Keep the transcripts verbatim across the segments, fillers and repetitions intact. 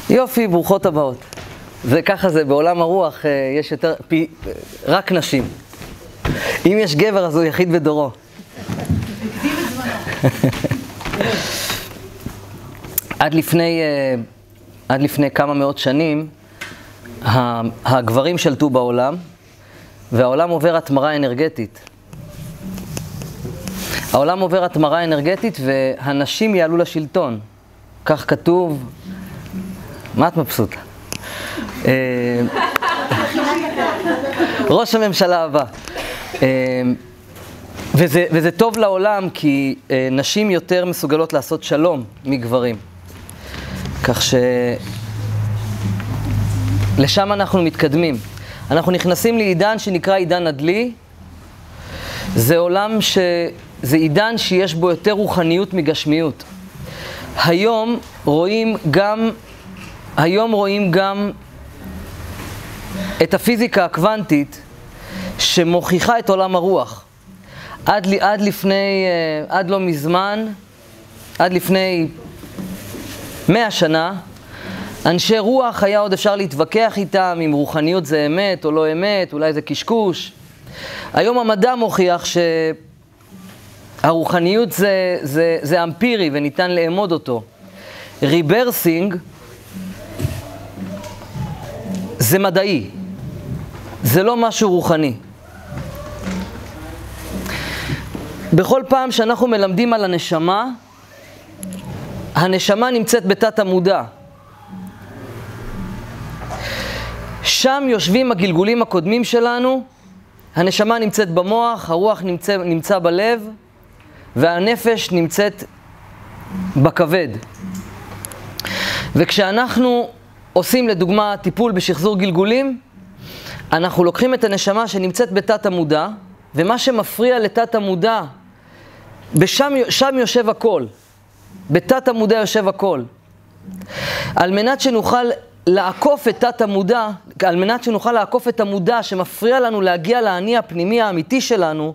יופי, ברוכות הבאות. וככה זה, בעולם הרוח יש יותר, פי, רק נשים. אם יש גבר אז הוא יחיד בדורו. עד לפני, עד לפני כמה מאות שנים, הגברים שלטו בעולם, והעולם עובר התמרה אנרגטית. העולם עובר התמרה אנרגטית והנשים יעלו לשלטון. כך כתוב. מה את מבסוטה? ראש הממשלה הבא. וזה, וזה טוב לעולם כי נשים יותר מסוגלות לעשות שלום מגברים. כך שלשם אנחנו מתקדמים. אנחנו נכנסים לעידן שנקרא עידן הדלי. זה עולם ש... זה עידן שיש בו יותר רוחניות מגשמיות. היום רואים גם, היום רואים גם את הפיזיקה הקוונטית שמוכיחה את עולם הרוח. עד, עד לפני, עד לא מזמן, עד לפני מאה שנה, אנשי רוח היה עוד אפשר להתווכח איתם אם רוחניות זה אמת או לא אמת, אולי זה קשקוש. היום המדע מוכיח שהרוחניות זה, זה, זה אמפירי וניתן לאמוד אותו. ריברסינג זה מדעי, זה לא משהו רוחני. בכל פעם שאנחנו מלמדים על הנשמה, הנשמה נמצאת בתת המודע. שם יושבים הגלגולים הקודמים שלנו, הנשמה נמצאת במוח, הרוח נמצא, נמצא בלב, והנפש נמצאת בכבד. וכשאנחנו עושים לדוגמה טיפול בשחזור גלגולים, אנחנו לוקחים את הנשמה שנמצאת בתת המודע, ומה שמפריע לתת המודע, בשם, שם יושב הכל. בתת המודע יושב הכל. על מנת שנוכל לעקוף את תת המודע, על מנת שנוכל לעקוף את המודע שמפריע לנו להגיע לעני הפנימי האמיתי שלנו,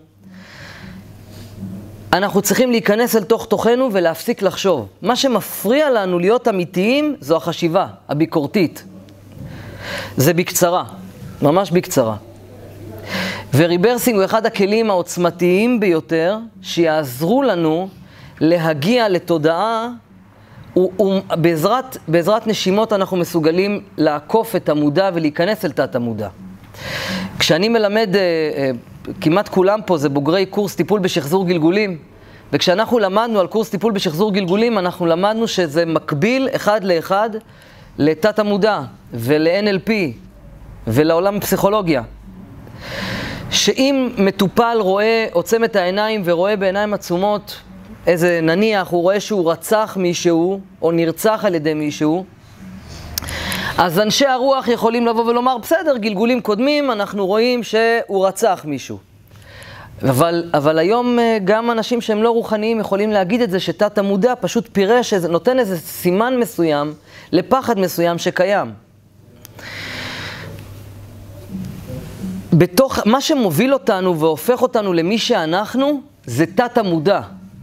אנחנו צריכים להיכנס אל תוך תוכנו ולהפסיק לחשוב. מה שמפריע לנו להיות אמיתיים זו החשיבה, הביקורתית. זה בקצרה, ממש בקצרה. וריברסינג הוא אחד הכלים העוצמתיים ביותר שיעזרו לנו להגיע לתודעה, ובעזרת, בעזרת נשימות אנחנו מסוגלים לעקוף את המודע ולהיכנס אל תת המודע. כשאני מלמד, כמעט כולם פה זה בוגרי קורס טיפול בשחזור גלגולים, וכשאנחנו למדנו על קורס טיפול בשחזור גלגולים, אנחנו למדנו שזה מקביל אחד לאחד לתת המודע ול-אן אל פי ולעולם הפסיכולוגיה. שאם מטופל רואה, עוצם את העיניים ורואה בעיניים עצומות, איזה נניח, הוא רואה שהוא רצח מישהו, או נרצח על ידי מישהו, אז אנשי הרוח יכולים לבוא ולומר, בסדר, גלגולים קודמים, אנחנו רואים שהוא רצח מישהו. אבל, אבל היום גם אנשים שהם לא רוחניים יכולים להגיד את זה, שתת המודע פשוט פירש, נותן איזה סימן מסוים, לפחד מסוים שקיים. בתוך, מה שמוביל אותנו והופך אותנו למי שאנחנו, זה תת המודע.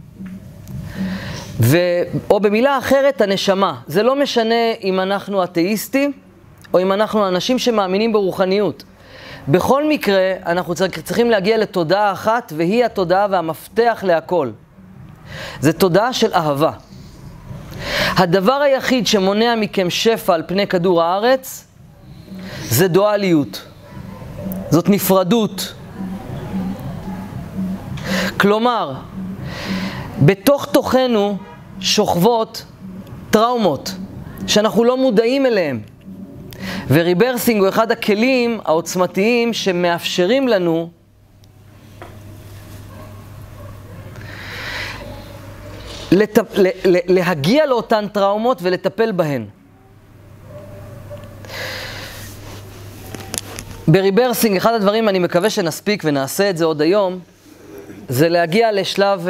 ו, או במילה אחרת, הנשמה. זה לא משנה אם אנחנו אתאיסטים, או אם אנחנו אנשים שמאמינים ברוחניות. בכל מקרה, אנחנו צריכים להגיע לתודעה אחת, והיא התודעה והמפתח להכל. זה תודעה של אהבה. הדבר היחיד שמונע מכם שפע על פני כדור הארץ, זה דואליות. זאת נפרדות. כלומר, בתוך תוכנו שוכבות טראומות שאנחנו לא מודעים אליהם. וריברסינג הוא אחד הכלים העוצמתיים שמאפשרים לנו לת... להגיע לאותן טראומות ולטפל בהן. בריברסינג, אחד הדברים, אני מקווה שנספיק ונעשה את זה עוד היום, זה להגיע לשלב,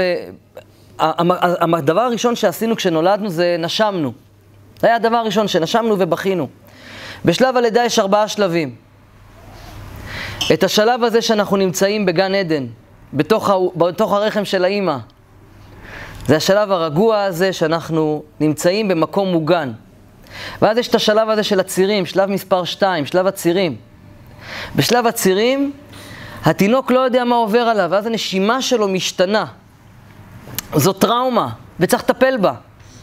הדבר הראשון שעשינו כשנולדנו זה נשמנו. זה היה הדבר הראשון שנשמנו ובכינו. בשלב הלידה יש ארבעה שלבים. את השלב הזה שאנחנו נמצאים בגן עדן, בתוך, בתוך הרחם של האמא. זה השלב הרגוע הזה שאנחנו נמצאים במקום מוגן. ואז יש את השלב הזה של הצירים, שלב מספר שתיים, שלב הצירים. בשלב הצירים, התינוק לא יודע מה עובר עליו, ואז הנשימה שלו משתנה. זו טראומה, וצריך לטפל בה.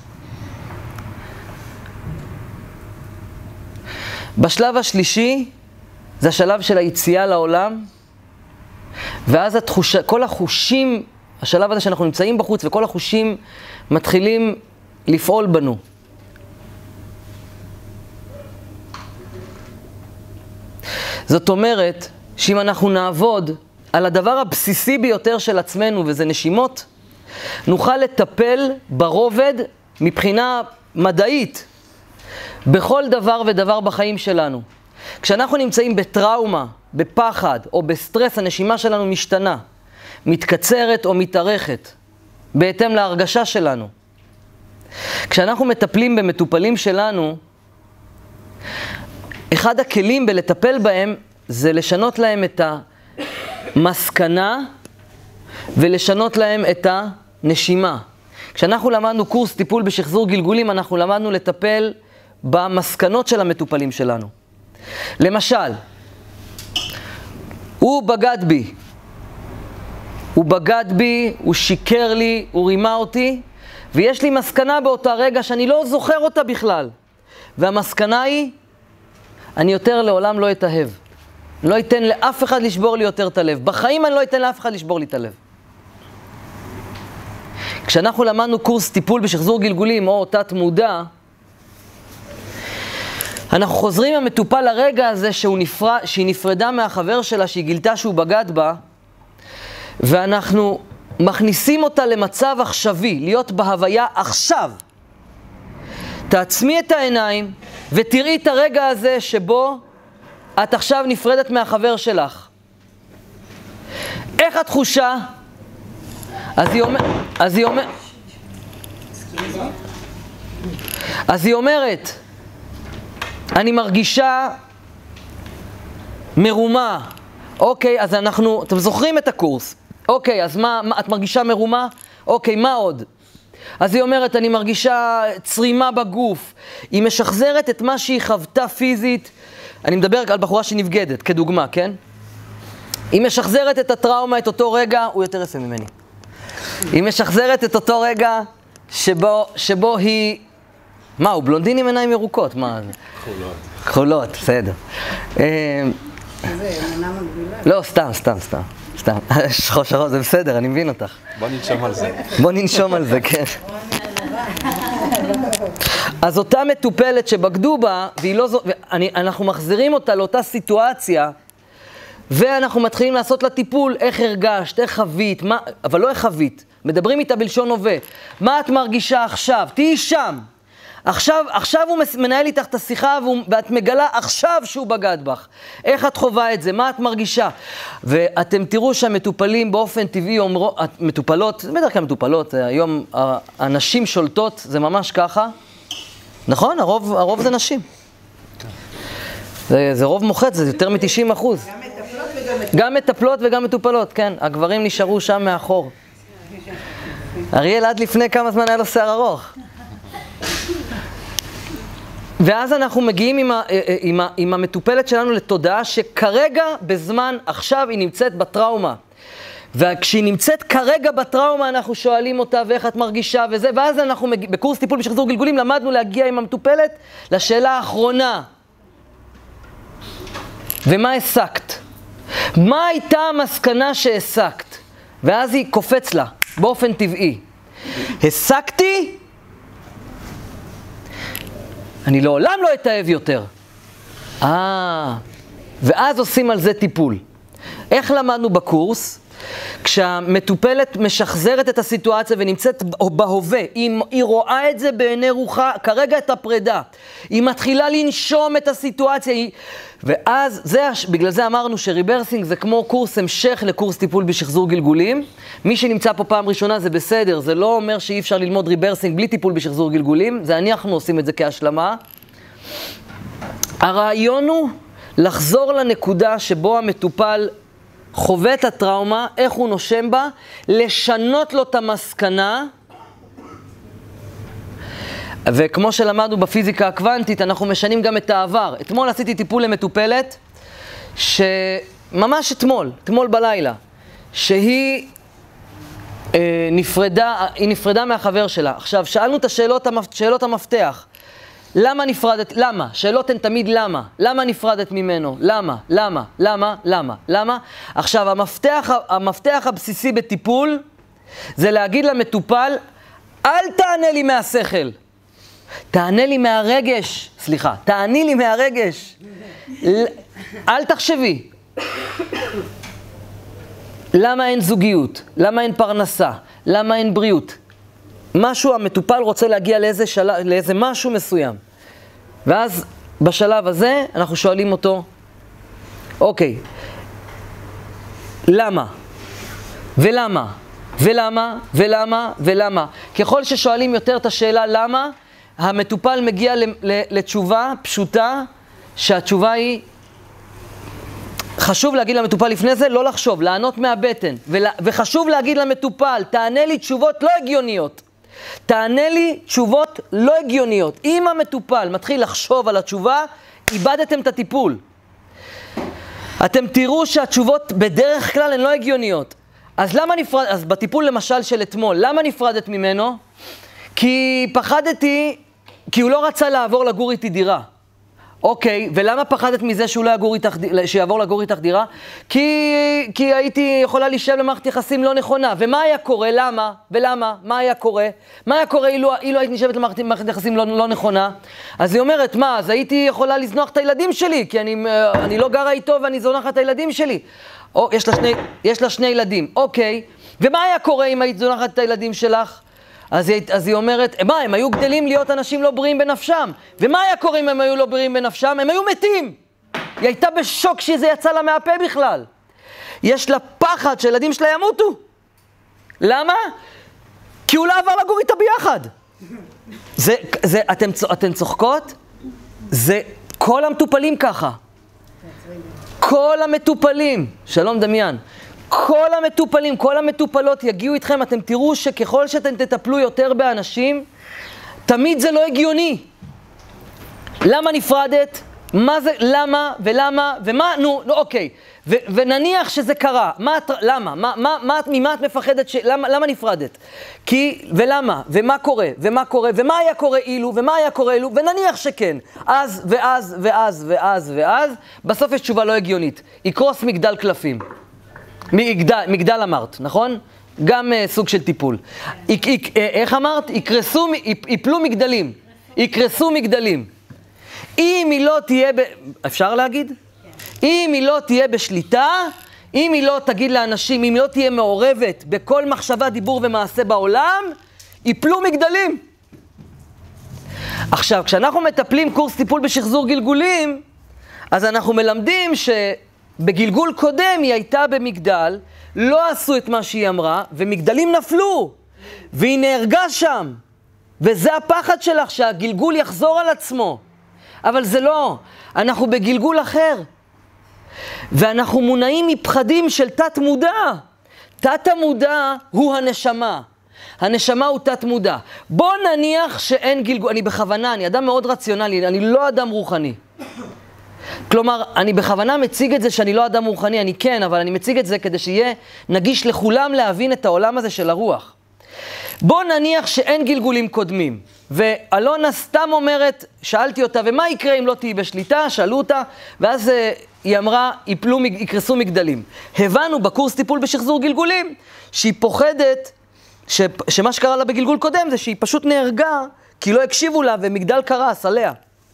בשלב השלישי, זה השלב של היציאה לעולם, ואז התחושה, כל החושים, השלב הזה שאנחנו נמצאים בחוץ, וכל החושים מתחילים לפעול בנו. זאת אומרת, שאם אנחנו נעבוד על הדבר הבסיסי ביותר של עצמנו, וזה נשימות, נוכל לטפל ברובד מבחינה מדעית, בכל דבר ודבר בחיים שלנו. כשאנחנו נמצאים בטראומה, בפחד או בסטרס, הנשימה שלנו משתנה, מתקצרת או מתארכת, בהתאם להרגשה שלנו. כשאנחנו מטפלים במטופלים שלנו, אחד הכלים בלטפל בהם זה לשנות להם את המסקנה ולשנות להם את הנשימה. כשאנחנו למדנו קורס טיפול בשחזור גלגולים, אנחנו למדנו לטפל במסקנות של המטופלים שלנו. למשל, הוא בגד בי, הוא בגד בי, הוא שיקר לי, הוא רימה אותי, ויש לי מסקנה באותה רגע שאני לא זוכר אותה בכלל. והמסקנה היא, אני יותר לעולם לא אתאהב. לא אתן לאף אחד לשבור לי יותר את הלב. בחיים אני לא אתן לאף אחד לשבור לי את הלב. כשאנחנו למדנו קורס טיפול בשחזור גלגולים או תת מודע, אנחנו חוזרים עם המטופל לרגע הזה שהוא נפרד, שהיא נפרדה מהחבר שלה, שהיא גילתה שהוא בגד בה, ואנחנו מכניסים אותה למצב עכשווי, להיות בהוויה עכשיו. תעצמי את העיניים ותראי את הרגע הזה שבו את עכשיו נפרדת מהחבר שלך. איך התחושה? אז היא אומרת, אז היא אומרת, אז היא אומרת, אני מרגישה מרומה. אוקיי, אז אנחנו, אתם זוכרים את הקורס. אוקיי, אז מה, מה את מרגישה מרומה? אוקיי, מה עוד? אז היא אומרת, אני מרגישה צרימה בגוף. היא משחזרת את מה שהיא חוותה פיזית. אני מדבר על בחורה שנבגדת, כדוגמה, כן? היא משחזרת את הטראומה, את אותו רגע, הוא יותר יפה ממני. היא משחזרת את אותו רגע שבו, שבו היא... מה, הוא בלונדין עם עיניים ירוקות, מה זה? כחולות. כחולות, בסדר. זה אמונה מגבילה? לא, סתם, סתם, סתם. סתם. שחור, זה בסדר, אני מבין אותך. בוא ננשום על זה. בוא ננשום על זה, כן. אז אותה מטופלת שבגדו בה, והיא לא זו... אנחנו מחזירים אותה לאותה סיטואציה, ואנחנו מתחילים לעשות לה טיפול, איך הרגשת, איך חווית, מה... אבל לא איך חווית. מדברים איתה בלשון הווה. מה את מרגישה עכשיו? תהי שם. עכשיו, עכשיו הוא מנהל איתך את השיחה, ואת מגלה עכשיו שהוא בגד בך. איך את חווה את זה? מה את מרגישה? ואתם תראו שהמטופלים באופן טבעי אומרו, מטופלות, זה בדרך כלל מטופלות, היום הנשים שולטות, זה ממש ככה. נכון? הרוב, הרוב זה נשים. זה, זה רוב מוחץ, זה יותר מ-תשעים אחוז. גם מטפלות וגם מטופלות. גם מטפלות וגם מטופלות, כן. הגברים נשארו שם מאחור. אריאל עד לפני כמה זמן היה לו שיער ארוך. ואז אנחנו מגיעים עם, ה, עם, ה, עם המטופלת שלנו לתודעה שכרגע בזמן עכשיו היא נמצאת בטראומה. וכשהיא נמצאת כרגע בטראומה אנחנו שואלים אותה ואיך את מרגישה וזה, ואז אנחנו מג... בקורס טיפול בשחזור גלגולים למדנו להגיע עם המטופלת לשאלה האחרונה. ומה הסקת? מה הייתה המסקנה שהסקת? ואז היא קופץ לה באופן טבעי. הסקתי? אני לעולם לא אתאהב יותר. אה, ואז עושים על זה טיפול. איך למדנו בקורס? כשהמטופלת משחזרת את הסיטואציה ונמצאת בהווה, היא, היא רואה את זה בעיני רוחה, כרגע את הפרידה. היא מתחילה לנשום את הסיטואציה, היא... ואז, זה, בגלל זה אמרנו שריברסינג זה כמו קורס המשך לקורס טיפול בשחזור גלגולים. מי שנמצא פה פעם ראשונה זה בסדר, זה לא אומר שאי אפשר ללמוד ריברסינג בלי טיפול בשחזור גלגולים, זה אנחנו עושים את זה כהשלמה. הרעיון הוא לחזור לנקודה שבו המטופל חווה את הטראומה, איך הוא נושם בה, לשנות לו את המסקנה. וכמו שלמדנו בפיזיקה הקוונטית, אנחנו משנים גם את העבר. אתמול עשיתי טיפול למטופלת, שממש אתמול, אתמול בלילה, שהיא אה, נפרדה, היא נפרדה מהחבר שלה. עכשיו, שאלנו את השאלות, שאלות המפתח. למה נפרדת? למה? שאלות הן תמיד למה. למה נפרדת ממנו? למה? למה? למה? למה? למה? עכשיו, המפתח, המפתח הבסיסי בטיפול, זה להגיד למטופל, אל תענה לי מהשכל. תענה לי מהרגש. סליחה, תעני לי מהרגש. אל תחשבי. למה אין זוגיות? למה אין פרנסה? למה אין בריאות? משהו, המטופל רוצה להגיע לאיזה, של... לאיזה משהו מסוים. ואז בשלב הזה אנחנו שואלים אותו, אוקיי, למה? ולמה? ולמה? ולמה? ולמה? ככל ששואלים יותר את השאלה למה, המטופל מגיע לתשובה פשוטה, שהתשובה היא, חשוב להגיד למטופל לפני זה, לא לחשוב, לענות מהבטן. וחשוב להגיד למטופל, תענה לי תשובות לא הגיוניות. תענה לי תשובות לא הגיוניות. אם המטופל מתחיל לחשוב על התשובה, איבדתם את הטיפול. אתם תראו שהתשובות בדרך כלל הן לא הגיוניות. אז למה נפרד, אז בטיפול למשל של אתמול, למה נפרדת ממנו? כי פחדתי, כי הוא לא רצה לעבור לגור איתי דירה. אוקיי, ולמה פחדת מזה שהוא לא יגור איתך, שיעבור לגור איתך דירה? כי, כי הייתי יכולה להישאר למערכת יחסים לא נכונה. ומה היה קורה? למה? ולמה? מה היה קורה? מה היה קורה אילו, אילו היית נשאבת למערכת יחסים לא, לא נכונה? אז היא אומרת, מה? אז הייתי יכולה לזנוח את הילדים שלי, כי אני, אני לא גרה איתו ואני זונחת את הילדים שלי. או, יש לה שני, יש לה שני ילדים. אוקיי, ומה היה קורה אם היית זונחת את הילדים שלך? אז היא, אז היא אומרת, מה, הם היו גדלים להיות אנשים לא בריאים בנפשם. ומה היה קורה אם הם היו לא בריאים בנפשם? הם היו מתים. היא הייתה בשוק שזה יצא לה מהפה בכלל. יש לה פחד שילדים שלה ימותו. למה? כי הוא לא עבר לגור איתה ביחד. זה, זה, אתם, אתם צוחקות? זה כל המטופלים ככה. כל המטופלים. שלום דמיין. כל המטופלים, כל המטופלות יגיעו איתכם, אתם תראו שככל שאתם תטפלו יותר באנשים, תמיד זה לא הגיוני. למה נפרדת? מה זה, למה, ולמה, ומה, נו, נו אוקיי. ו, ונניח שזה קרה, מה, למה, מה, מה, מה, ממה את מפחדת, ש, למה, למה נפרדת? כי, ולמה, ומה קורה, ומה קורה, ומה היה קורה אילו, ומה היה קורה אילו, ונניח שכן. אז, ואז, ואז, ואז, ואז, בסוף יש תשובה לא הגיונית. יקרוס מגדל קלפים. מגדל, מגדל אמרת, נכון? גם uh, סוג של טיפול. יק, יק, uh, איך אמרת? יקרסו, יפ, יפלו מגדלים. יקרסו מגדלים. אם היא לא תהיה, ב... אפשר להגיד? אם היא לא תהיה בשליטה, אם היא לא תגיד לאנשים, אם היא לא תהיה מעורבת בכל מחשבה, דיבור ומעשה בעולם, יפלו מגדלים. עכשיו, כשאנחנו מטפלים קורס טיפול בשחזור גלגולים, אז אנחנו מלמדים ש... בגלגול קודם היא הייתה במגדל, לא עשו את מה שהיא אמרה, ומגדלים נפלו, והיא נהרגה שם. וזה הפחד שלך, שהגלגול יחזור על עצמו. אבל זה לא, אנחנו בגלגול אחר. ואנחנו מונעים מפחדים של תת מודע. תת המודע הוא הנשמה. הנשמה הוא תת מודע. בוא נניח שאין גלגול, אני בכוונה, אני אדם מאוד רציונלי, אני לא אדם רוחני. כלומר, אני בכוונה מציג את זה שאני לא אדם רוחני, אני כן, אבל אני מציג את זה כדי שיהיה נגיש לכולם להבין את העולם הזה של הרוח. בוא נניח שאין גלגולים קודמים, ואלונה סתם אומרת, שאלתי אותה, ומה יקרה אם לא תהי בשליטה? שאלו אותה, ואז היא אמרה, יפלו, יקרסו מגדלים. הבנו בקורס טיפול בשחזור גלגולים, שהיא פוחדת, ש, שמה שקרה לה בגלגול קודם זה שהיא פשוט נהרגה, כי לא הקשיבו לה ומגדל קרס עליה.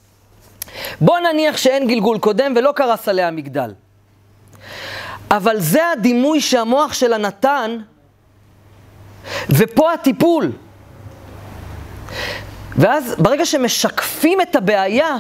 בוא נניח שאין גלגול קודם ולא קרס עליה מגדל. אבל זה הדימוי שהמוח שלה נתן, ופה הטיפול. ואז ברגע שמשקפים את הבעיה,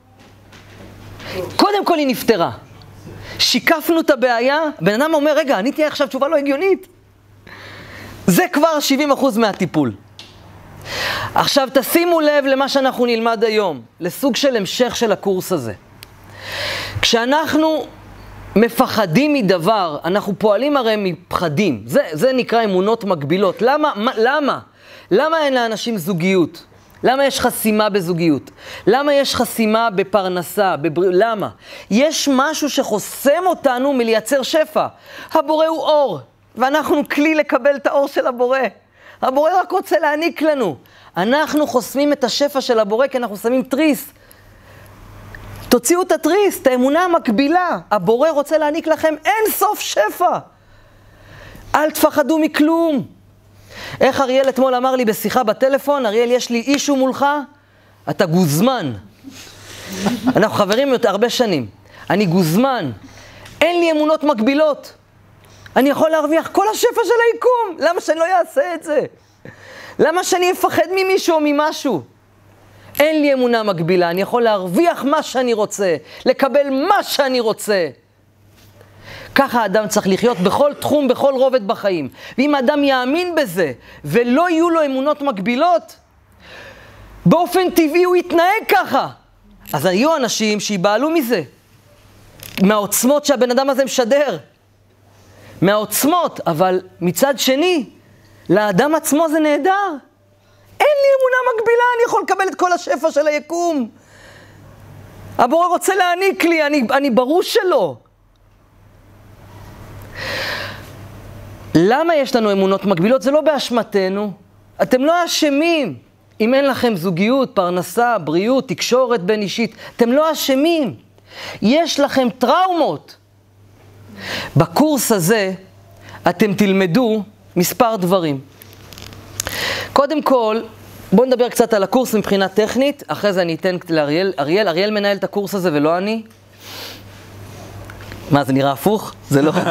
קודם כל היא נפטרה. שיקפנו את הבעיה, בן אדם אומר, רגע, אני תהיה עכשיו תשובה לא הגיונית. זה כבר שבעים אחוז מהטיפול. עכשיו תשימו לב למה שאנחנו נלמד היום, לסוג של המשך של הקורס הזה. כשאנחנו מפחדים מדבר, אנחנו פועלים הרי מפחדים. זה, זה נקרא אמונות מגבילות. למה? מה, למה? למה אין לאנשים זוגיות? למה יש חסימה בזוגיות? למה יש חסימה בפרנסה? בבר... למה? יש משהו שחוסם אותנו מלייצר שפע. הבורא הוא אור, ואנחנו כלי לקבל את האור של הבורא. הבורא רק רוצה להעניק לנו. אנחנו חוסמים את השפע של הבורא כי אנחנו שמים תריס. תוציאו את התריס, את האמונה המקבילה. הבורא רוצה להעניק לכם אין סוף שפע. אל תפחדו מכלום. איך אריאל אתמול אמר לי בשיחה בטלפון, אריאל, יש לי אישו מולך, אתה גוזמן. אנחנו חברים הרבה שנים. אני גוזמן. אין לי אמונות מקבילות. אני יכול להרוויח כל השפע של היקום. למה שאני לא אעשה את זה? למה שאני אפחד ממישהו או ממשהו? אין לי אמונה מקבילה. אני יכול להרוויח מה שאני רוצה, לקבל מה שאני רוצה. ככה האדם צריך לחיות בכל תחום, בכל רובד בחיים. ואם האדם יאמין בזה, ולא יהיו לו אמונות מקבילות, באופן טבעי הוא יתנהג ככה. אז היו אנשים שיבעלו מזה. מהעוצמות שהבן אדם הזה משדר. מהעוצמות, אבל מצד שני, לאדם עצמו זה נהדר. אין לי אמונה מקבילה, אני יכול לקבל את כל השפע של היקום. הבורא רוצה להעניק לי, אני, אני ברור שלא. למה יש לנו אמונות מקבילות? זה לא באשמתנו. אתם לא אשמים. אם אין לכם זוגיות, פרנסה, בריאות, תקשורת בין אישית, אתם לא אשמים. יש לכם טראומות. בקורס הזה אתם תלמדו מספר דברים. קודם כל, בואו נדבר קצת על הקורס מבחינה טכנית, אחרי זה אני אתן לאריאל. אריאל, אריאל מנהל את הקורס הזה ולא אני. מה, זה נראה הפוך? זה לא...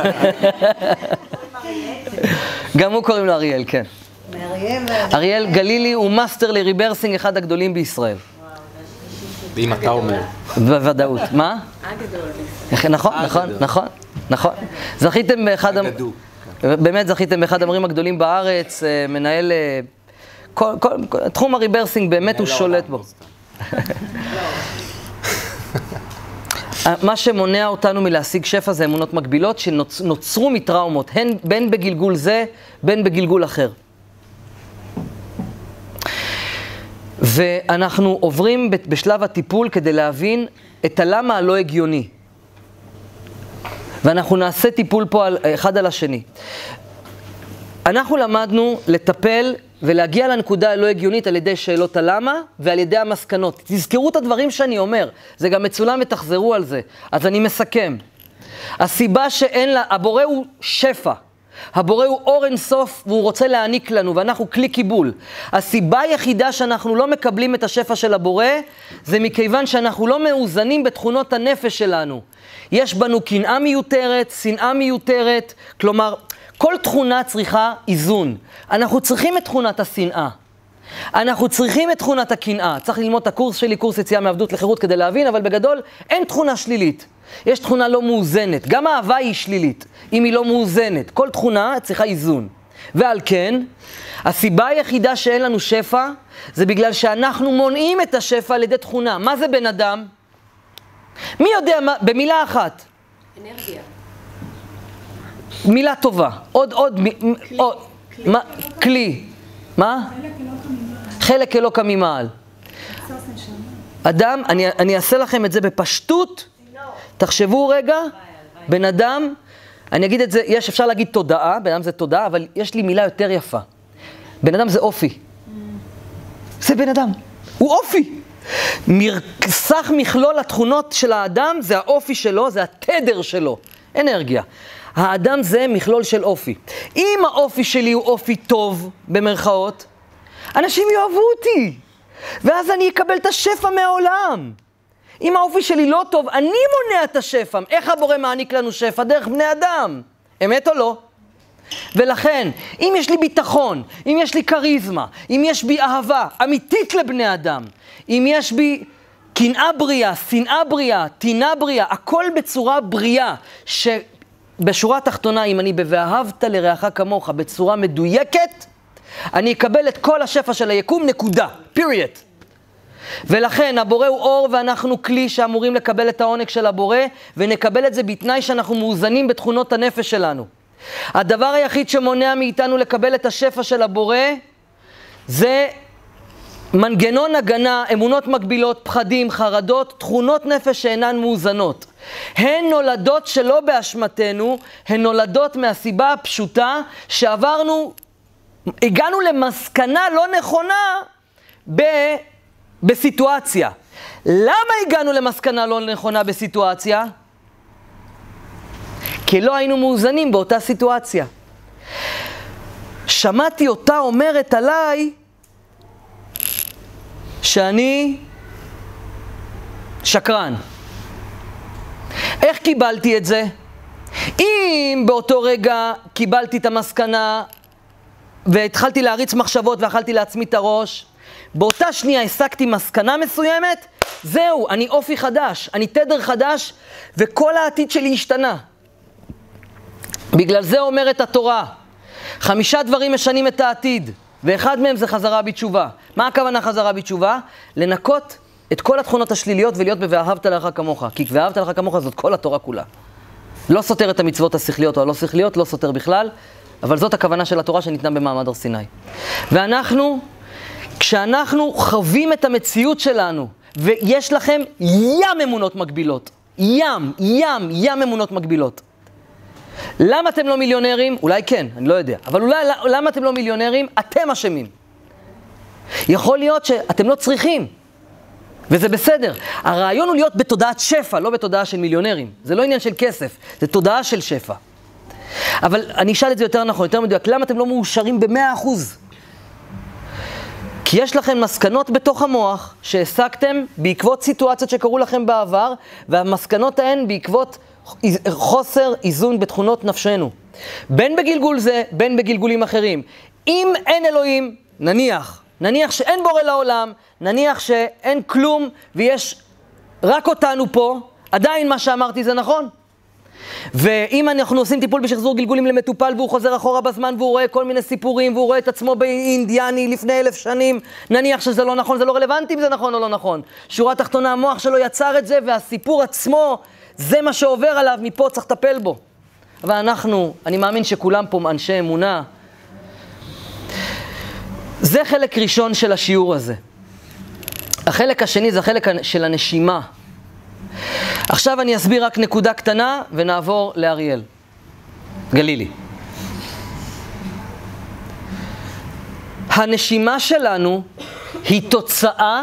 גם הוא קוראים לו אריאל, כן. אריאל גלילי הוא מאסטר לריברסינג, אחד הגדולים בישראל. אם אתה אומר. בוודאות. מה? הגדול. נכון, נכון, נכון, נכון. זכיתם באחד... באמת זכיתם באחד המורים הגדולים בארץ, מנהל... תחום הריברסינג באמת הוא שולט בו. מה שמונע אותנו מלהשיג שפע זה אמונות מקבילות שנוצרו מטראומות, הן בין בגלגול זה, בין בגלגול אחר. ואנחנו עוברים בשלב הטיפול כדי להבין את הלמה הלא הגיוני. ואנחנו נעשה טיפול פה על, אחד על השני. אנחנו למדנו לטפל ולהגיע לנקודה הלא הגיונית על ידי שאלות הלמה ועל ידי המסקנות. תזכרו את הדברים שאני אומר, זה גם מצולם ותחזרו על זה. אז אני מסכם. הסיבה שאין לה, הבורא הוא שפע. הבורא הוא אור אין סוף והוא רוצה להעניק לנו ואנחנו כלי קיבול. הסיבה היחידה שאנחנו לא מקבלים את השפע של הבורא זה מכיוון שאנחנו לא מאוזנים בתכונות הנפש שלנו. יש בנו קנאה מיותרת, שנאה מיותרת, כלומר כל תכונה צריכה איזון. אנחנו צריכים את תכונת השנאה. אנחנו צריכים את תכונת הקנאה. צריך ללמוד את הקורס שלי, קורס יציאה מעבדות לחירות כדי להבין, אבל בגדול אין תכונה שלילית. יש תכונה לא מאוזנת. גם האהבה היא שלילית, אם היא לא מאוזנת. כל תכונה צריכה איזון. ועל כן, הסיבה היחידה שאין לנו שפע, זה בגלל שאנחנו מונעים את השפע על ידי תכונה. מה זה בן אדם? מי יודע מה? במילה אחת. אנרגיה. מילה טובה. עוד, עוד, כלי. עוד. כלי. מה? כלי. מה? חלק אלוקא ממעל. אדם, אני, אני אעשה לכם את זה בפשטות. תחשבו רגע, בן אדם, אני אגיד את זה, יש, אפשר להגיד תודעה, בן אדם זה תודעה, אבל יש לי מילה יותר יפה. בן אדם זה אופי. זה בן אדם. הוא אופי. סך מכלול התכונות של האדם זה האופי שלו, זה התדר שלו. אנרגיה. האדם זה מכלול של אופי. אם האופי שלי הוא אופי טוב, במרכאות, אנשים יאהבו אותי. ואז אני אקבל את השפע מהעולם. אם האופי שלי לא טוב, אני מונע את השפע. איך הבורא מעניק לנו שפע? דרך בני אדם. אמת או לא? ולכן, אם יש לי ביטחון, אם יש לי קריזמה, אם יש בי אהבה אמיתית לבני אדם, אם יש בי קנאה בריאה, שנאה בריאה, טינה בריאה, הכל בצורה בריאה, שבשורה התחתונה, אם אני ב"ואהבת לרעך כמוך" בצורה מדויקת, אני אקבל את כל השפע של היקום, נקודה, period. ולכן הבורא הוא אור ואנחנו כלי שאמורים לקבל את העונג של הבורא, ונקבל את זה בתנאי שאנחנו מאוזנים בתכונות הנפש שלנו. הדבר היחיד שמונע מאיתנו לקבל את השפע של הבורא, זה מנגנון הגנה, אמונות מגבילות, פחדים, חרדות, תכונות נפש שאינן מאוזנות. הן נולדות שלא באשמתנו, הן נולדות מהסיבה הפשוטה שעברנו, הגענו למסקנה לא נכונה ב, בסיטואציה. למה הגענו למסקנה לא נכונה בסיטואציה? כי לא היינו מאוזנים באותה סיטואציה. שמעתי אותה אומרת עליי שאני שקרן. איך קיבלתי את זה? אם באותו רגע קיבלתי את המסקנה והתחלתי להריץ מחשבות ואכלתי לעצמי את הראש, באותה שנייה הסקתי מסקנה מסוימת, זהו, אני אופי חדש, אני תדר חדש, וכל העתיד שלי השתנה. בגלל זה אומרת התורה, חמישה דברים משנים את העתיד, ואחד מהם זה חזרה בתשובה. מה הכוונה חזרה בתשובה? לנקות את כל התכונות השליליות ולהיות ב"ואהבת לרעך כמוך", כי "ואהבת לרעך כמוך" זאת כל התורה כולה. לא סותר את המצוות השכליות או הלא שכליות, לא סותר בכלל, אבל זאת הכוונה של התורה שניתנה במעמד הר סיני. ואנחנו, כשאנחנו חווים את המציאות שלנו, ויש לכם ים אמונות מגבילות, ים, ים, ים אמונות מגבילות. למה אתם לא מיליונרים? אולי כן, אני לא יודע. אבל אולי, למה אתם לא מיליונרים? אתם אשמים. יכול להיות שאתם לא צריכים, וזה בסדר. הרעיון הוא להיות בתודעת שפע, לא בתודעה של מיליונרים. זה לא עניין של כסף, זה תודעה של שפע. אבל אני אשאל את זה יותר נכון, יותר מדויק. למה אתם לא מאושרים ב-מאה אחוז? כי יש לכם מסקנות בתוך המוח שהסקתם בעקבות סיטואציות שקרו לכם בעבר, והמסקנות ההן בעקבות חוסר איזון בתכונות נפשנו. בין בגלגול זה, בין בגלגולים אחרים. אם אין אלוהים, נניח, נניח שאין בורא לעולם, נניח שאין כלום ויש רק אותנו פה, עדיין מה שאמרתי זה נכון. ואם אנחנו עושים טיפול בשחזור גלגולים למטופל והוא חוזר אחורה בזמן והוא רואה כל מיני סיפורים והוא רואה את עצמו באינדיאני לפני אלף שנים, נניח שזה לא נכון, זה לא רלוונטי אם זה נכון או לא נכון. שורה תחתונה, המוח שלו יצר את זה והסיפור עצמו זה מה שעובר עליו, מפה צריך לטפל בו. אבל אנחנו, אני מאמין שכולם פה אנשי אמונה. זה חלק ראשון של השיעור הזה. החלק השני זה החלק של הנשימה. עכשיו אני אסביר רק נקודה קטנה ונעבור לאריאל גלילי. הנשימה שלנו היא תוצאה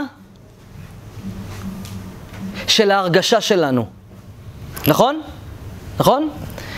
של ההרגשה שלנו. נכון? נכון?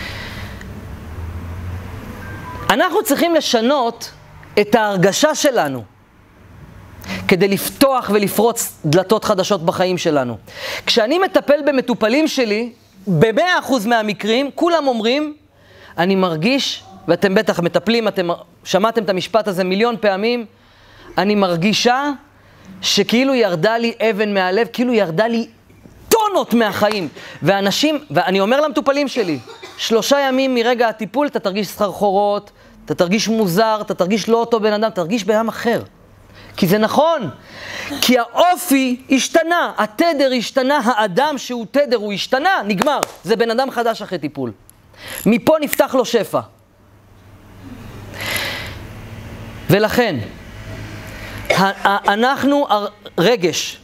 אנחנו צריכים לשנות את ההרגשה שלנו כדי לפתוח ולפרוץ דלתות חדשות בחיים שלנו. כשאני מטפל במטופלים שלי, ב-מאה אחוז מהמקרים, כולם אומרים, אני מרגיש, ואתם בטח מטפלים, אתם שמעתם את המשפט הזה מיליון פעמים, אני מרגישה שכאילו ירדה לי אבן מהלב, כאילו ירדה לי טונות מהחיים. ואנשים, ואני אומר למטופלים שלי, שלושה ימים מרגע הטיפול, אתה תרגיש סחרחורות, אתה תרגיש מוזר, אתה תרגיש לא אותו בן אדם, אתה תרגיש בן אדם אחר. כי זה נכון, כי האופי השתנה, התדר השתנה, האדם שהוא תדר הוא השתנה, נגמר. זה בן אדם חדש אחרי טיפול. מפה נפתח לו שפע. ולכן, אנחנו רגש,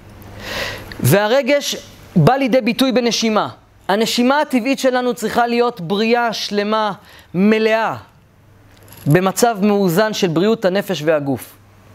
והרגש בא לידי ביטוי בנשימה. הנשימה הטבעית שלנו צריכה להיות בריאה, שלמה, מלאה, במצב מאוזן של בריאות הנפש והגוף.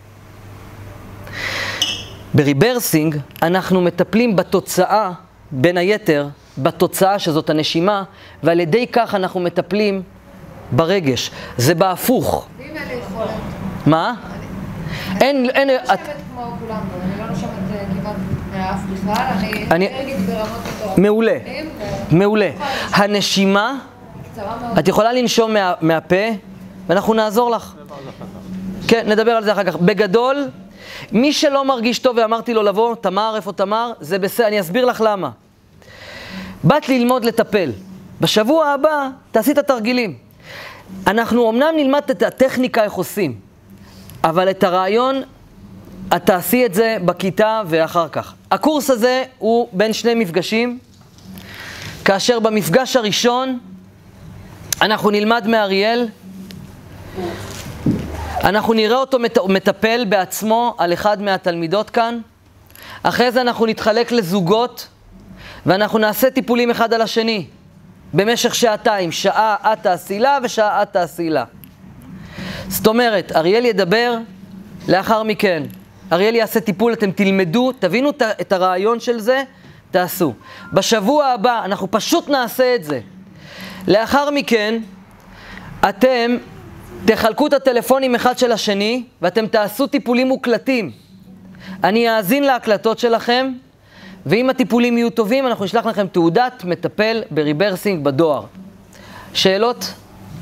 בריברסינג אנחנו מטפלים בתוצאה, בין היתר, בתוצאה שזאת הנשימה, ועל ידי כך אנחנו מטפלים ברגש. זה בהפוך. ואם אין לי יכולת? מה? אין, אין... אני חושבת כמו כולם, אני לא נושמת כמעט מאף בכלל, אני אנרגית ברמות מטורפות. מעולה, מעולה. הנשימה, את יכולה לנשום מהפה, ואנחנו נעזור לך. כן, נדבר על זה אחר כך. בגדול, מי שלא מרגיש טוב ואמרתי לו לבוא, תמר, איפה תמר? זה בסדר, אני אסביר לך למה. באת ללמוד לטפל. בשבוע הבא תעשי את התרגילים. אנחנו אמנם נלמד את הטכניקה איך עושים, אבל את הרעיון, את תעשי את זה בכיתה ואחר כך. הקורס הזה הוא בין שני מפגשים, כאשר במפגש הראשון אנחנו נלמד מאריאל אנחנו נראה אותו מטפל בעצמו על אחד מהתלמידות כאן. אחרי זה אנחנו נתחלק לזוגות, ואנחנו נעשה טיפולים אחד על השני. במשך שעתיים, שעה את תעשי לה ושעה את תעשי לה. זאת אומרת, אריאל ידבר, לאחר מכן. אריאל יעשה טיפול, אתם תלמדו, תבינו את הרעיון של זה, תעשו. בשבוע הבא אנחנו פשוט נעשה את זה. לאחר מכן, אתם תחלקו את הטלפונים אחד של השני, ואתם תעשו טיפולים מוקלטים. אני אאזין להקלטות שלכם, ואם הטיפולים יהיו טובים, אנחנו נשלח לכם תעודת מטפל בריברסינג בדואר. שאלות?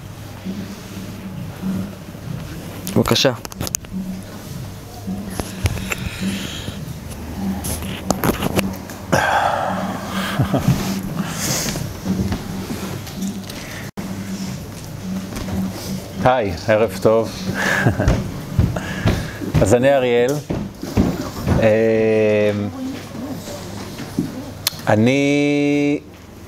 בבקשה. היי, ערב טוב. אז אני אריאל. אני...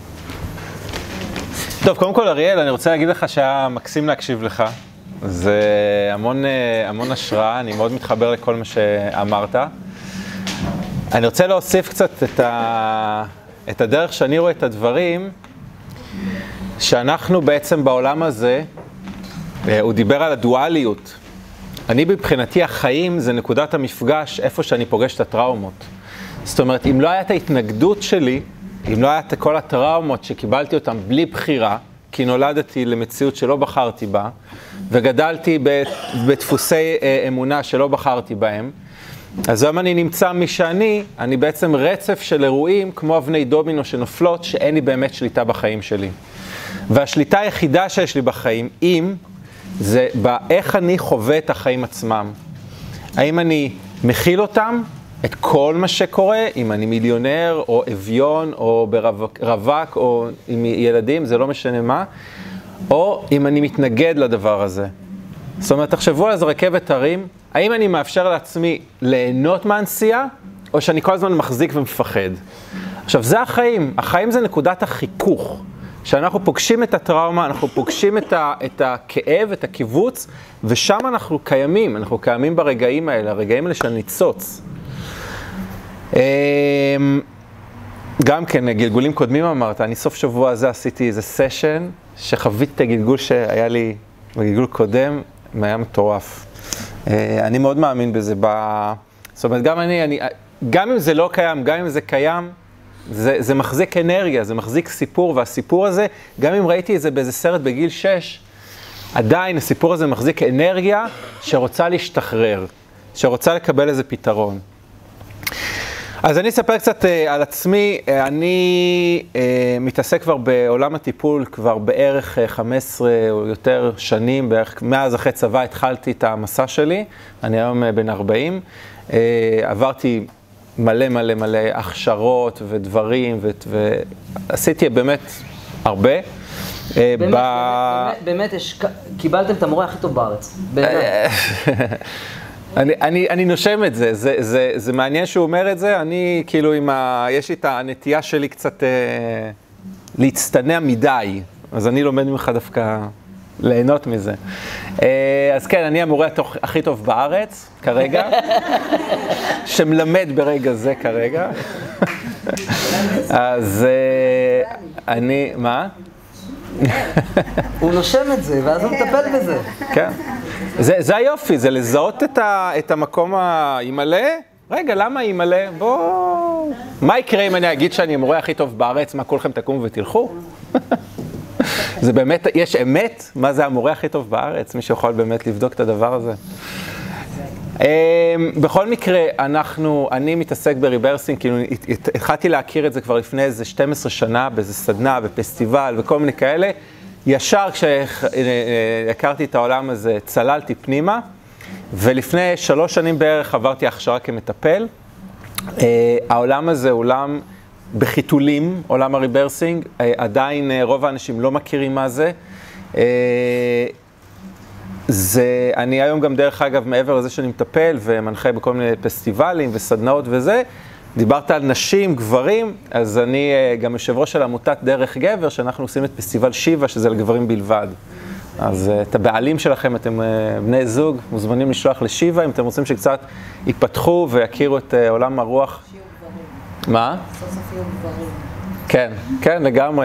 טוב, קודם כל אריאל, אני רוצה להגיד לך שהיה מקסים להקשיב לך. זה המון, המון השראה, אני מאוד מתחבר לכל מה שאמרת. אני רוצה להוסיף קצת את, ה... את הדרך שאני רואה את הדברים, שאנחנו בעצם בעולם הזה, הוא דיבר על הדואליות. אני מבחינתי החיים זה נקודת המפגש איפה שאני פוגש את הטראומות. זאת אומרת, אם לא הייתה את ההתנגדות שלי, אם לא הייתה כל הטראומות שקיבלתי אותן בלי בחירה, כי נולדתי למציאות שלא בחרתי בה, וגדלתי בדפוסי אמונה שלא בחרתי בהם, אז היום אני נמצא מי שאני, אני בעצם רצף של אירועים כמו אבני דומינו שנופלות, שאין לי באמת שליטה בחיים שלי. והשליטה היחידה שיש לי בחיים, אם, זה באיך אני חווה את החיים עצמם. האם אני מכיל אותם, את כל מה שקורה, אם אני מיליונר או אביון או ברווק או עם ילדים, זה לא משנה מה, או אם אני מתנגד לדבר הזה. זאת אומרת, תחשבו על זה רכבת הרים, האם אני מאפשר לעצמי ליהנות מהנסיעה, או שאני כל הזמן מחזיק ומפחד. עכשיו, זה החיים. החיים זה נקודת החיכוך. שאנחנו פוגשים את הטראומה, אנחנו פוגשים את, ה, את הכאב, את הקיבוץ, ושם אנחנו קיימים, אנחנו קיימים ברגעים האלה, הרגעים האלה של ניצוץ. גם כן, גלגולים קודמים אמרת, אני סוף שבוע הזה עשיתי איזה סשן, שחוויתי את הגלגול שהיה לי בגלגול קודם, היה מטורף. אני מאוד מאמין בזה, ב... זאת אומרת, גם אני, אני, גם אם זה לא קיים, גם אם זה קיים, זה, זה מחזיק אנרגיה, זה מחזיק סיפור, והסיפור הזה, גם אם ראיתי את זה באיזה סרט בגיל שש, עדיין הסיפור הזה מחזיק אנרגיה שרוצה להשתחרר, שרוצה לקבל איזה פתרון. אז אני אספר קצת uh, על עצמי, uh, אני uh, מתעסק כבר בעולם הטיפול כבר בערך uh, חמש עשרה או יותר שנים, בערך מאז אחרי צבא התחלתי את המסע שלי, אני היום uh, בן ארבעים, uh, עברתי מלא מלא מלא הכשרות ודברים, ו- ועשיתי באמת הרבה. באמת, ב... באמת, באמת, יש... קיבלתם את המורה הכי טוב בארץ, בעיניי. אני, אני, אני נושם את זה, זה, זה, זה מעניין שהוא אומר את זה, אני כאילו עם ה... יש לי את הנטייה שלי קצת אה, להצטנע מדי, אז אני לומד ממך דווקא ליהנות מזה. אה, אז כן, אני המורה התוך, הכי טוב בארץ, כרגע, שמלמד ברגע זה כרגע. אז אה, אני, מה? הוא נושם את זה, ואז הוא מטפל בזה. כן. זה, זה היופי, זה לזהות את, ה, את המקום הימלא. רגע, למה ימלא? בוא... מה יקרה אם אני אגיד שאני המורה הכי טוב בארץ? מה, כולכם תקומו ותלכו? זה באמת, יש אמת? מה זה המורה הכי טוב בארץ? מי שיכול באמת לבדוק את הדבר הזה. בכל מקרה, אנחנו, אני מתעסק בריברסינג, כאילו התחלתי להכיר את זה כבר לפני איזה שתים עשרה שנה, באיזה סדנה, בפסטיבל וכל מיני כאלה. ישר כשהכרתי את העולם הזה, צללתי פנימה, ולפני שלוש שנים בערך עברתי הכשרה כמטפל. העולם הזה עולם בחיתולים, עולם הריברסינג, עדיין רוב האנשים לא מכירים מה זה. זה, אני היום גם דרך אגב, מעבר לזה שאני מטפל ומנחה בכל מיני פסטיבלים וסדנאות וזה, דיברת על נשים, גברים, אז אני גם יושב ראש של עמותת דרך גבר, שאנחנו עושים את פסטיבל שיבה, שזה לגברים בלבד. אז את הבעלים שלכם, אתם בני זוג, מוזמנים לשלוח לשיבה, אם אתם רוצים שקצת ייפתחו ויכירו את עולם הרוח. שיהיו גברים. מה? סוף סוף יהיו גברים. כן, כן, לגמרי.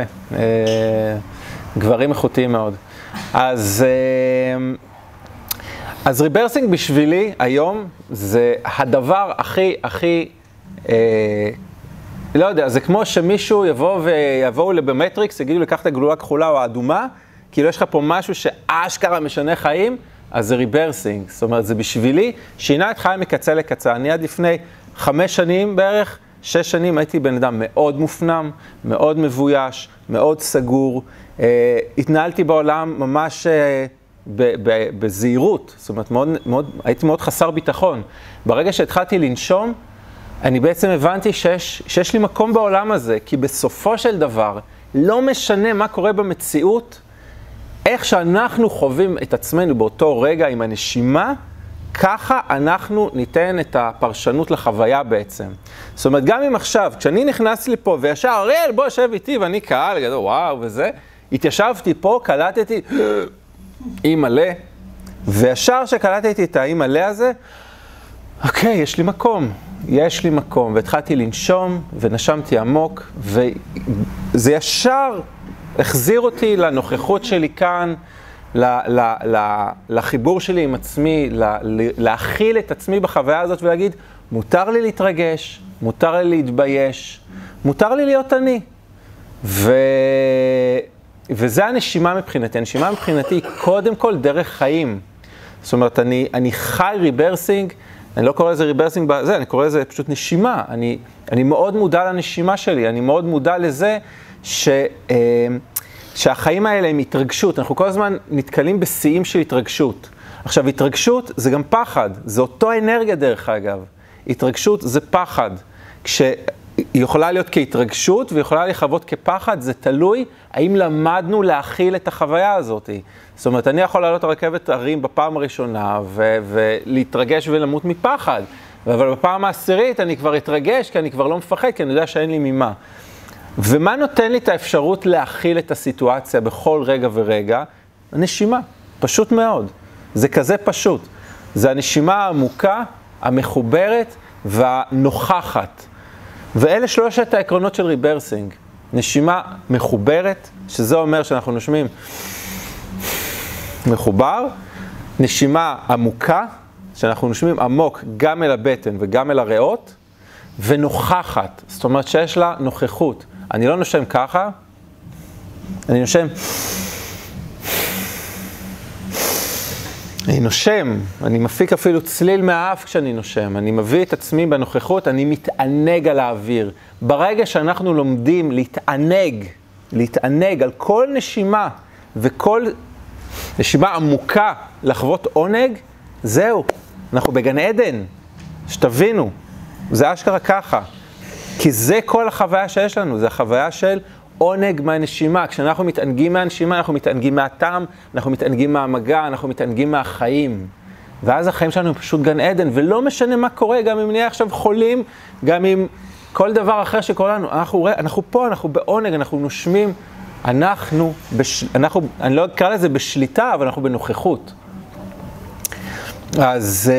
גברים איכותיים מאוד. אז, אז ריברסינג בשבילי היום זה הדבר הכי, הכי, לא יודע, זה כמו שמישהו יבוא ויבואו לבמטריקס, יגידו לקח את הגלולה הכחולה או האדומה, כאילו יש לך פה משהו שאשכרה משנה חיים, אז זה ריברסינג. זאת אומרת, זה בשבילי שינה את חיי מקצה לקצה. אני עד לפני חמש שנים בערך, שש שנים הייתי בן אדם מאוד מופנם, מאוד מבויש, מאוד סגור. אה, התנהלתי בעולם ממש אה, ב- ב- בזהירות, זאת אומרת, מאוד, מאוד, הייתי מאוד חסר ביטחון. ברגע שהתחלתי לנשום, אני בעצם הבנתי שיש, שיש לי מקום בעולם הזה, כי בסופו של דבר, לא משנה מה קורה במציאות, איך שאנחנו חווים את עצמנו באותו רגע עם הנשימה, ככה אנחנו ניתן את הפרשנות לחוויה בעצם. זאת אומרת, גם אם עכשיו, כשאני נכנסתי לפה וישר, אריאל, בוא יושב איתי, ואני קהל, גדול, וואו, וזה, התיישבתי פה, קלטתי, אי מלא, וישר שקלטתי את האי מלא הזה, אוקיי, יש לי מקום, יש לי מקום, והתחלתי לנשום, ונשמתי עמוק, וזה ישר החזיר אותי לנוכחות שלי כאן, לחיבור שלי עם עצמי, להכיל את עצמי בחוויה הזאת ולהגיד, מותר לי להתרגש, מותר לי להתבייש, מותר לי להיות אני. ו... וזה הנשימה מבחינתי. הנשימה מבחינתי היא קודם כל דרך חיים. זאת אומרת, אני, אני חי ריברסינג, אני לא קורא לזה ריברסינג בזה, אני קורא לזה פשוט נשימה. אני, אני מאוד מודע לנשימה שלי, אני מאוד מודע לזה ש... שהחיים האלה הם התרגשות, אנחנו כל הזמן נתקלים בשיאים של התרגשות. עכשיו, התרגשות זה גם פחד, זה אותו אנרגיה דרך אגב. התרגשות זה פחד. כשהיא יכולה להיות כהתרגשות ויכולה לחוות כפחד, זה תלוי האם למדנו להכיל את החוויה הזאת. זאת אומרת, אני יכול לעלות הרכבת הרים בפעם הראשונה ו- ולהתרגש ולמות מפחד, אבל בפעם העשירית אני כבר אתרגש כי אני כבר לא מפחד, כי אני יודע שאין לי ממה. ומה נותן לי את האפשרות להכיל את הסיטואציה בכל רגע ורגע? הנשימה, פשוט מאוד. זה כזה פשוט. זה הנשימה העמוקה, המחוברת והנוכחת. ואלה שלושת העקרונות של ריברסינג. נשימה מחוברת, שזה אומר שאנחנו נושמים מחובר. נשימה עמוקה, שאנחנו נושמים עמוק גם אל הבטן וגם אל הריאות. ונוכחת, זאת אומרת שיש לה נוכחות. אני לא נושם ככה, אני נושם, אני נושם, אני מפיק אפילו צליל מהאף כשאני נושם, אני מביא את עצמי בנוכחות, אני מתענג על האוויר. ברגע שאנחנו לומדים להתענג, להתענג על כל נשימה וכל נשימה עמוקה לחוות עונג, זהו, אנחנו בגן עדן, שתבינו, זה אשכרה ככה. כי זה כל החוויה שיש לנו, זה החוויה של עונג מהנשימה. כשאנחנו מתענגים מהנשימה, אנחנו מתענגים מהטעם, אנחנו מתענגים מהמגע, אנחנו מתענגים מהחיים. ואז החיים שלנו פשוט גן עדן, ולא משנה מה קורה, גם אם נהיה עכשיו חולים, גם אם כל דבר אחר שקורה לנו, אנחנו, אנחנו פה, אנחנו בעונג, אנחנו נושמים, אנחנו, בש, אנחנו, אני לא אקרא לזה בשליטה, אבל אנחנו בנוכחות. אז...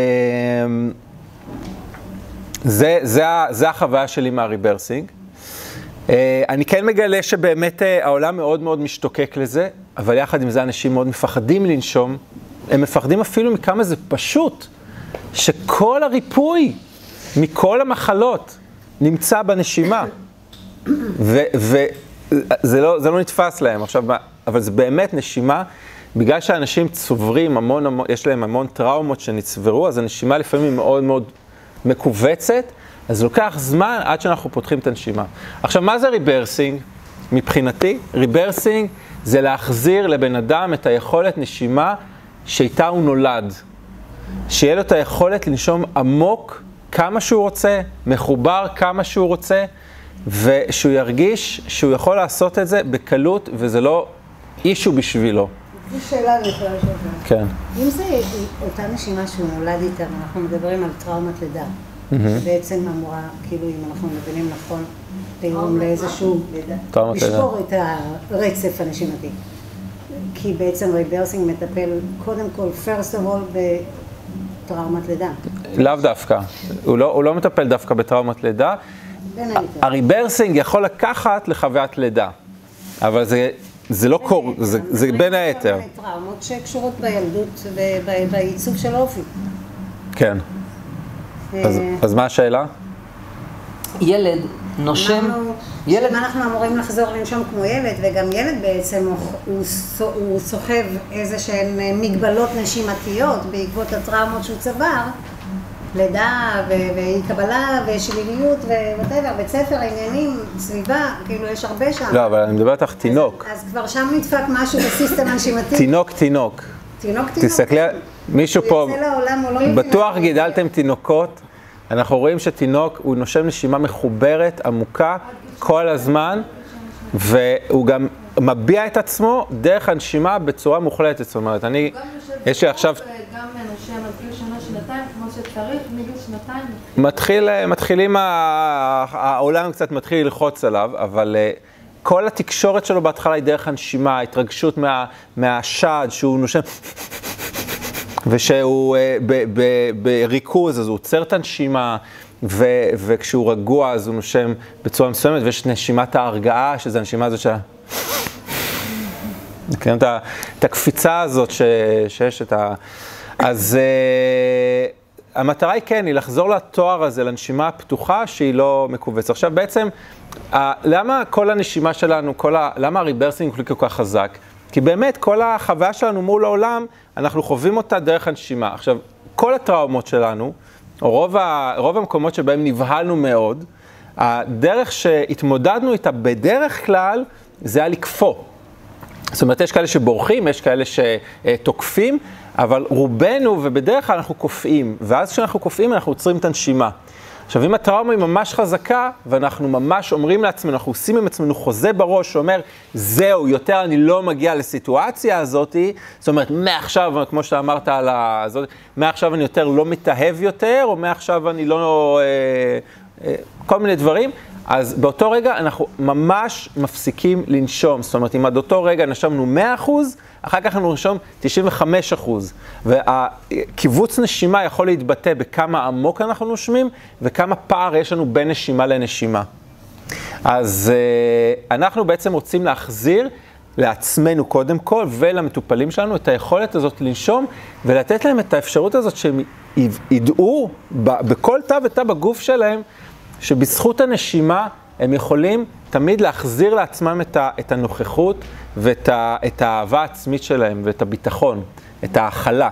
זה, זה, זה החוויה שלי מהריברסינג. אני כן מגלה שבאמת העולם מאוד מאוד משתוקק לזה, אבל יחד עם זה אנשים מאוד מפחדים לנשום. הם מפחדים אפילו מכמה זה פשוט, שכל הריפוי מכל המחלות נמצא בנשימה. וזה לא, זה לא נתפס להם. עכשיו, אבל זה באמת נשימה, בגלל שאנשים צוברים המון, המון, יש להם המון טראומות שנצברו, אז הנשימה לפעמים מאוד מאוד מקובצת, אז לוקח זמן עד שאנחנו פותחים את הנשימה. עכשיו, מה זה ריברסינג? מבחינתי, ריברסינג זה להחזיר לבן אדם את היכולת נשימה שאיתה הוא נולד. שיהיה לו את היכולת לנשום עמוק כמה שהוא רוצה, מחובר כמה שהוא רוצה, ושהוא ירגיש שהוא יכול לעשות את זה בקלות, וזה לא אישו בשבילו. זו שאלה אני יכולה לשאול. כן. אם זה אותה נשימה שהוא נולד איתה, אנחנו מדברים על טראומת לידה, בעצם אמורה, כאילו אם אנחנו מבינים נכון, לגרום לאיזשהו, לשבור את הרצף הנשימתי. כי בעצם ריברסינג מטפל קודם כל, first of all, בטראומת לידה. לאו דווקא. הוא לא, הוא לא מטפל דווקא בטראומת לידה. בין היתר. הריברסינג יכול לקחת לחוויית לידה, אבל זה, זה לא קור, זה, זה בין היתר. טראומות שקשורות בילדות ובעיצוב של האופי. כן. אז, אז מה השאלה? ילד נושם, ילד... אנחנו אמורים לחזור לנשום כמו ילד, וגם ילד בעצם הוא, הוא סוחב איזה שהן מגבלות נשימתיות בעקבות הטראומות שהוא צבר, לידה ואי קבלה ושליליות ובטבע, בית ספר, עניינים, סביבה, כאילו יש הרבה שם. לא, אבל אני מדברת לך תינוק. אז, אז כבר שם נדפק משהו בסיסטם הנשימתי. תינוק, תינוק. תינוק, תינוק. תסתכלי, מישהו פה, לעולם, הוא לא בטוח גידלתם תינוקות, אנחנו רואים שתינוק הוא נושם נשימה מחוברת, עמוקה, כל הזמן, והוא גם מביע את עצמו דרך הנשימה בצורה מוחלטת. זאת אומרת, אני, יש לי עכשיו... גם נושם עד גיל שנה, שנתיים, כמו שצריך, מגיל שנתיים. מתחיל, מתחילים, העולם קצת מתחיל ללחוץ עליו, אבל כל התקשורת שלו בהתחלה היא דרך הנשימה, התרגשות מה, מהשד שהוא נושם, ושהוא בריכוז, אז הוא עוצר את הנשימה, ו, וכשהוא רגוע אז הוא נושם בצורה מסוימת, ויש נשימת ההרגעה, שזה הנשימה הזאת של... את, את הקפיצה הזאת ש, שיש את ה... אז uh, המטרה היא כן, היא לחזור לתואר הזה, לנשימה הפתוחה שהיא לא מקובצת. עכשיו בעצם, uh, למה כל הנשימה שלנו, כל ה, למה הריברסינג הוא כל כך חזק? כי באמת כל החוויה שלנו מול העולם, אנחנו חווים אותה דרך הנשימה. עכשיו, כל הטראומות שלנו, או רוב, ה, רוב המקומות שבהם נבהלנו מאוד, הדרך שהתמודדנו איתה בדרך כלל, זה היה לקפוא. זאת אומרת, יש כאלה שבורחים, יש כאלה שתוקפים, אבל רובנו ובדרך כלל אנחנו קופאים, ואז כשאנחנו קופאים אנחנו עוצרים את הנשימה. עכשיו, אם הטראומה היא ממש חזקה, ואנחנו ממש אומרים לעצמנו, אנחנו עושים עם עצמנו חוזה בראש שאומר, זהו, יותר אני לא מגיע לסיטואציה הזאת, זאת אומרת, מעכשיו, כמו שאתה אמרת על הזאת, מעכשיו אני יותר לא מתאהב יותר, או מעכשיו אני לא... אה, אה, כל מיני דברים, אז באותו רגע אנחנו ממש מפסיקים לנשום. זאת אומרת, אם עד אותו רגע נשמנו מאה אחוז, אחר כך אנחנו נשום תשעים וחמישה אחוז. והקיבוץ נשימה יכול להתבטא בכמה עמוק אנחנו נושמים, וכמה פער יש לנו בין נשימה לנשימה. אז אנחנו בעצם רוצים להחזיר לעצמנו קודם כל, ולמטופלים שלנו את היכולת הזאת לנשום, ולתת להם את האפשרות הזאת שהם ידעו בכל תא ותא בגוף שלהם, שבזכות הנשימה הם יכולים תמיד להחזיר לעצמם את, ה, את הנוכחות ואת ה, את האהבה העצמית שלהם ואת הביטחון, את ההכלה.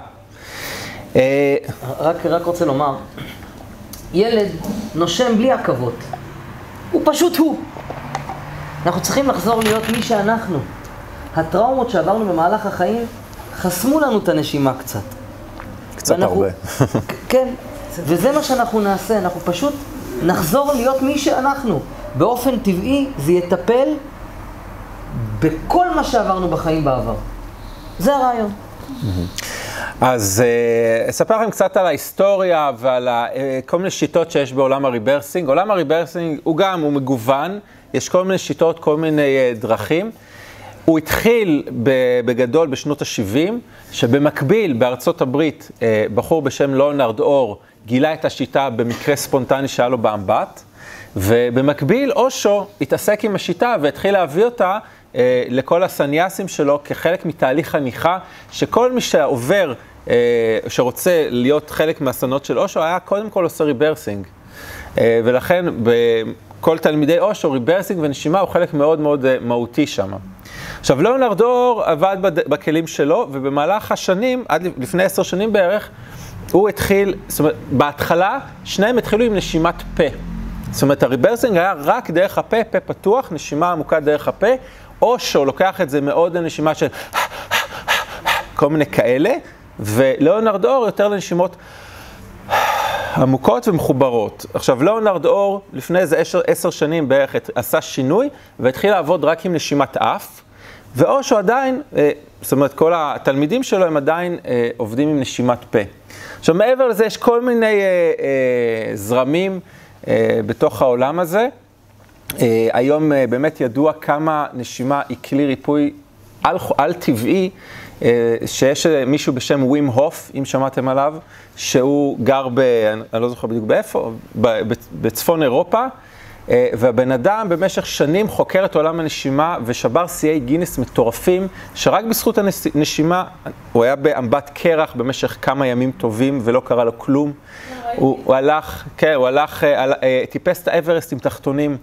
רק, רק רוצה לומר, ילד נושם בלי עכבות, הוא פשוט הוא. אנחנו צריכים לחזור להיות מי שאנחנו. הטראומות שעברנו במהלך החיים חסמו לנו את הנשימה קצת. קצת ואנחנו, הרבה. כן, וזה מה שאנחנו נעשה, אנחנו פשוט נחזור להיות מי שאנחנו. באופן טבעי זה יטפל בכל מה שעברנו בחיים בעבר. זה הרעיון. אז אספר לכם קצת על ההיסטוריה ועל כל מיני שיטות שיש בעולם הריברסינג. עולם הריברסינג הוא גם, הוא מגוון, יש כל מיני שיטות, כל מיני דרכים. הוא התחיל בגדול בשנות ה-שבעים, שבמקביל בארצות הברית בחור בשם ליאונרד אור גילה את השיטה במקרה ספונטני שהיה לו באמבט, ובמקביל אושו התעסק עם השיטה והתחיל להביא אותה אה, לכל הסניאסים שלו כחלק מתהליך הניחה, שכל מי שעובר, אה, שרוצה להיות חלק מהסנות של אושו, היה קודם כל עושה ריברסינג. אה, ולכן בכל תלמידי אושו, ריברסינג ונשימה הוא חלק מאוד מאוד אה, מהותי שם. עכשיו, ליאונרד אור עבד בכלים שלו, ובמהלך השנים, עד לפני עשר שנים בערך, הוא התחיל, זאת אומרת, בהתחלה, שניהם התחילו עם נשימת פה. זאת אומרת, הריברסינג היה רק דרך הפה, פה פתוח, נשימה עמוקה דרך הפה, או שהוא לוקח את זה מאוד לנשימה של כל מיני כאלה, וליאונרד אור יותר לנשימות עמוקות ומחוברות. עכשיו, ליאונרד אור, לפני איזה עשר, עשר שנים בערך, עשה שינוי, והתחיל לעבוד רק עם נשימת אף, ואושו עדיין, זאת אומרת, כל התלמידים שלו הם עדיין עובדים עם נשימת פה. עכשיו, מעבר לזה, יש כל מיני אה, אה, זרמים אה, בתוך העולם הזה. אה, היום אה, באמת ידוע כמה נשימה היא כלי ריפוי על, על טבעי, שיש מישהו בשם ווים הוף, אם שמעתם עליו, שהוא גר ב... אני לא זוכר בדיוק באיפה, בצפון אירופה, והבן אדם במשך שנים חוקר את עולם הנשימה ושבר שיאי גינס מטורפים, שרק בזכות הנשימה, הוא היה באמבט קרח במשך כמה ימים טובים ולא קרה לו כלום. הוא, הוא הלך, כן, הוא הלך, טיפס את האברסט עם תחתונים.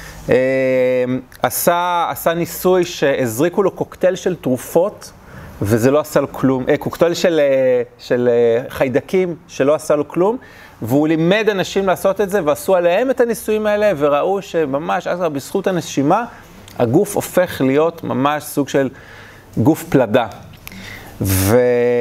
עשה, עשה ניסוי שהזריקו לו קוקטייל של תרופות, וזה לא עשה לו כלום. קוקטייל של, של חיידקים שלא עשה לו כלום, והוא לימד אנשים לעשות את זה, ועשו עליהם את הניסויים האלה, וראו שממש, אז בזכות הנשימה, הגוף הופך להיות ממש סוג של גוף פלדה. ו...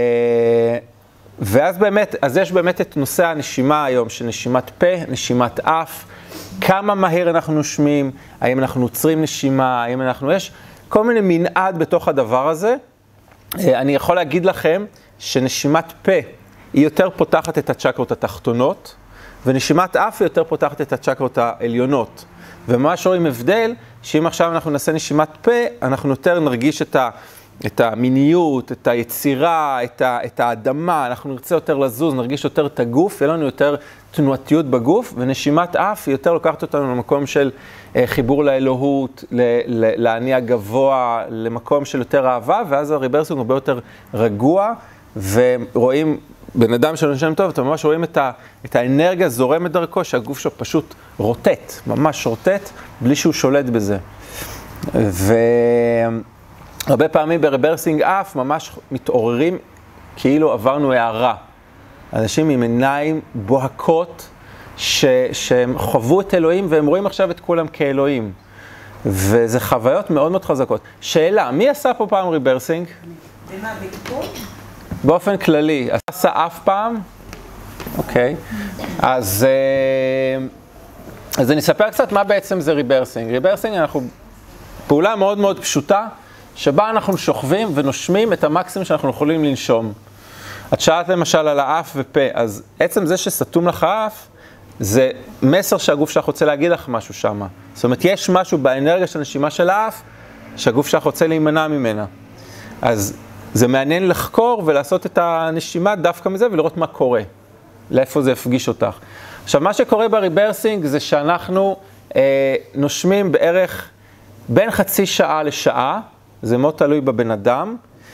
ואז באמת, אז יש באמת את נושא הנשימה היום, שנשימת פה, נשימת אף, כמה מהר אנחנו נושמים, האם אנחנו עוצרים נשימה, האם אנחנו, יש כל מיני מנעד בתוך הדבר הזה. אני יכול להגיד לכם שנשימת פה היא יותר פותחת את הצ'קרות התחתונות, ונשימת אף היא יותר פותחת את הצ'קרות העליונות. וממש רואים הבדל, שאם עכשיו אנחנו נעשה נשימת פה, אנחנו יותר נרגיש את ה... את המיניות, את היצירה, את, ה, את האדמה, אנחנו נרצה יותר לזוז, נרגיש יותר את הגוף, יהיה לנו יותר תנועתיות בגוף, ונשימת אף היא יותר לוקחת אותנו למקום של אה, חיבור לאלוהות, ל, ל, להניע גבוה, למקום של יותר אהבה, ואז הריברסינג הרבה יותר רגוע, ורואים, בן אדם שנושם טוב, אתם ממש רואים את, ה, את האנרגיה זורמת דרכו, שהגוף שלו פשוט רוטט, ממש רוטט, בלי שהוא שולט בזה. ו... הרבה פעמים בריברסינג אף ממש מתעוררים כאילו עברנו הערה. אנשים עם עיניים בוהקות ש... שהם חוו את אלוהים והם רואים עכשיו את כולם כאלוהים. וזה חוויות מאוד מאוד חזקות. שאלה, מי עשה פה פעם ריברסינג? ומה, בטיפול? באופן כללי. עשה אף פעם? אוקיי. אז, אז אני אספר קצת מה בעצם זה ריברסינג. ריברסינג אנחנו פעולה מאוד מאוד פשוטה, שבה אנחנו שוכבים ונושמים את המקסימום שאנחנו יכולים לנשום. את שאלת למשל על האף ופה, אז עצם זה שסתום לך האף, זה מסר שהגוף שלך רוצה להגיד לך משהו שם. זאת אומרת, יש משהו באנרגיה של הנשימה של האף, שהגוף שלך רוצה להימנע ממנה. אז זה מעניין לחקור ולעשות את הנשימה דווקא מזה ולראות מה קורה, לאיפה זה יפגיש אותך. עכשיו, מה שקורה בריברסינג זה שאנחנו אה, נושמים בערך בין חצי שעה לשעה, זה מאוד תלוי בבן אדם.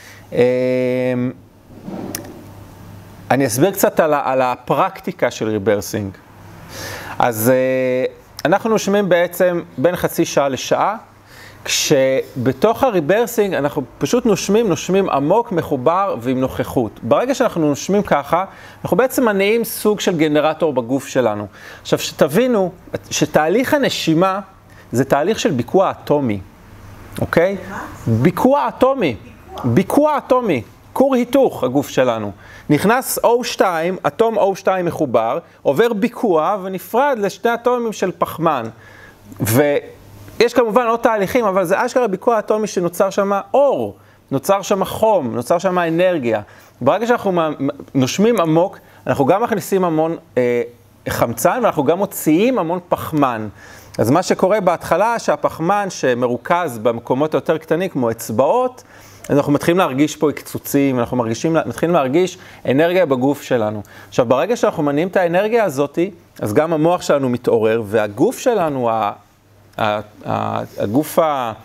אני אסביר קצת על, על הפרקטיקה של ריברסינג. אז אנחנו נושמים בעצם בין חצי שעה לשעה, כשבתוך הריברסינג אנחנו פשוט נושמים, נושמים עמוק, מחובר ועם נוכחות. ברגע שאנחנו נושמים ככה, אנחנו בעצם מניעים סוג של גנרטור בגוף שלנו. עכשיו, שתבינו שתהליך הנשימה זה תהליך של ביקוע אטומי. אוקיי? ביקוע אטומי, ביקוע אטומי, כור היתוך הגוף שלנו. נכנס או שתיים, אטום או שתיים מחובר, עובר ביקוע ונפרד לשני אטומים של פחמן. ויש כמובן עוד תהליכים, אבל זה אשכרה ביקוע אטומי שנוצר שם אור, נוצר שם חום, נוצר שם אנרגיה. ברגע שאנחנו נושמים עמוק, אנחנו גם מכניסים המון אה, חמצן, ואנחנו גם מוציאים המון פחמן. אז מה שקורה בהתחלה, שהפחמן שמרוכז במקומות היותר קטנים, כמו אצבעות, אנחנו מתחילים להרגיש פה קצוצים, אנחנו מרגישים, מתחילים להרגיש אנרגיה בגוף שלנו. עכשיו, ברגע שאנחנו מניעים את האנרגיה הזאת, אז גם המוח שלנו מתעורר, והגוף שלנו, הגוף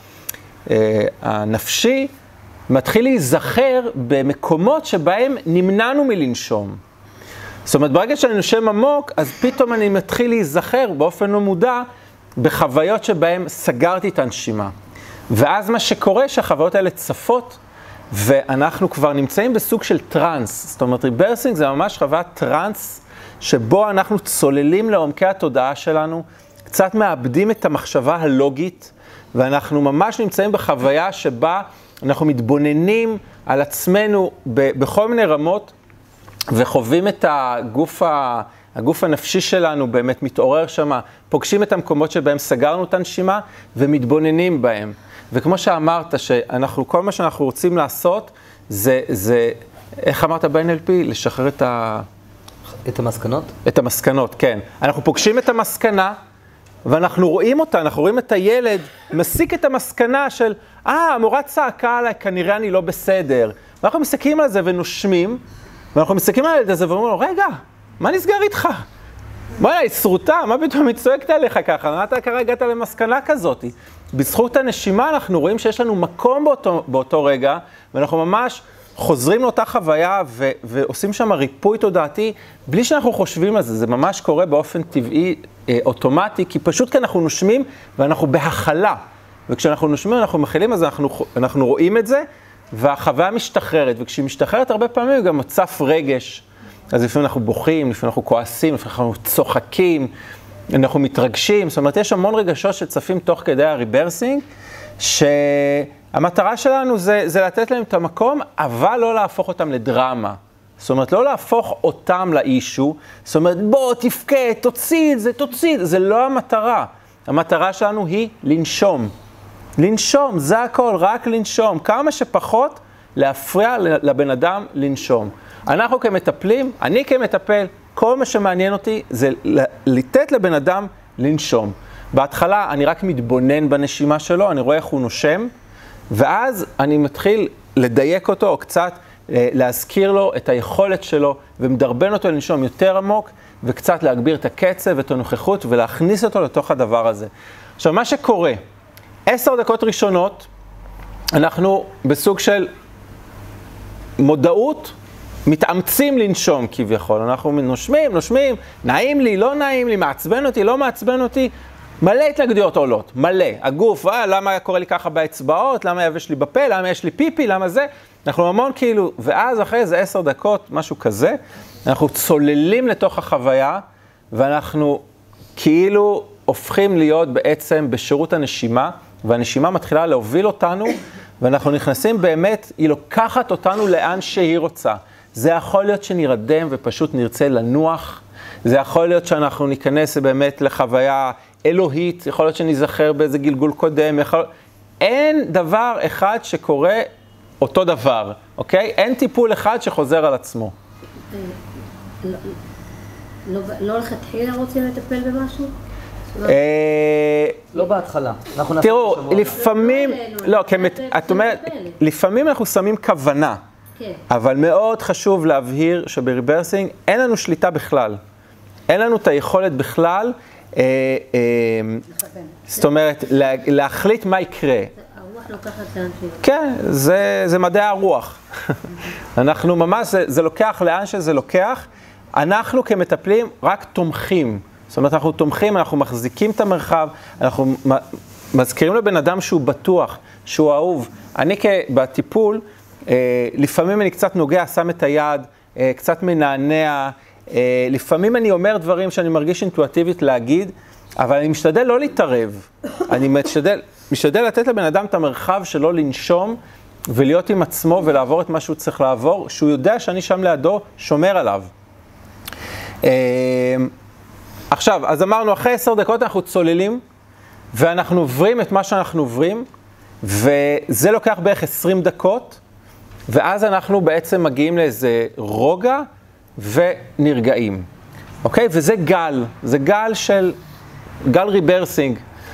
הנפשי, מתחיל להיזכר במקומות שבהם נמנענו מלנשום. זאת אומרת, ברגע שאני נושם עמוק, אז פתאום אני מתחיל להיזכר באופן לא מודע, בחוויות שבהן סגרתי את הנשימה. ואז מה שקורה שהחוויות האלה צפות, ואנחנו כבר נמצאים בסוג של טרנס. זאת אומרת, ריברסינג זה ממש חוויית טרנס, שבו אנחנו צוללים לעומקי התודעה שלנו, קצת מאבדים את המחשבה הלוגית, ואנחנו ממש נמצאים בחוויה שבה אנחנו מתבוננים על עצמנו בכל מיני רמות, וחווים את הגוף ה... הגוף הנפשי שלנו באמת מתעורר שמה, פוגשים את המקומות שבהם סגרנו את הנשימה ומתבוננים בהם. וכמו שאמרת, שאנחנו, כל מה שאנחנו רוצים לעשות, זה, זה, איך אמרת ב-אן אל פי? לשחרר את ה... את המסקנות? את המסקנות, כן. אנחנו פוגשים את המסקנה, ואנחנו רואים אותה, אנחנו רואים את הילד, מסיק את המסקנה של, אה, המורה צעקה עליי, כנראה אני לא בסדר. ואנחנו מסתכלים על זה ונושמים, ואנחנו מסתכלים על הילד הזה ואומרים לו, רגע, מה נסגר איתך? מה, היא שרוטה? מה פתאום היא צועקת עליך ככה? מה אתה כרגע הגעת למסקנה כזאת? בזכות הנשימה אנחנו רואים שיש לנו מקום באותו, באותו רגע, ואנחנו ממש חוזרים לאותה חוויה ו- ועושים שם ריפוי תודעתי, בלי שאנחנו חושבים על זה. זה ממש קורה באופן טבעי, אה, אוטומטי, כי פשוט כי אנחנו נושמים ואנחנו בהכלה. וכשאנחנו נושמים אנחנו מכילים, אז אנחנו, אנחנו רואים את זה, והחוויה משתחררת. וכשהיא משתחררת הרבה פעמים גם מצף רגש. אז לפעמים אנחנו בוכים, לפעמים אנחנו כועסים, לפעמים אנחנו צוחקים, אנחנו מתרגשים. זאת אומרת, יש המון רגשות שצפים תוך כדי הריברסינג, שהמטרה שלנו זה, זה לתת להם את המקום, אבל לא להפוך אותם לדרמה. זאת אומרת, לא להפוך אותם לאישו. זאת אומרת, בוא, תפקד, תוציא את זה, תוציא את זה. זה לא המטרה. המטרה שלנו היא לנשום. לנשום, זה הכל, רק לנשום. כמה שפחות להפריע לבן אדם לנשום. אנחנו כמטפלים, אני כמטפל, כל מה שמעניין אותי זה לתת לבן אדם לנשום. בהתחלה אני רק מתבונן בנשימה שלו, אני רואה איך הוא נושם, ואז אני מתחיל לדייק אותו, או קצת להזכיר לו את היכולת שלו, ומדרבן אותו לנשום יותר עמוק, וקצת להגביר את הקצב ואת הנוכחות, ולהכניס אותו לתוך הדבר הזה. עכשיו, מה שקורה, עשר דקות ראשונות, אנחנו בסוג של מודעות, מתאמצים לנשום כביכול, אנחנו נושמים, נושמים, נעים לי, לא נעים לי, מעצבן אותי, לא מעצבן אותי, מלא התנגדויות עולות, מלא. הגוף, אה, למה קורה לי ככה באצבעות, למה יבש לי בפה, למה יש לי פיפי, למה זה? אנחנו המון כאילו, ואז אחרי איזה עשר דקות, משהו כזה, אנחנו צוללים לתוך החוויה, ואנחנו כאילו הופכים להיות בעצם בשירות הנשימה, והנשימה מתחילה להוביל אותנו, ואנחנו נכנסים באמת, היא לוקחת אותנו לאן שהיא רוצה. זה יכול להיות שנרדם ופשוט נרצה לנוח, זה יכול להיות שאנחנו ניכנס באמת לחוויה אלוהית, יכול להיות שנזכר באיזה גלגול קודם, יכול... אין דבר אחד שקורה אותו דבר, אוקיי? אין טיפול אחד שחוזר על עצמו. לא לכתחילה רוצים לטפל במשהו? לא בהתחלה. תראו, לפעמים, לא, את אומרת, לפעמים אנחנו שמים כוונה, אבל מאוד חשוב להבהיר שבריברסינג אין לנו שליטה בכלל. אין לנו את היכולת בכלל, זאת אומרת, להחליט מה יקרה. הרוח לוקחת לאן שהיא. כן, זה מדעי הרוח. אנחנו ממש, זה לוקח לאן שזה לוקח. אנחנו כמטפלים רק תומכים. זאת אומרת, אנחנו תומכים, אנחנו מחזיקים את המרחב, אנחנו מזכירים לבן אדם שהוא בטוח, שהוא אהוב. אני בטיפול, לפעמים אני קצת נוגע, שם את היד, קצת מנענע, לפעמים אני אומר דברים שאני מרגיש אינטואטיבית להגיד, אבל אני משתדל לא להתערב. אני משתדל, משתדל לתת לבן אדם את המרחב שלו לנשום, ולהיות עם עצמו ולעבור את מה שהוא צריך לעבור, שהוא יודע שאני שם לידו, שומר עליו. עכשיו, אז אמרנו, אחרי עשר דקות אנחנו צוללים, ואנחנו עוברים את מה שאנחנו עוברים, וזה לוקח בערך עשרים דקות, ואז אנחנו בעצם מגיעים לאיזה רוגע ונרגעים. אוקיי? וזה גל, זה גל של, גל ריברסינג.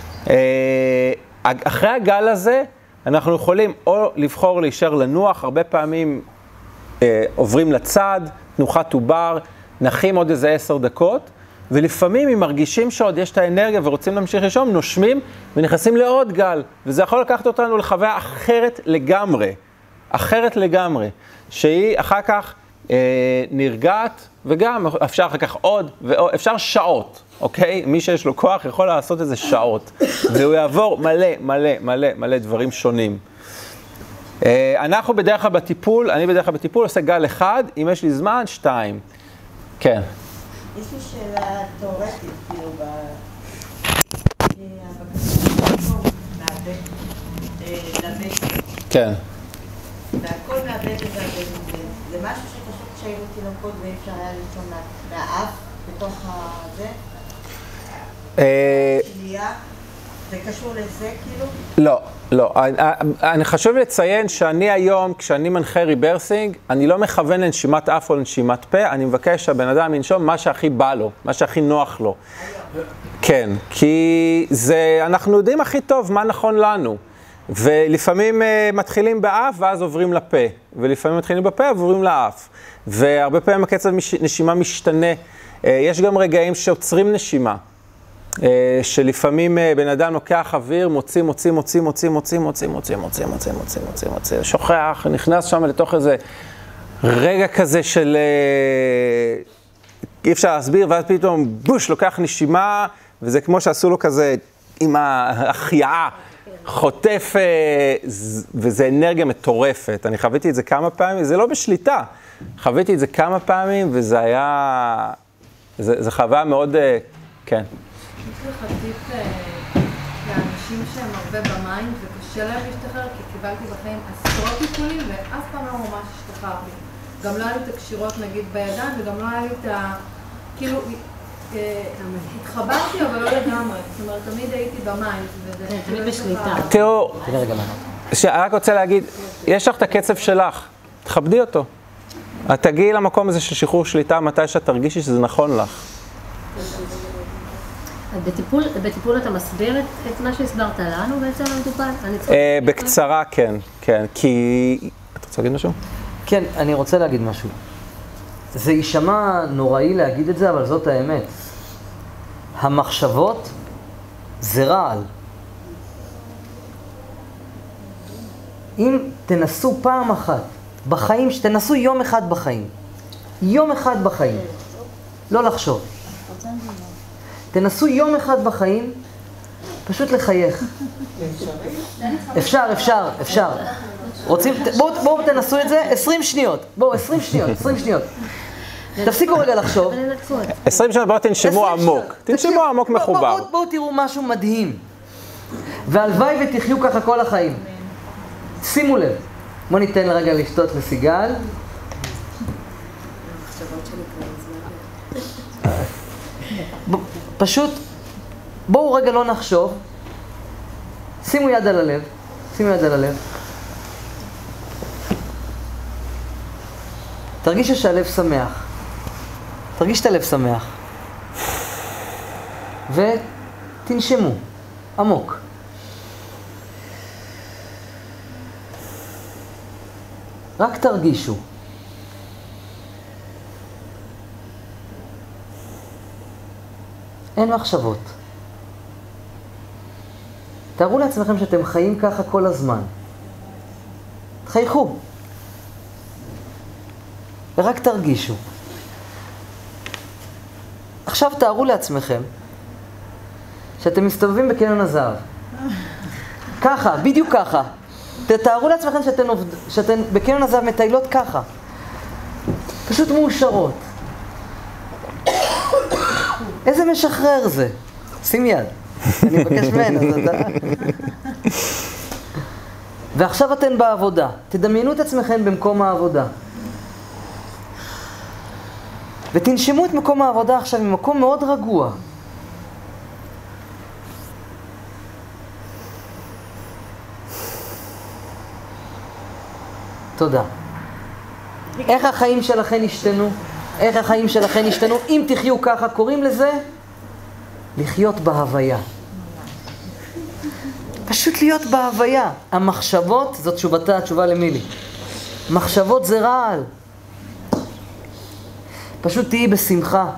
אחרי הגל הזה, אנחנו יכולים או לבחור להישאר לנוח, הרבה פעמים עוברים לצד, תנוחת עובר, נחים עוד איזה עשר דקות, ולפעמים אם מרגישים שעוד יש את האנרגיה ורוצים להמשיך לשום, נושמים ונכנסים לעוד גל, וזה יכול לקחת אותנו לחוויה אחרת לגמרי, אחרת לגמרי, שהיא אחר כך אה, נרגעת, וגם אפשר אחר כך עוד, ואפשר שעות, אוקיי? מי שיש לו כוח יכול לעשות איזה שעות, והוא יעבור מלא, מלא, מלא, מלא דברים שונים. אה, אנחנו בדרך כלל בטיפול, אני בדרך כלל בטיפול עושה גל אחד, אם יש לי זמן, שתיים. כן. יש לי שאלה תיאורטית, כאילו, בבקשה, כן. והכל מהבטן והבטן, זה משהו שפשוט כשהיינו תינוקות ואפשר היה למצוא מהאף בתוך הזה? שלייה? זה קשור לזה כאילו? לא, לא. אני חשוב לציין שאני היום, כשאני מנחה ריברסינג, אני לא מכוון לנשימת אף או לנשימת פה, אני מבקש שהבן אדם ינשום מה שהכי בא לו, מה שהכי נוח לו. כן, כי זה, אנחנו יודעים הכי טוב מה נכון לנו. ולפעמים uh, מתחילים באף ואז עוברים לפה, ולפעמים מתחילים בפה ועוברים לאף. והרבה פעמים הקצב מש, נשימה משתנה. Uh, יש גם רגעים שעוצרים נשימה. Uh, שלפעמים uh, בן אדם לוקח אוויר, מוציא, מוציא, מוציא, מוציא, מוציא, מוציא, מוציא, מוציא, מוציא, מוציא, מוציא, מוציא, שוכח, נכנס שם לתוך איזה רגע כזה של... Uh, אי אפשר להסביר, ואז פתאום בוש, לוקח נשימה, וזה כמו שעשו לו כזה עם ההחייאה, חוטף, וזה אנרגיה מטורפת. אני חוויתי את זה כמה פעמים, זה לא בשליטה. חוויתי את זה כמה פעמים, וזה היה... זה, זה חוויה מאוד... כן. יש לך טיפ לאנשים שהם הרבה במים, וקשה להם להשתחרר, כי קיבלתי בחיים עשרות טיפולים, ואף פעם לא ממש השתחררתי. גם לא היה לי את הקשירות נגיד בידיים, וגם לא היה לי את ה... כאילו, התחברתי אבל לא לגמרי. זאת אומרת, תמיד הייתי במים. תמיד בשליטה. תראו, אני רק רוצה להגיד, יש לך את הקצב שלך, תכבדי אותו. את תגיעי למקום הזה של שחרור שליטה, מתי שאת תרגישי שזה נכון לך. בטיפול, בטיפול אתה מסביר את מה שהסברת לנו בעצם למטופל? בקצרה, כן, כן, כי... את רוצה להגיד משהו? כן, אני רוצה להגיד משהו. זה יישמע נוראי להגיד את זה, אבל זאת האמת. המחשבות זה רעל. אם תנסו פעם אחת בחיים, שתנסו יום אחד בחיים, יום אחד בחיים, לא לחשוב. תנסו יום אחד בחיים, פשוט לחייך. אפשר, אפשר, אפשר. רוצים, בואו, בואו תנסו את זה, עשרים שניות. בואו, עשרים שניות, עשרים שניות. תפסיקו רגע לחשוב. עשרים שניות, בואו תנשמו עמוק. תנשמו עמוק מחובר. בואו תראו משהו מדהים. והלוואי ותחיו ככה כל החיים. שימו לב. בואו ניתן רגע לשתות לסיגל. פשוט, בואו רגע לא נחשוב. שימו יד על הלב. שימו יד על הלב. תרגישו שהלב שמח. תרגיש את הלב שמח. ותנשמו. עמוק. רק תרגישו. אין מחשבות. תארו לעצמכם שאתם חיים ככה כל הזמן. תחייכו. ורק תרגישו. עכשיו תארו לעצמכם שאתם מסתובבים בקניון הזהב. ככה, בדיוק ככה. תארו לעצמכם שאתן, עובד... שאתן בקניון הזהב מטיילות ככה. פשוט מאושרות. איזה משחרר זה. שים יד. אני מבקש ממנו, אז אתה... ועכשיו אתן בעבודה. תדמיינו את עצמכם במקום העבודה. ותנשמו את מקום העבודה עכשיו ממקום מאוד רגוע. תודה. איך החיים שלכם השתנו? איך החיים שלכם השתנו? אם תחיו ככה, קוראים לזה לחיות בהוויה. פשוט להיות בהוויה. המחשבות, זאת תשובתה, התשובה למילי. מחשבות זה רעל. פשוט תהיי בשמחה.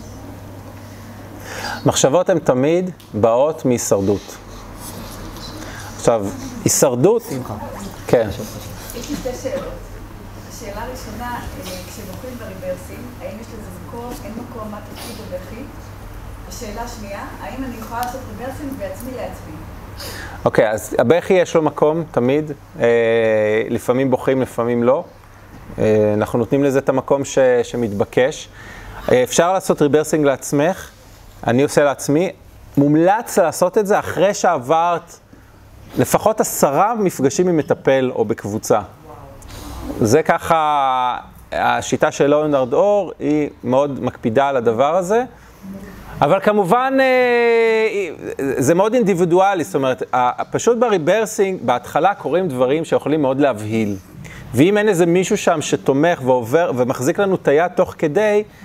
מחשבות הן תמיד באות מהישרדות. עכשיו, הישרדות... שמחה. כן. יש לי שתי שאלות. השאלה הראשונה, כשבוחרים בריברסים, האם יש לזה מקום, אין מקום, מה תפקיד או בכי? השאלה השנייה, האם אני יכולה לעשות ריברסים בעצמי לעצמי? אוקיי, אז הבכי יש לו מקום תמיד, לפעמים בוחרים, לפעמים לא. אנחנו נותנים לזה את המקום ש, שמתבקש. אפשר לעשות ריברסינג לעצמך, אני עושה לעצמי. מומלץ לעשות את זה אחרי שעברת לפחות עשרה מפגשים עם מטפל או בקבוצה. זה ככה, השיטה של ליאונרד אור היא מאוד מקפידה על הדבר הזה. אבל כמובן, זה מאוד אינדיבידואלי, זאת אומרת, פשוט בריברסינג, בהתחלה קורים דברים שיכולים מאוד להבהיל. ואם אין איזה מישהו שם שתומך ועובר ומחזיק לנו את היד תוך כדי,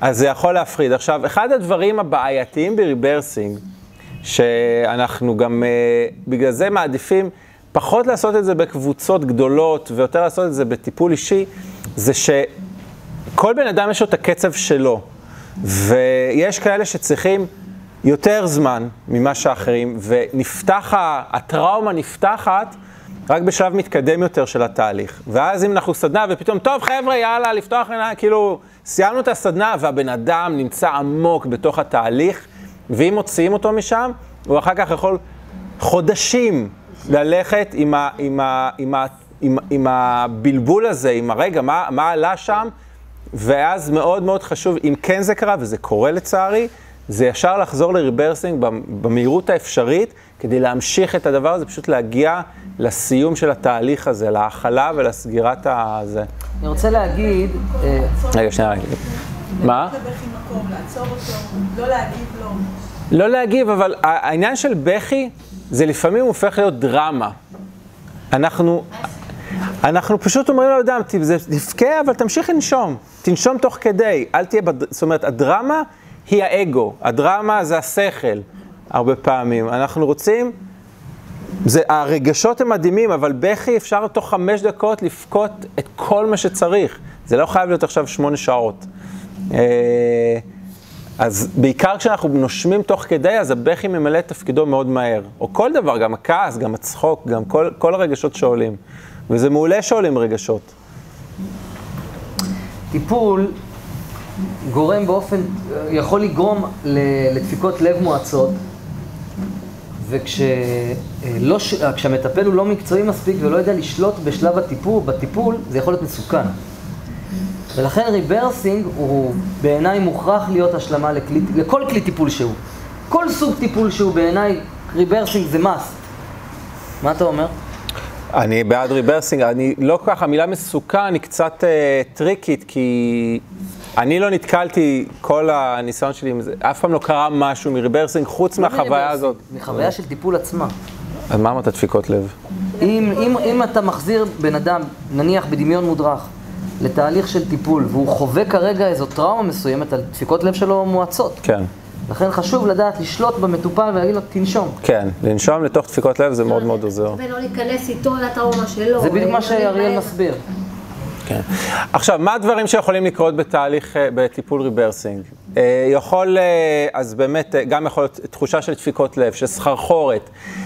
אז זה יכול להפחיד. עכשיו, אחד הדברים הבעייתיים בריברסינג, שאנחנו גם בגלל זה מעדיפים פחות לעשות את זה בקבוצות גדולות, ויותר לעשות את זה בטיפול אישי, זה שכל בן אדם יש לו את הקצב שלו, ויש כאלה שצריכים יותר זמן ממה שאחרים, ונפתח, הטראומה נפתחת רק בשלב מתקדם יותר של התהליך. ואז אם אנחנו סדנה, ופתאום, טוב חבר'ה, יאללה, לפתוח עיניים, כאילו, סיימנו את הסדנה, והבן אדם נמצא עמוק בתוך התהליך, ואם מוציאים אותו משם, הוא אחר כך יכול חודשים ללכת עם, ה, עם, ה, עם, ה, עם, עם הבלבול הזה, עם הרגע, מה, מה עלה שם, ואז מאוד מאוד חשוב, אם כן זה קרה, וזה קורה לצערי, זה ישר לחזור לריברסינג במהירות האפשרית, כדי להמשיך את הדבר הזה, פשוט להגיע לסיום של התהליך הזה, להאכלה ולסגירת הזה. אני רוצה להגיד... רגע, שנייה, רגע. מה? לעצור אותו, לא להגיב לו. לא להגיב, אבל העניין של בכי, זה לפעמים הופך להיות דרמה. אנחנו, אנחנו פשוט אומרים לאדם, זה נפקע, אבל תמשיך לנשום. תנשום תוך כדי, אל תהיה, בד... זאת אומרת, הדרמה היא האגו, הדרמה זה השכל, הרבה פעמים. אנחנו רוצים, זה, הרגשות הם מדהימים, אבל בכי אפשר תוך חמש דקות לפקוט את כל מה שצריך. זה לא חייב להיות עכשיו שמונה שעות. אז בעיקר כשאנחנו נושמים תוך כדי, אז הבכי ממלא את תפקידו מאוד מהר. או כל דבר, גם הכעס, גם הצחוק, גם כל, כל הרגשות שעולים. וזה מעולה שעולים רגשות. טיפול גורם באופן, יכול לגרום לדפיקות לב מואצות, וכשהמטפל הוא לא מקצועי מספיק ולא יודע לשלוט בשלב הטיפול, בטיפול, זה יכול להיות מסוכן. ולכן ריברסינג הוא בעיניי מוכרח להיות השלמה לכלי, לכל כלי טיפול שהוא. כל סוג טיפול שהוא בעיניי, ריברסינג זה must. מה אתה אומר? אני בעד ריברסינג, אני לא כל כך, המילה מסוכן היא קצת uh, טריקית, כי אני לא נתקלתי כל הניסיון שלי עם זה, אף פעם לא קרה משהו מריברסינג חוץ לא מהחוויה הזאת. מחוויה של טיפול עצמה. אז מה אמרת דפיקות לב? אם, אם, אם אתה מחזיר בן אדם, נניח בדמיון מודרך, לתהליך של טיפול, והוא חווה כרגע איזו טראומה מסוימת על דפיקות לב שלו מואצות. כן. לכן חשוב לדעת לשלוט במטופל ולהגיד לו, תנשום. כן, לנשום לתוך דפיקות לב זה מאוד מאוד עוזר. ולא להיכנס איתו לטראומה שלו. זה בדיוק מה שאריאל מסביר. כן. עכשיו, מה הדברים שיכולים לקרות בתהליך, בטיפול ריברסינג? יכול, אז באמת, גם יכול להיות תחושה של דפיקות לב, של סחרחורת.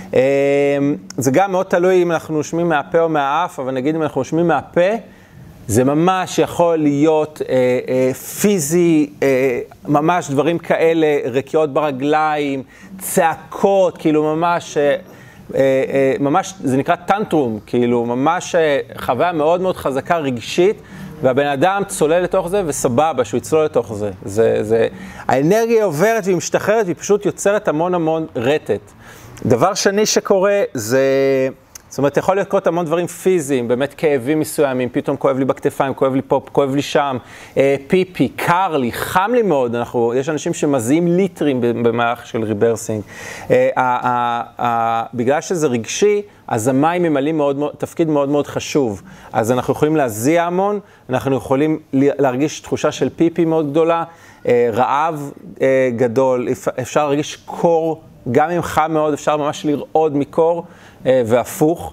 זה גם מאוד תלוי אם אנחנו נושמים מהפה או מהאף, אבל נגיד אם אנחנו נושמים מהפה, זה ממש יכול להיות אה, אה, פיזי, אה, ממש דברים כאלה, רקיעות ברגליים, צעקות, כאילו ממש, אה, אה, ממש, זה נקרא טנטרום, כאילו ממש אה, חוויה מאוד מאוד חזקה רגשית, והבן אדם צולל לתוך זה וסבבה שהוא יצלול לתוך זה. זה, זה, האנרגיה עוברת והיא משתחררת והיא פשוט יוצרת המון המון רטט. דבר שני שקורה זה... זאת אומרת, יכול לקרות המון דברים פיזיים, באמת כאבים מסוימים, פתאום כואב לי בכתפיים, כואב לי פה, כואב לי שם, אה, פיפי, קר לי, חם לי מאוד, אנחנו, יש אנשים שמזיעים ליטרים במהלך של ריברסינג. אה, אה, אה, אה, בגלל שזה רגשי, אז המים ממלאים מאוד, מאוד, תפקיד מאוד מאוד חשוב. אז אנחנו יכולים להזיע המון, אנחנו יכולים להרגיש תחושה של פיפי מאוד גדולה, אה, רעב אה, גדול, אפשר להרגיש קור, גם אם חם מאוד, אפשר ממש לרעוד מקור, והפוך.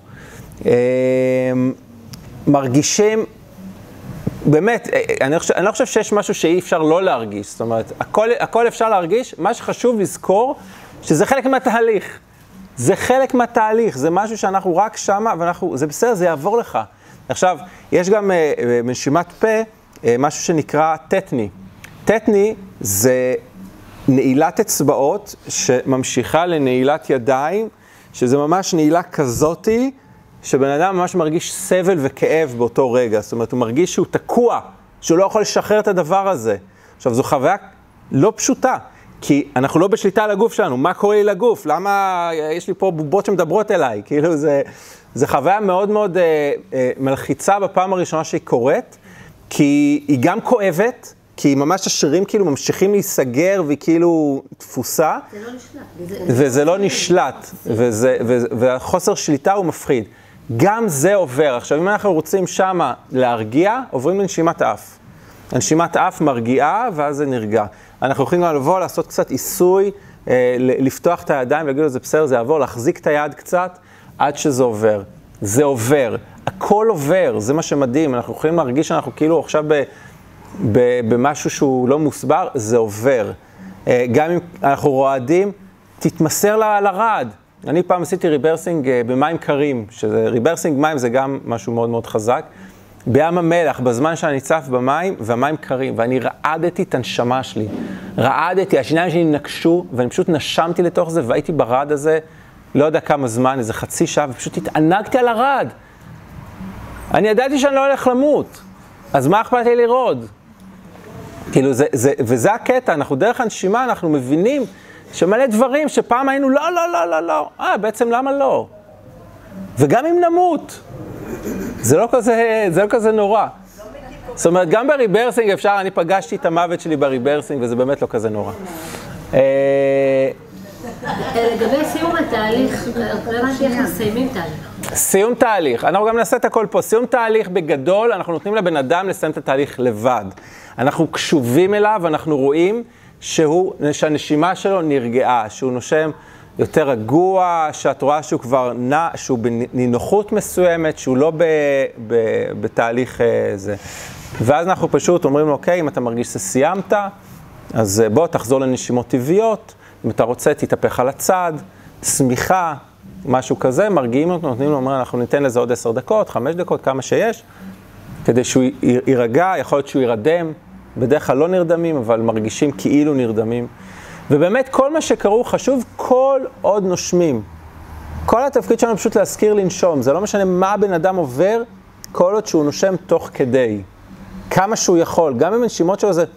מרגישים, באמת, אני, חושב, אני לא חושב שיש משהו שאי אפשר לא להרגיש, זאת אומרת, הכל, הכל אפשר להרגיש, מה שחשוב לזכור, שזה חלק מהתהליך. זה חלק מהתהליך, זה משהו שאנחנו רק שמה, ואנחנו, זה בסדר, זה יעבור לך. עכשיו, יש גם בנשימת פה, משהו שנקרא טטני. טטני זה נעילת אצבעות שממשיכה לנעילת ידיים, שזה ממש נעילה כזאתי, שבן אדם ממש מרגיש סבל וכאב באותו רגע. זאת אומרת, הוא מרגיש שהוא תקוע, שהוא לא יכול לשחרר את הדבר הזה. עכשיו, זו חוויה לא פשוטה, כי אנחנו לא בשליטה על הגוף שלנו. מה קורה לי לגוף? למה יש לי פה בובות שמדברות אליי? כאילו, זה, זה חוויה מאוד מאוד אה, אה, מלחיצה בפעם הראשונה שהיא קורית, כי היא גם כואבת, כי ממש השרירים כאילו ממשיכים להיסגר והיא כאילו תפוסה. זה לא נשלט. וזה לא נשלט, וזה, והחוסר שליטה הוא מפחיד. גם זה עובר. עכשיו, אם אנחנו רוצים שמה להרגיע, עוברים לנשימת האף. הנשימת אף מרגיעה, ואז זה נרגע. אנחנו יכולים גם לבוא, לעשות קצת עיסוי, אה, לפתוח את הידיים ולהגיד לו, זה בסדר, זה יעבור, להחזיק את היד קצת, עד שזה עובר. זה עובר. הכל עובר, זה מה שמדהים. אנחנו יכולים להרגיש שאנחנו כאילו עכשיו ב, ב, במשהו שהוא לא מוסבר, זה עובר. אה, גם אם אנחנו רועדים, תתמסר ל, לרעד. אני פעם עשיתי ריברסינג אה, במים קרים, שזה ריברסינג מים זה גם משהו מאוד מאוד חזק. בים המלח, בזמן שאני צף במים, והמים קרים, ואני רעדתי את הנשמה שלי. רעדתי, השיניים שלי נקשו, ואני פשוט נשמתי לתוך זה, והייתי ברעד הזה, לא יודע כמה זמן, איזה חצי שעה, ופשוט התענגתי על הרעד. אני ידעתי שאני לא הולך למות, אז מה אכפת לי לרעוד? כאילו, זה, זה, וזה הקטע, אנחנו דרך הנשימה, אנחנו מבינים שמלא דברים שפעם היינו, לא, לא, לא, לא, לא. אה, בעצם למה לא? וגם אם נמות, זה לא כזה, זה לא כזה נורא. זאת אומרת, גם בריברסינג אפשר, אני פגשתי את המוות שלי בריברסינג, וזה באמת לא כזה נורא. לגבי סיום התהליך, לא הבנתי איך מסיימים תהליך. סיום תהליך, אנחנו גם נעשה את הכל פה. סיום תהליך בגדול, אנחנו נותנים לבן אדם לסיים את התהליך לבד. אנחנו קשובים אליו, אנחנו רואים שהוא, שהנשימה שלו נרגעה, שהוא נושם יותר רגוע, שאת רואה שהוא כבר נע, שהוא בנינוחות מסוימת, שהוא לא ב, ב, בתהליך זה. ואז אנחנו פשוט אומרים לו, אוקיי, אם אתה מרגיש שסיימת, אז בוא תחזור לנשימות טבעיות, אם אתה רוצה תתהפך על הצד, סמיכה, משהו כזה, מרגיעים אותו, נותנים לו, אומרים, אנחנו ניתן לזה עוד עשר דקות, חמש דקות, כמה שיש, כדי שהוא יירגע, יכול להיות שהוא יירדם, בדרך כלל לא נרדמים, אבל מרגישים כאילו נרדמים. ובאמת כל מה שקראו חשוב, כל עוד נושמים. כל התפקיד שלנו פשוט להזכיר לנשום, זה לא משנה מה הבן אדם עובר, כל עוד שהוא נושם תוך כדי. כמה שהוא יכול, גם עם הנשימות שלו זה...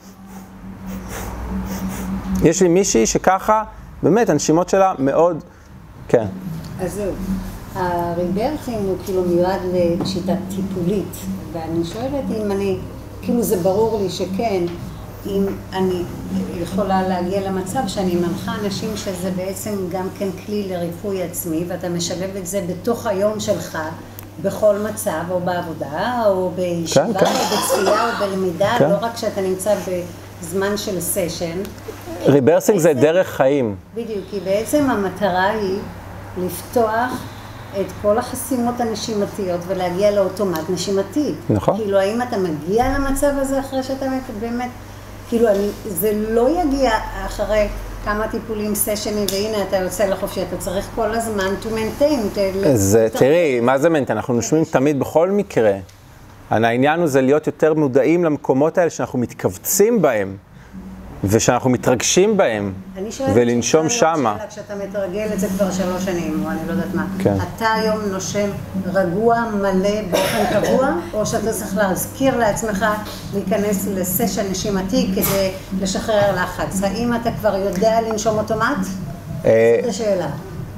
יש לי מישהי שככה, באמת, הנשימות שלה מאוד... כן. אז זהו, הריברסינג הוא כאילו מיועד לשיטה טיפולית, ואני שואלת אם אני, כאילו זה ברור לי שכן, אם אני יכולה להגיע למצב שאני מנחה אנשים שזה בעצם גם כן כלי לריפוי עצמי, ואתה משלב את זה בתוך היום שלך, בכל מצב, או בעבודה, או בישיבה, כן, כן. או בצפייה, או בלמידה, כן. לא רק שאתה נמצא בזמן של סשן. ריברסינג זה דרך חיים. בדיוק, כי בעצם המטרה היא לפתוח את כל החסימות הנשימתיות ולהגיע לאוטומט נשימתי. נכון. כאילו, האם אתה מגיע למצב הזה אחרי שאתה באמת, כאילו, אני, זה לא יגיע אחרי כמה טיפולים סשנים, והנה אתה יוצא לחופשי, אתה צריך כל הזמן to maintain. זה, תראי, מה זה maintain? אנחנו נושמים תמיד בכל מקרה. העניין הוא זה להיות יותר מודעים למקומות האלה שאנחנו מתכווצים בהם. ושאנחנו מתרגשים בהם, ולנשום שמה. כשאתה מתרגל את זה כבר שלוש שנים, או אני לא יודעת מה, כן. אתה היום נושם רגוע, מלא, באופן קבוע, או שאתה צריך להזכיר לעצמך להיכנס לסשן נשימתי כדי לשחרר לחץ. האם אתה כבר יודע לנשום אוטומט? זאת השאלה.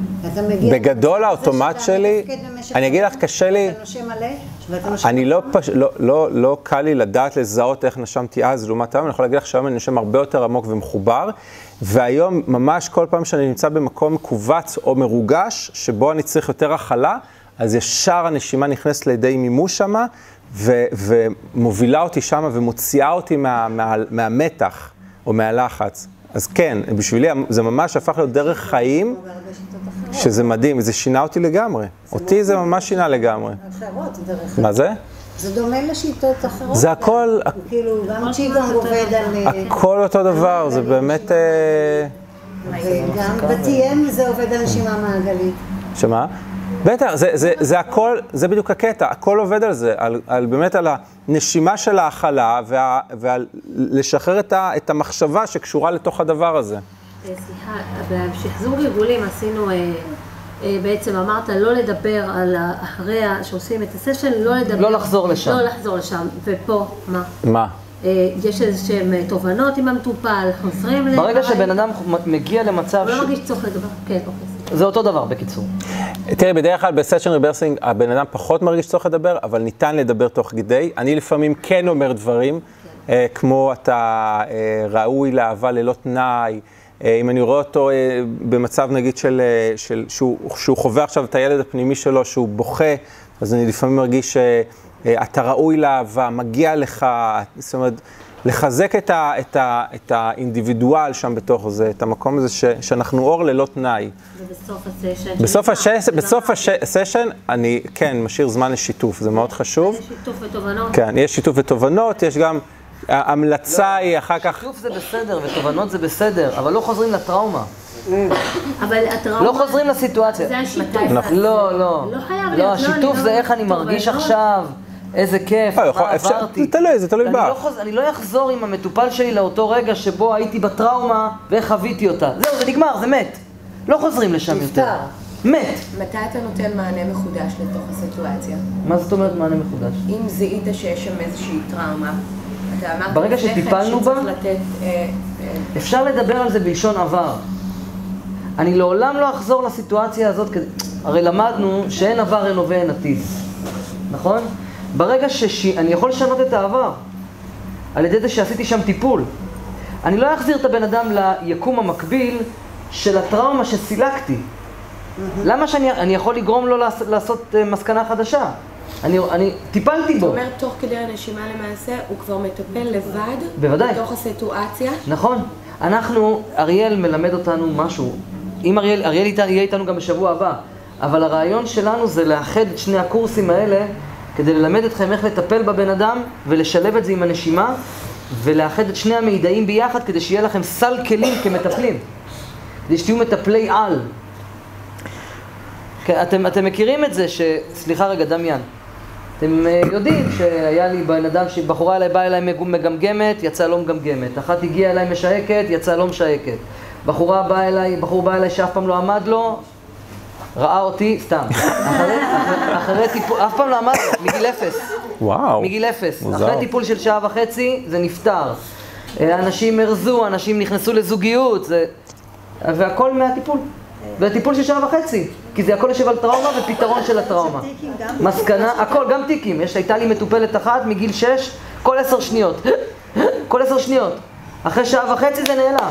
בגדול האוטומט שלי, אני אגיד לך, קשה לי, אני לא, לא, לא, לא קל לי לדעת לזהות איך נשמתי אז לעומת היום, אני יכול להגיד לך שהיום אני נשם הרבה יותר עמוק ומחובר, והיום ממש כל פעם שאני נמצא במקום מקובץ או מרוגש, שבו אני צריך יותר הכלה, אז ישר הנשימה נכנסת לידי מימוש שמה, ו, ומובילה אותי שמה ומוציאה אותי מה, מה, מהמתח או מהלחץ. אז כן, בשבילי זה ממש הפך להיות דרך חיים, שזה מדהים, זה שינה אותי לגמרי. אותי זה ממש שינה לגמרי. אחרות דרך. מה זה? זה דומה לשיטות אחרות. זה הכל... כאילו, גם צ'יגונג עובד על... הכל אותו דבר, זה באמת... וגם ב-טי אם זה עובד על נשימה מעגלית. שמה? בטח, זה, זה, זה הכל, זה בדיוק הקטע, הכל עובד על זה, על, על באמת על הנשימה של ההכלה, וה, ועל לשחרר את, ה, את המחשבה שקשורה לתוך הדבר הזה. סליחה, בשחזור גלגולים עשינו, בעצם אמרת לא לדבר על אחרי שעושים את הסשן, לא לדבר... לא לחזור לשם. לא לחזור לשם, ופה, מה? מה? יש איזשהם תובנות עם המטופל, חוזרים ל... ברגע שבן אדם מגיע למצב... הוא לא מרגיש צורך לדבר, כן, אוקיי. זה אותו דבר בקיצור. תראי, בדרך כלל בסשן ריברסינג הבן אדם פחות מרגיש צורך לדבר, אבל ניתן לדבר תוך כדי. אני לפעמים כן אומר דברים, כמו אתה ראוי לאהבה ללא תנאי, אם אני רואה אותו במצב נגיד של, של שהוא, שהוא חווה עכשיו את הילד הפנימי שלו, שהוא בוכה, אז אני לפעמים מרגיש שאתה ראוי לאהבה, מגיע לך, זאת אומרת, לחזק את, ה, את, ה, את האינדיבידואל שם בתוך זה, את המקום הזה ש, שאנחנו אור ללא תנאי. ובסוף הסשן... בסוף, השש, בסוף הסשן אני, כן, משאיר זמן לשיתוף, זה מאוד חשוב. יש שיתוף ותובנות. כן, יש שיתוף ותובנות, יש גם, ההמלצה היא אחר כך... שיתוף זה בסדר ותובנות זה בסדר, אבל לא חוזרים לטראומה. אבל הטראומה... לא חוזרים לסיטואציה. זה השיתוף. לא, לא. לא חייב להיות. לא, השיתוף זה איך אני מרגיש עכשיו. איזה כיף, מה עברתי. זה תלוי, זה תלוי בה. אני לא אחזור עם המטופל שלי לאותו רגע שבו הייתי בטראומה וחוויתי אותה. זהו, זה נגמר, זה מת. לא חוזרים לשם יותר. מת. מתי אתה נותן מענה מחודש לתוך הסיטואציה? מה זאת אומרת מענה מחודש? אם זיהית שיש שם איזושהי טראומה, אתה אמרת... ברגע שטיפלנו בה, אפשר לדבר על זה בלשון עבר. אני לעולם לא אחזור לסיטואציה הזאת, הרי למדנו שאין עבר, אין הווה, אין עתיד. נכון? ברגע שאני יכול לשנות את העבר, על ידי זה שעשיתי שם טיפול, אני לא אחזיר את הבן אדם ליקום המקביל של הטראומה שסילקתי. למה שאני אני יכול לגרום לו לעשות, לעשות מסקנה חדשה? אני, אני טיפלתי בו. זאת אומרת, תוך כדי הנשימה למעשה, הוא כבר מטפל לבד, בוודאי. בתוך הסיטואציה. נכון. אנחנו, אריאל מלמד אותנו משהו. אם אריאל, אריאל יהיה איתנו גם בשבוע הבא, אבל הרעיון שלנו זה לאחד את שני הקורסים האלה, כדי ללמד אתכם איך לטפל בבן אדם ולשלב את זה עם הנשימה ולאחד את שני המידעים ביחד כדי שיהיה לכם סל כלים כמטפלים, כדי שתהיו מטפלי על. אתם, אתם מכירים את זה ש... סליחה רגע, דמיין. אתם יודעים שהיה לי בן אדם שבחורה אליי באה אליי מגמגמת, יצאה לא מגמגמת. אחת הגיעה אליי משעקת, יצאה לא משעקת. בחורה באה אליי, בחור בא אליי שאף פעם לא עמד לו, ראה אותי, סתם. אחרי, אחרי טיפול, אף פעם לא עמד, מגיל אפס. וואו. מגיל אפס. מוזר. אחרי טיפול של שעה וחצי, זה נפטר. אנשים הרזו, אנשים נכנסו לזוגיות, זה... והכל מהטיפול. והטיפול של שעה וחצי. כי זה הכל יושב על טראומה ופתרון של הטראומה. מסקנה, הכל, גם טיקים. יש, הייתה לי מטופלת אחת מגיל שש, כל עשר שניות. כל עשר שניות. אחרי שעה וחצי זה נעלם.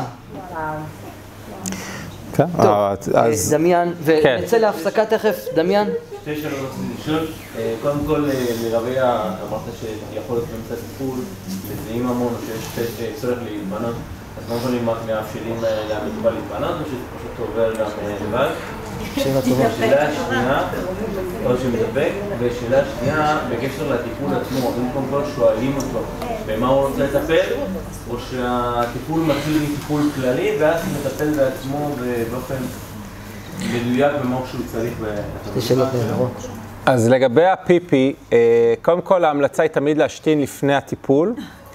טוב, אז דמיין, ונצא להפסקה תכף, דמיין. שתי שאלות רציתי לשאול, קודם כל מרבי אמרת שיכול להיות באמצע טיפול, מזיעים המון או שיש צורך להתבנות, אז קודם כל אם רק מאפשרים למטופל להתבנות או שזה פשוט עובר גם לבד? שאלה השנייה, או שמדבק, ושאלה השנייה בקשר לטיפול עצמו, אם קודם כל שואלים אותו במה הוא רוצה לטפל, או שהטיפול מתחיל מטיפול כללי ואז הוא מטפל בעצמו באופן מדויק במה שהוא צריך. שתי שאלות נהדרות. אז לגבי הפיפי, קודם כל ההמלצה היא תמיד להשתין לפני הטיפול.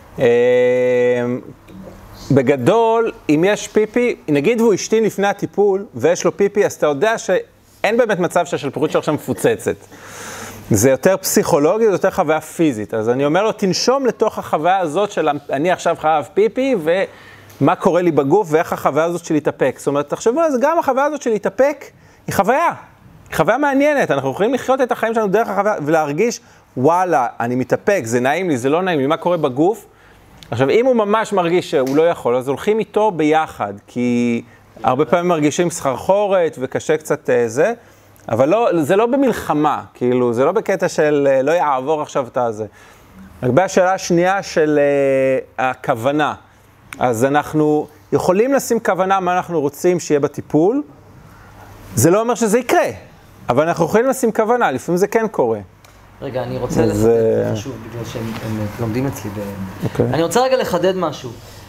בגדול, אם יש פיפי, נגיד והוא השתין לפני הטיפול ויש לו פיפי, אז אתה יודע שאין באמת מצב שהשלפוחית שלו עכשיו מפוצצת. זה יותר פסיכולוגי, זה יותר חוויה פיזית. אז אני אומר לו, תנשום לתוך החוויה הזאת של אני עכשיו חייב פיפי, ומה קורה לי בגוף ואיך החוויה הזאת של להתאפק. זאת אומרת, תחשבו על זה, גם החוויה הזאת של להתאפק היא חוויה. היא חוויה מעניינת. אנחנו יכולים לחיות את החיים שלנו דרך החוויה ולהרגיש, וואלה, אני מתאפק, זה נעים לי, זה לא נעים לי, מה קורה בגוף? עכשיו, אם הוא ממש מרגיש שהוא לא יכול, אז הולכים איתו ביחד, כי הרבה פעמים מרגישים סחרחורת וקשה קצת זה, אבל לא, זה לא במלחמה, כאילו, זה לא בקטע של לא יעבור עכשיו את הזה. לגבי השאלה השנייה של uh, הכוונה, אז אנחנו יכולים לשים כוונה מה אנחנו רוצים שיהיה בטיפול, זה לא אומר שזה יקרה, אבל אנחנו יכולים לשים כוונה, לפעמים זה כן קורה. רגע, אני רוצה לחדד, זה חשוב, בגלל שהם לומדים אצלי ב... אוקיי. אני רוצה רגע לחדד משהו.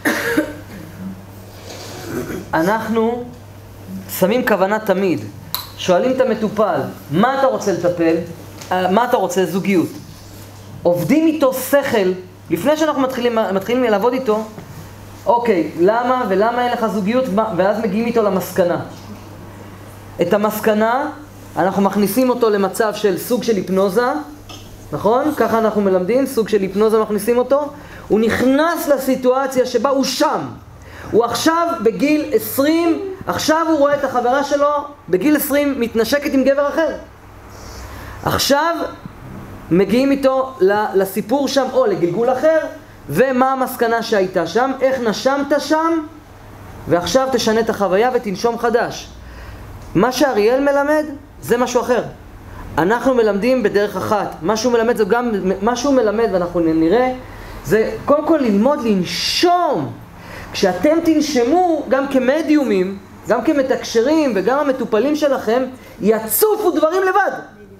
אנחנו שמים כוונה תמיד. שואלים את המטופל, מה אתה רוצה לטפל? מה אתה רוצה? זוגיות. עובדים איתו שכל, לפני שאנחנו מתחילים, מתחילים לעבוד איתו, אוקיי, למה ולמה אין לך זוגיות? ואז מגיעים איתו למסקנה. את המסקנה, אנחנו מכניסים אותו למצב של סוג של היפנוזה, נכון? ככה אנחנו מלמדים, סוג של היפנוזה מכניסים אותו. הוא נכנס לסיטואציה שבה הוא שם. הוא עכשיו בגיל עשרים, עכשיו הוא רואה את החברה שלו בגיל עשרים מתנשקת עם גבר אחר. עכשיו מגיעים איתו לסיפור שם או לגלגול אחר, ומה המסקנה שהייתה שם, איך נשמת שם, ועכשיו תשנה את החוויה ותנשום חדש. מה שאריאל מלמד זה משהו אחר. אנחנו מלמדים בדרך אחת. מה שהוא מלמד זה גם, מה שהוא מלמד, ואנחנו נראה זה קודם כל ללמוד לנשום. כשאתם תנשמו, גם כמדיומים, גם כמתקשרים וגם המטופלים שלכם, יצופו דברים לבד.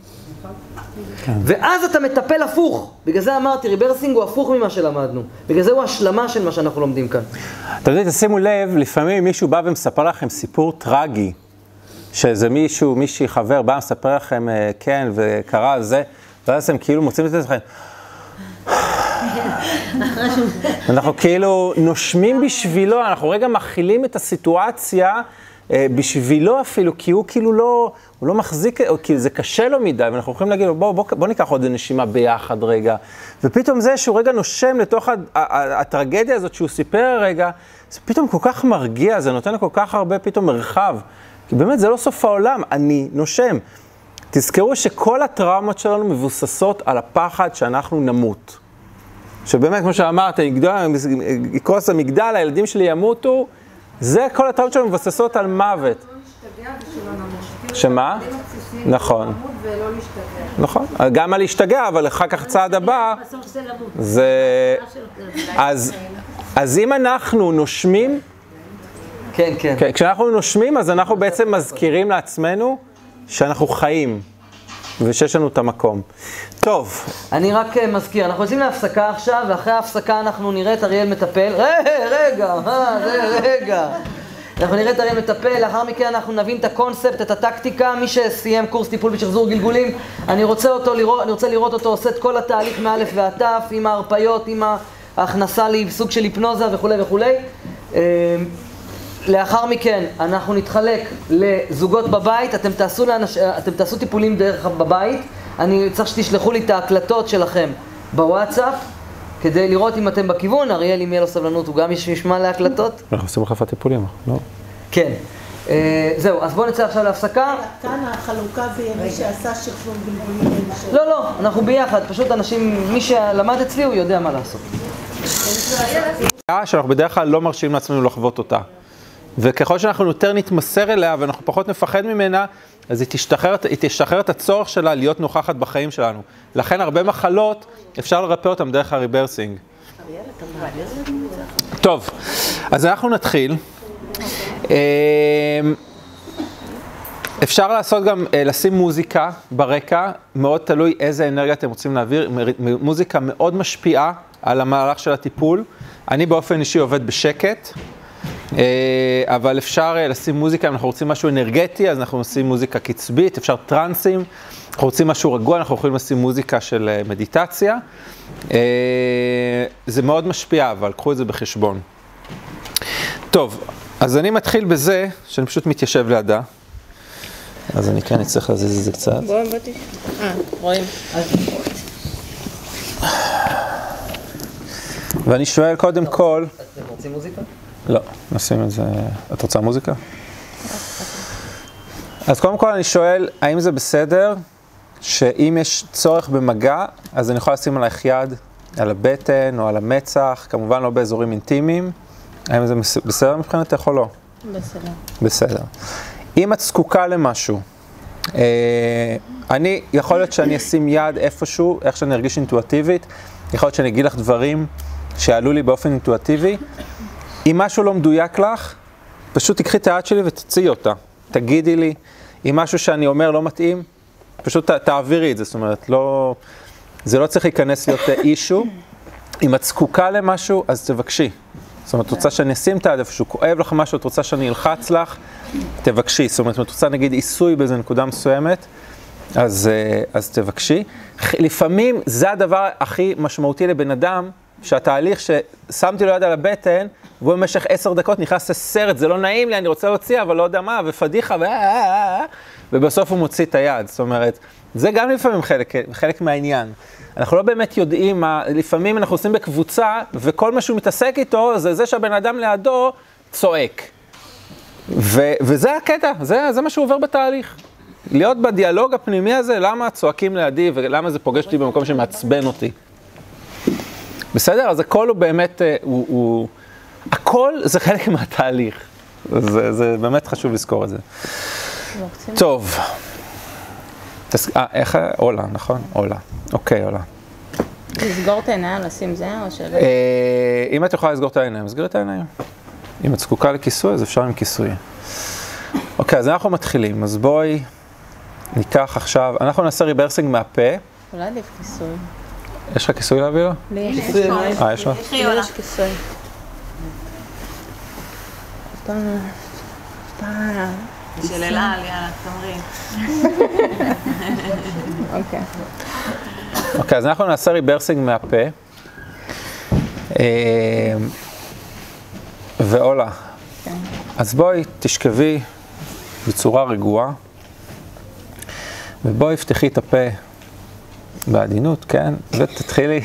ואז אתה מטפל הפוך. בגלל זה אמרתי, ריברסינג הוא הפוך ממה שלמדנו. בגלל זה הוא השלמה של מה שאנחנו לומדים כאן. אתה יודע, תשימו לב, לפעמים מישהו בא ומספר לכם סיפור טרגי, שזה מישהו, מישהי חבר בא ומספר לכם, כן, וקרה על זה, ואז הם כאילו מוצאים את זה לכם. אנחנו כאילו נושמים בשבילו, אנחנו רגע מכילים את הסיטואציה בשבילו אפילו, כי הוא כאילו לא, הוא לא מחזיק, כי זה קשה לו מדי, ואנחנו יכולים להגיד לו, בוא, בוא, בוא ניקח עוד נשימה ביחד רגע. ופתאום זה שהוא רגע נושם לתוך הטרגדיה הזאת שהוא סיפר הרגע, זה פתאום כל כך מרגיע, זה נותן לו כל כך הרבה פתאום מרחב. כי באמת זה לא סוף העולם, אני נושם. תזכרו שכל הטראומות שלנו מבוססות על הפחד שאנחנו נמות. שבאמת, כמו שאמרת, יקרוס המגדל, הילדים שלי ימותו, זה כל הטראומות שלנו מבוססות על מוות. שמה? נכון. נכון. גם על להשתגע, אבל אחר כך צעד הבא, זה... אז אם אנחנו נושמים, כן, כן. כשאנחנו נושמים, אז אנחנו בעצם מזכירים לעצמנו שאנחנו חיים, ושיש לנו את המקום. טוב. אני רק מזכיר, אנחנו יוצאים להפסקה עכשיו, ואחרי ההפסקה אנחנו נראה את אריאל מטפל. רגע, רגע. אנחנו נראה את אריאל מטפל, לאחר מכן אנחנו נבין את הקונספט, את הטקטיקה. מי שסיים קורס טיפול בשחזור גלגולים, אני רוצה אותו לראות, אני רוצה לראות אותו עושה את כל התהליך מאלף ועד תף, עם ההרפיות, עם ההכנסה לסוג של היפנוזה וכו' וכו'. לאחר מכן אנחנו נתחלק לזוגות בבית, אתם תעשו, לאנש... אתם תעשו טיפולים דרך בבית, אני צריך שתשלחו לי את ההקלטות שלכם בוואטסאפ, כדי לראות אם אתם בכיוון. אריאל, אם יהיה לו סבלנות, הוא גם ישמע להקלטות? אנחנו עושים החלפת טיפולים, לא? כן. אה, זהו, אז בואו נצא עכשיו להפסקה. כאן החלוקה זה מי שעשה שחזור גלגולים. לא, לא, אנחנו ביחד, פשוט אנשים, מי שלמד אצלי הוא יודע מה לעשות. שאנחנו בדרך כלל לא מרשים לעצמנו לחוות אותה. וככל שאנחנו יותר נתמסר אליה ואנחנו פחות נפחד ממנה, אז היא תשתחרר, היא תשתחרר את הצורך שלה להיות נוכחת בחיים שלנו. לכן הרבה מחלות אפשר לרפא אותם דרך הריברסינג. טוב, אז אנחנו נתחיל. אפשר לעשות גם, לשים מוזיקה ברקע, מאוד תלוי איזה אנרגיה אתם רוצים להעביר. מוזיקה מאוד משפיעה על המהלך של הטיפול. אני באופן אישי עובד בשקט. אבל אפשר לשים מוזיקה, אם אנחנו רוצים משהו אנרגטי, אז אנחנו עושים מוזיקה קצבית, אפשר טרנסים, אנחנו רוצים משהו רגוע, אנחנו יכולים לשים מוזיקה של מדיטציה. זה מאוד משפיע, אבל קחו את זה בחשבון. טוב, אז אני מתחיל בזה, שאני פשוט מתיישב לידה. אז אני כאן אצטרך להזיז את זה קצת. בואו, באתי. אה, רואים. ואני שואל קודם כל... אתם רוצים מוזיקה? לא, נשים את זה... את רוצה מוזיקה? אז קודם כל אני שואל, האם זה בסדר שאם יש צורך במגע, אז אני יכול לשים עלייך יד, על הבטן או על המצח, כמובן לא באזורים אינטימיים. האם זה בסדר מבחינתך או לא? בסדר. בסדר. אם את זקוקה למשהו, אה, אני, יכול להיות שאני אשים יד איפשהו, איך שאני ארגיש אינטואטיבית, יכול להיות שאני אגיד לך דברים שעלו לי באופן אינטואטיבי. אם משהו לא מדויק לך, פשוט תקחי את היד שלי ותציעי אותה. תגידי לי, אם משהו שאני אומר לא מתאים, פשוט ת, תעבירי את זה. זאת אומרת, לא, זה לא צריך להיכנס להיות אישו. אם את זקוקה למשהו, אז תבקשי. זאת אומרת, את רוצה שאני אשים את היד איפשהו, כואב לך משהו, את רוצה שאני אלחץ לך, תבקשי. זאת אומרת, את רוצה נגיד עיסוי באיזו נקודה מסוימת, אז, אז תבקשי. לפעמים זה הדבר הכי משמעותי לבן אדם, שהתהליך ששמתי לו יד על הבטן, והוא במשך עשר דקות נכנס לסרט, זה לא נעים לי, אני רוצה להוציא, אבל לא יודע מה, ופדיחה, ובסוף הוא מוציא את היד. זאת אומרת, זה גם לפעמים חלק, חלק מהעניין. אנחנו לא באמת יודעים מה, לפעמים אנחנו עושים בקבוצה, וכל מה שהוא מתעסק איתו, זה זה שהבן אדם לידו צועק. ו, וזה הקטע, זה, זה מה שהוא עובר בתהליך. להיות בדיאלוג הפנימי הזה, למה צועקים לידי, ולמה זה פוגש לי במקום שמעצבן אותי. בסדר? אז הכל הוא באמת, הוא, הוא, הכל זה חלק מהתהליך. זה, זה באמת חשוב לזכור את זה. טוב. תס... אה, איך? אולה, נכון? אולה. אוקיי, אולה. לסגור את העיניים, לשים זה או שלא? אם את יכולה לסגור את העיניים, סגרי את העיניים. אם את זקוקה לכיסוי, אז אפשר עם כיסוי. אוקיי, אז אנחנו מתחילים. אז בואי ניקח עכשיו, אנחנו נעשה ריברסינג מהפה. אולי עדיף כיסוי. יש לך כיסוי להביא לו? לי יש כיסוי. אה, יש לך? לי יש כיסוי. פעם, פעם. של אלעל, יאללה, תמרי. אוקיי. אוקיי, אז אנחנו נעשה ריברסינג מהפה. ואולה. כן. אז בואי תשכבי בצורה רגועה, ובואי פתחי את הפה בעדינות, כן? ותתחילי.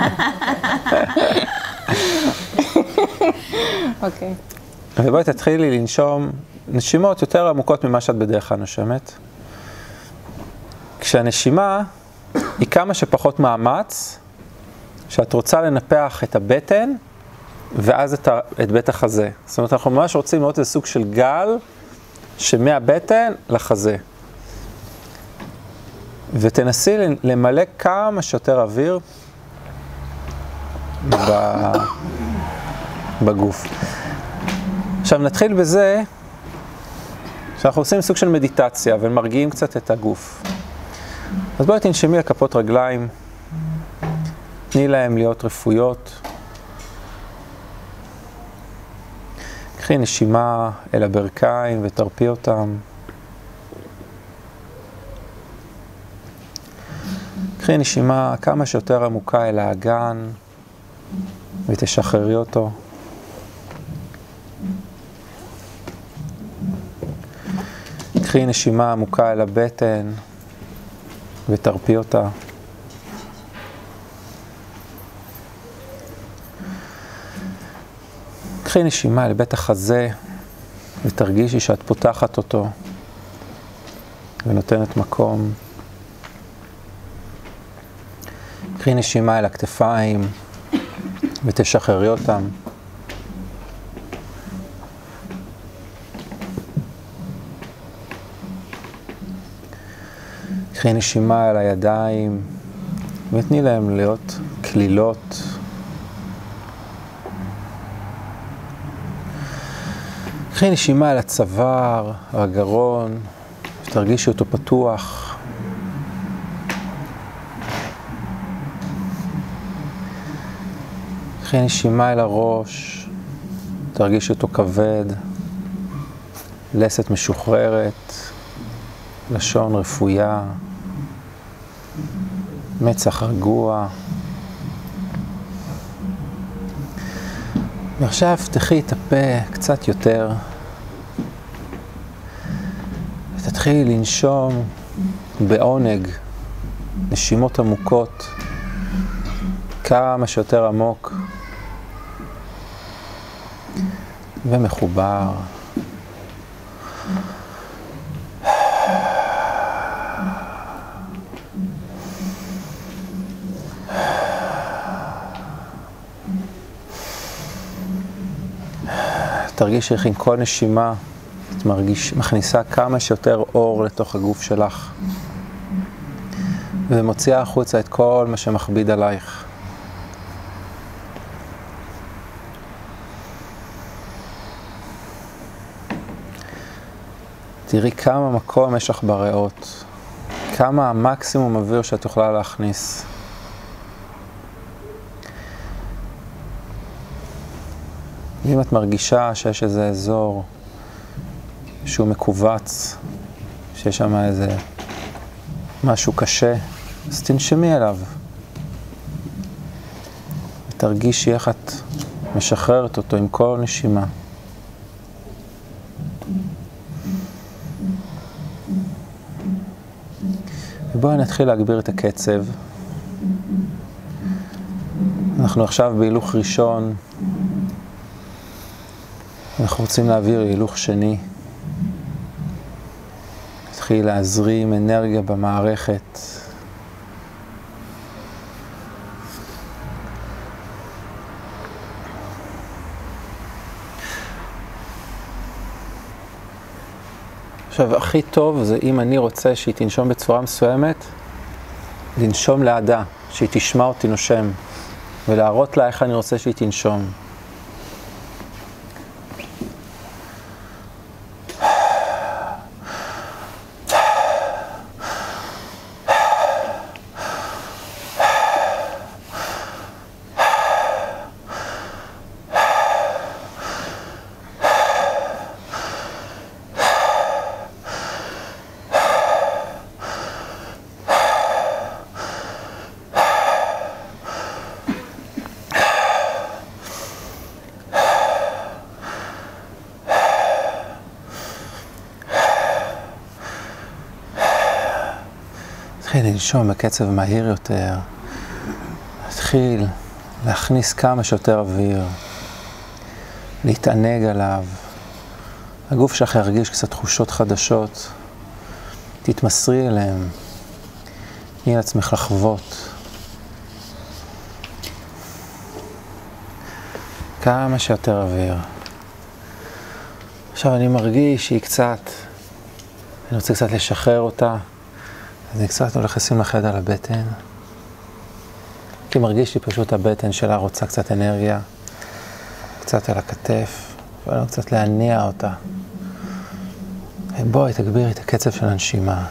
אוקיי. ובואי תתחילי לנשום נשימות יותר עמוקות ממה שאת בדרך כלל נושמת. כשהנשימה היא כמה שפחות מאמץ, שאת רוצה לנפח את הבטן, ואז את, ה, את בית החזה. זאת אומרת, אנחנו ממש רוצים לראות איזה סוג של גל, שמהבטן לחזה. ותנסי למלא כמה שיותר אוויר בגוף. עכשיו נתחיל בזה, שאנחנו עושים סוג של מדיטציה, ומרגיעים קצת את הגוף. אז בואי תנשמי על כפות רגליים, תני להם להיות רפויות. קחי נשימה אל הברכיים ותרפי אותם. קחי נשימה כמה שיותר עמוקה אל האגן ותשחררי אותו. קחי נשימה עמוקה אל הבטן ותרפי אותה. קחי נשימה אל בית החזה ותרגישי שאת פותחת אותו ונותנת מקום. קחי נשימה אל הכתפיים ותשחררי אותם. קחי נשימה אל הידיים ותני להם להיות כלילות. קחי נשימה אל הצוואר, הגרון, ותרגישי אותו פתוח. קחי נשימה אל הראש, תרגישי אותו כבד, לסת משוחררת, לשון רפויה, מצח רגוע. ועכשיו פתחי את הפה קצת יותר, ותתחילי לנשום בעונג, נשימות עמוקות, כמה שיותר עמוק ומחובר. תרגישי איך עם כל נשימה את מרגיש, מכניסה כמה שיותר אור לתוך הגוף שלך ומוציאה החוצה את כל מה שמכביד עלייך. תראי כמה מקום יש לך בריאות, כמה המקסימום אוויר שאת יכולה להכניס. אם את מרגישה שיש איזה אזור שהוא מקובץ, שיש שם איזה משהו קשה, אז תנשמי אליו. ותרגישי איך את משחררת אותו עם כל נשימה. ובואי נתחיל להגביר את הקצב. אנחנו עכשיו בהילוך ראשון. אנחנו רוצים להעביר הילוך שני. נתחיל להזרים אנרגיה במערכת. עכשיו, הכי טוב זה אם אני רוצה שהיא תנשום בצורה מסוימת, לנשום לידה. שהיא תשמע אותי נושם, ולהראות לה איך אני רוצה שהיא תנשום. תתחיל לנשום בקצב מהיר יותר, תתחיל להכניס כמה שיותר אוויר, להתענג עליו. הגוף שלך ירגיש קצת תחושות חדשות, תתמסרי אליהם, תני לעצמך לחוות. כמה שיותר אוויר. עכשיו אני מרגיש שהיא קצת, אני רוצה קצת לשחרר אותה. אז אני קצת הולך לשים לך יד על הבטן. כי מרגיש לי פשוט הבטן שלה רוצה קצת אנרגיה, קצת על הכתף, ואני קצת להניע אותה. בואי, תגבירי את הקצב של הנשימה.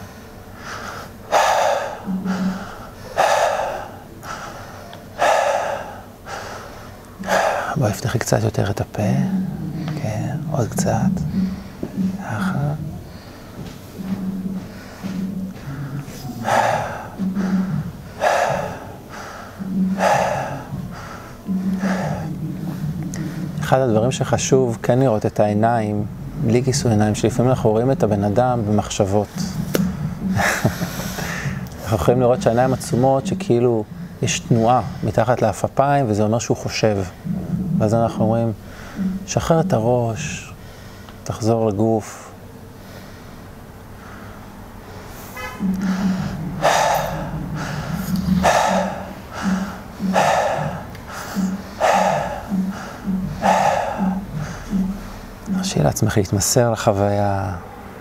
בואי, פתחי קצת יותר את הפה. כן, עוד קצת. ככה. אחד הדברים שחשוב כן לראות את העיניים, בלי כיסוי עיניים, שלפעמים אנחנו רואים את הבן אדם במחשבות. אנחנו יכולים לראות שהעיניים עצומות שכאילו יש תנועה מתחת לאפיים וזה אומר שהוא חושב. ואז אנחנו אומרים, שחרר את הראש, תחזור לגוף. הרשי לעצמך להתמסר לחוויה.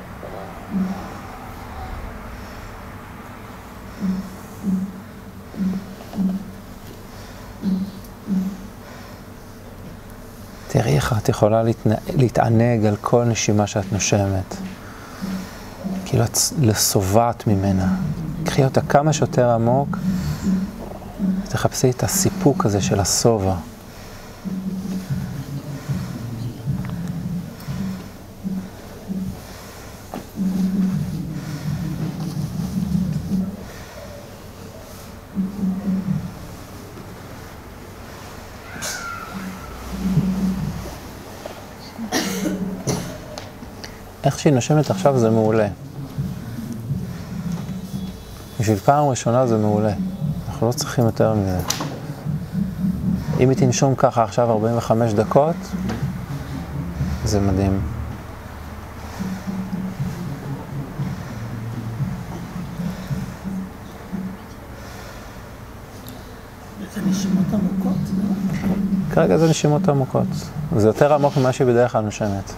תראי איך את יכולה להתנ... להתענג על כל נשימה שאת נושמת. כאילו את לסובעת ממנה. קחי אותה כמה שיותר עמוק, תחפשי את הסיפוק הזה של הסובה. איך שהיא נושמת עכשיו זה מעולה. בשביל פעם ראשונה זה מעולה. אנחנו לא צריכים יותר מזה. אם היא תנשום ככה עכשיו ארבעים וחמש דקות, זה מדהים. זה נשימות עמוקות, לא? כרגע זה נשימות עמוקות. זה יותר עמוק ממה שהיא בדרך כלל נושמת.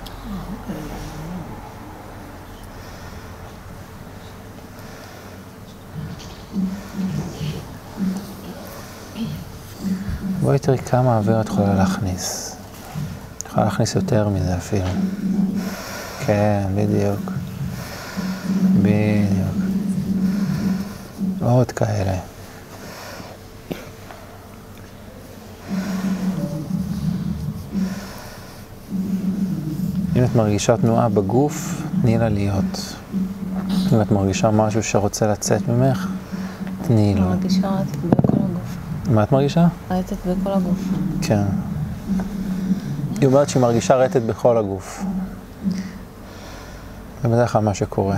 בואי תראי כמה אוויר את יכולה להכניס. את יכולה להכניס יותר מזה אפילו. כן, בדיוק. בדיוק. עוד כאלה. אם את מרגישה תנועה בגוף, תני לה להיות. אם את מרגישה משהו שרוצה לצאת ממך, תני לו. מרגישה רטט בכל הגוף. מה את מרגישה? רטט בכל הגוף. כן. היא אומרת שהיא מרגישה רטט בכל הגוף. זה בדרך כלל מה שקורה.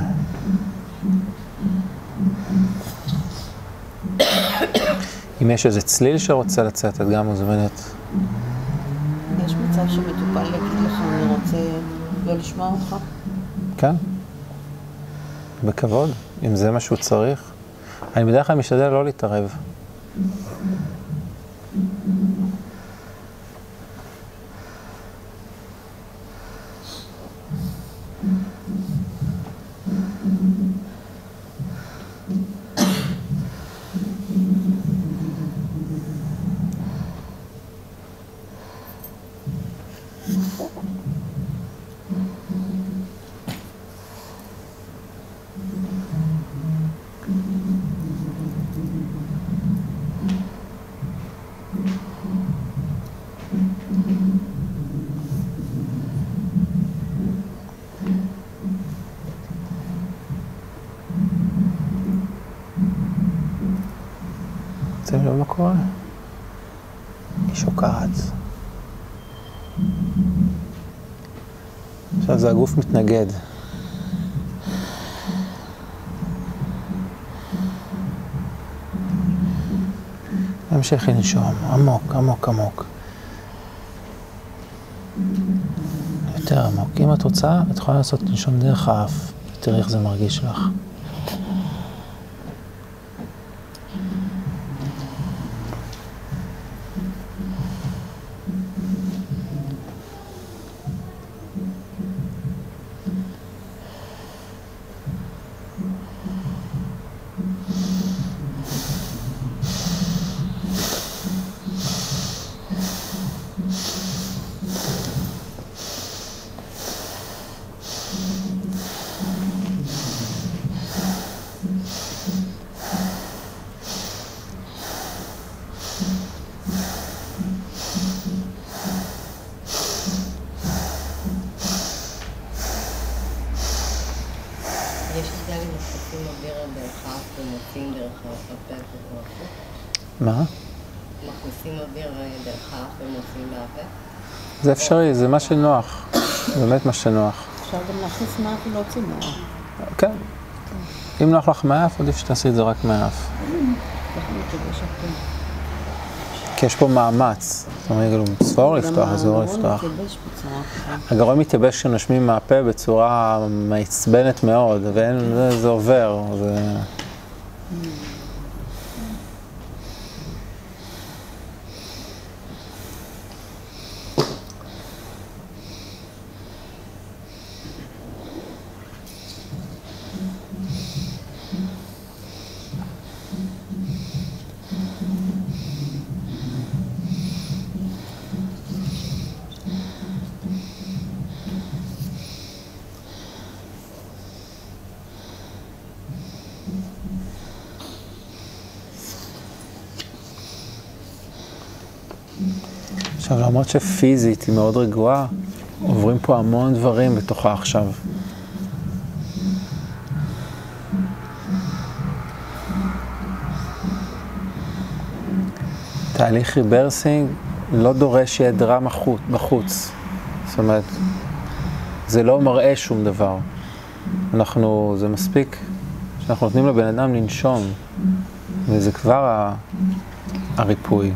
אם יש איזה צליל שרוצה לצאת, את גם מוזמנת. יש מצב שמטופל להגיד לך, אני רוצה לא לשמוע אותך? כן. בכבוד, אם זה מה שהוא צריך. אני בדרך כלל משתדל לא להתערב. שמתם לב מה קורה? היא שוקעת. עכשיו זה הגוף מתנגד. המשך לנשום, עמוק, עמוק, עמוק. יותר עמוק. אם את רוצה, את יכולה לעשות לנשום דרך האף. תראי איך זה מרגיש לך. מה? מכניסים אוויר דרך האף ומוציאים מהפה? זה אפשרי, זה מה שנוח. זה באמת מה שנוח. אפשר גם להכניס מהאף ולהוציא מהאף. כן. אם נוח לך מהאף, עדיף שתעשי את זה רק מהאף. כי יש פה מאמץ. זאת אומרת, ספור לפתוח, זה לא לפתוח. הגרון מתייבש כשנושמים מהפה בצורה מעצבנת מאוד, וזה עובר. עכשיו, למרות שפיזית היא מאוד רגועה, עוברים פה המון דברים בתוכה עכשיו. תהליך ריברסינג לא דורש שיהיה דרמה בחוץ. זאת אומרת, זה לא מראה שום דבר. אנחנו, זה מספיק שאנחנו נותנים לבן אדם לנשום, וזה כבר הריפוי.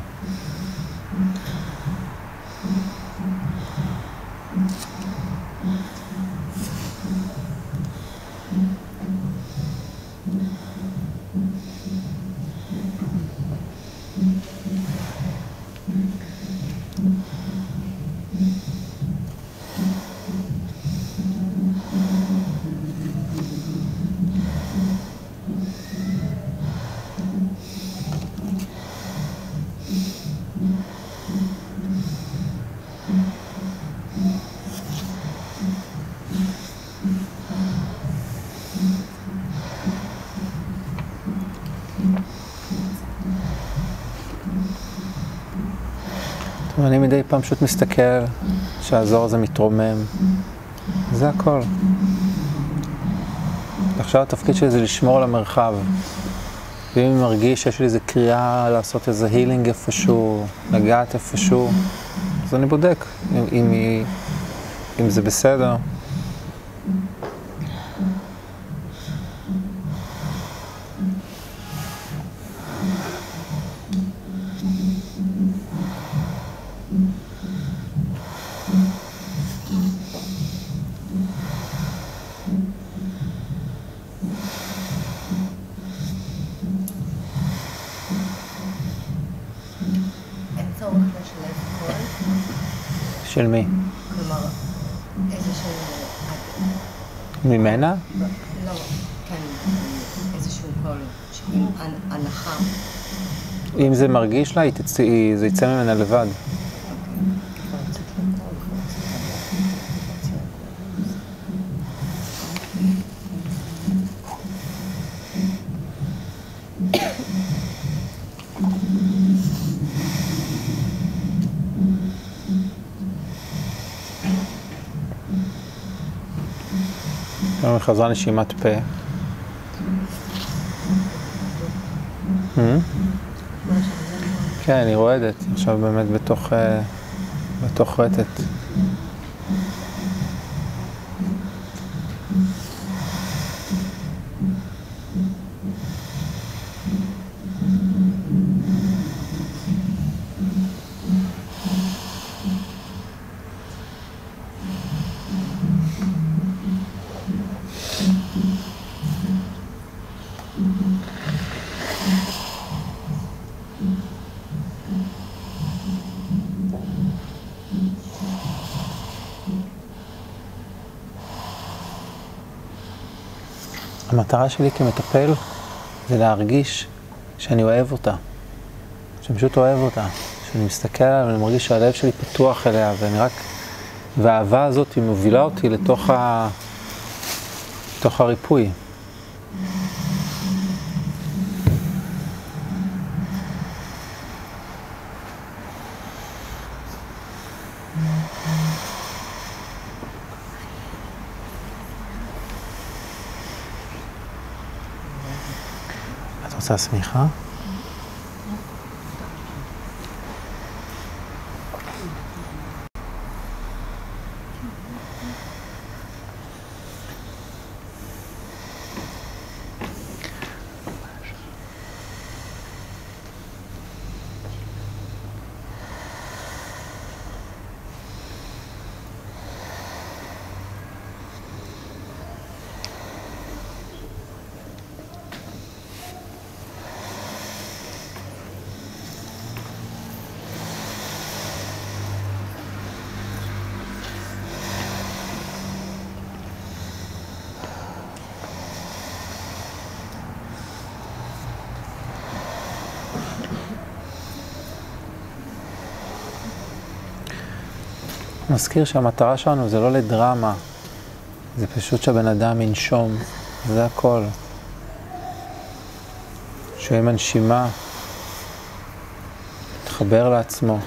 אני מדי פעם פשוט מסתכל שהאזור הזה מתרומם. זה הכל. עכשיו התפקיד שלי זה לשמור על המרחב. ואם אני מרגיש שיש לי איזו קריאה לעשות איזה הילינג איפשהו, לגעת איפשהו, אז אני בודק אם, אם, אם זה בסדר. של מי? כלומר, איזשהו... ממנה? לא, כן, איזשהו קול, עם הנחה. אם זה מרגיש לה, זה יצא ממנה לבד. חזרה נשימת פה. מה כן, היא רועדת, עכשיו באמת בתוך, בתוך רטט. המטרה שלי כמטפל זה להרגיש שאני אוהב אותה, שאני פשוט אוהב אותה, שאני מסתכל עליה ואני מרגיש שהלב שלי פתוח אליה, ואני רק, והאהבה הזאת היא מובילה אותי לתוך, ה... לתוך הריפוי. את רוצה סמיכה? נזכיר שהמטרה שלנו זה לא לדרמה, זה פשוט שהבן אדם ינשום, זה הכל. שיהיה מנשימה, תחבר לעצמו.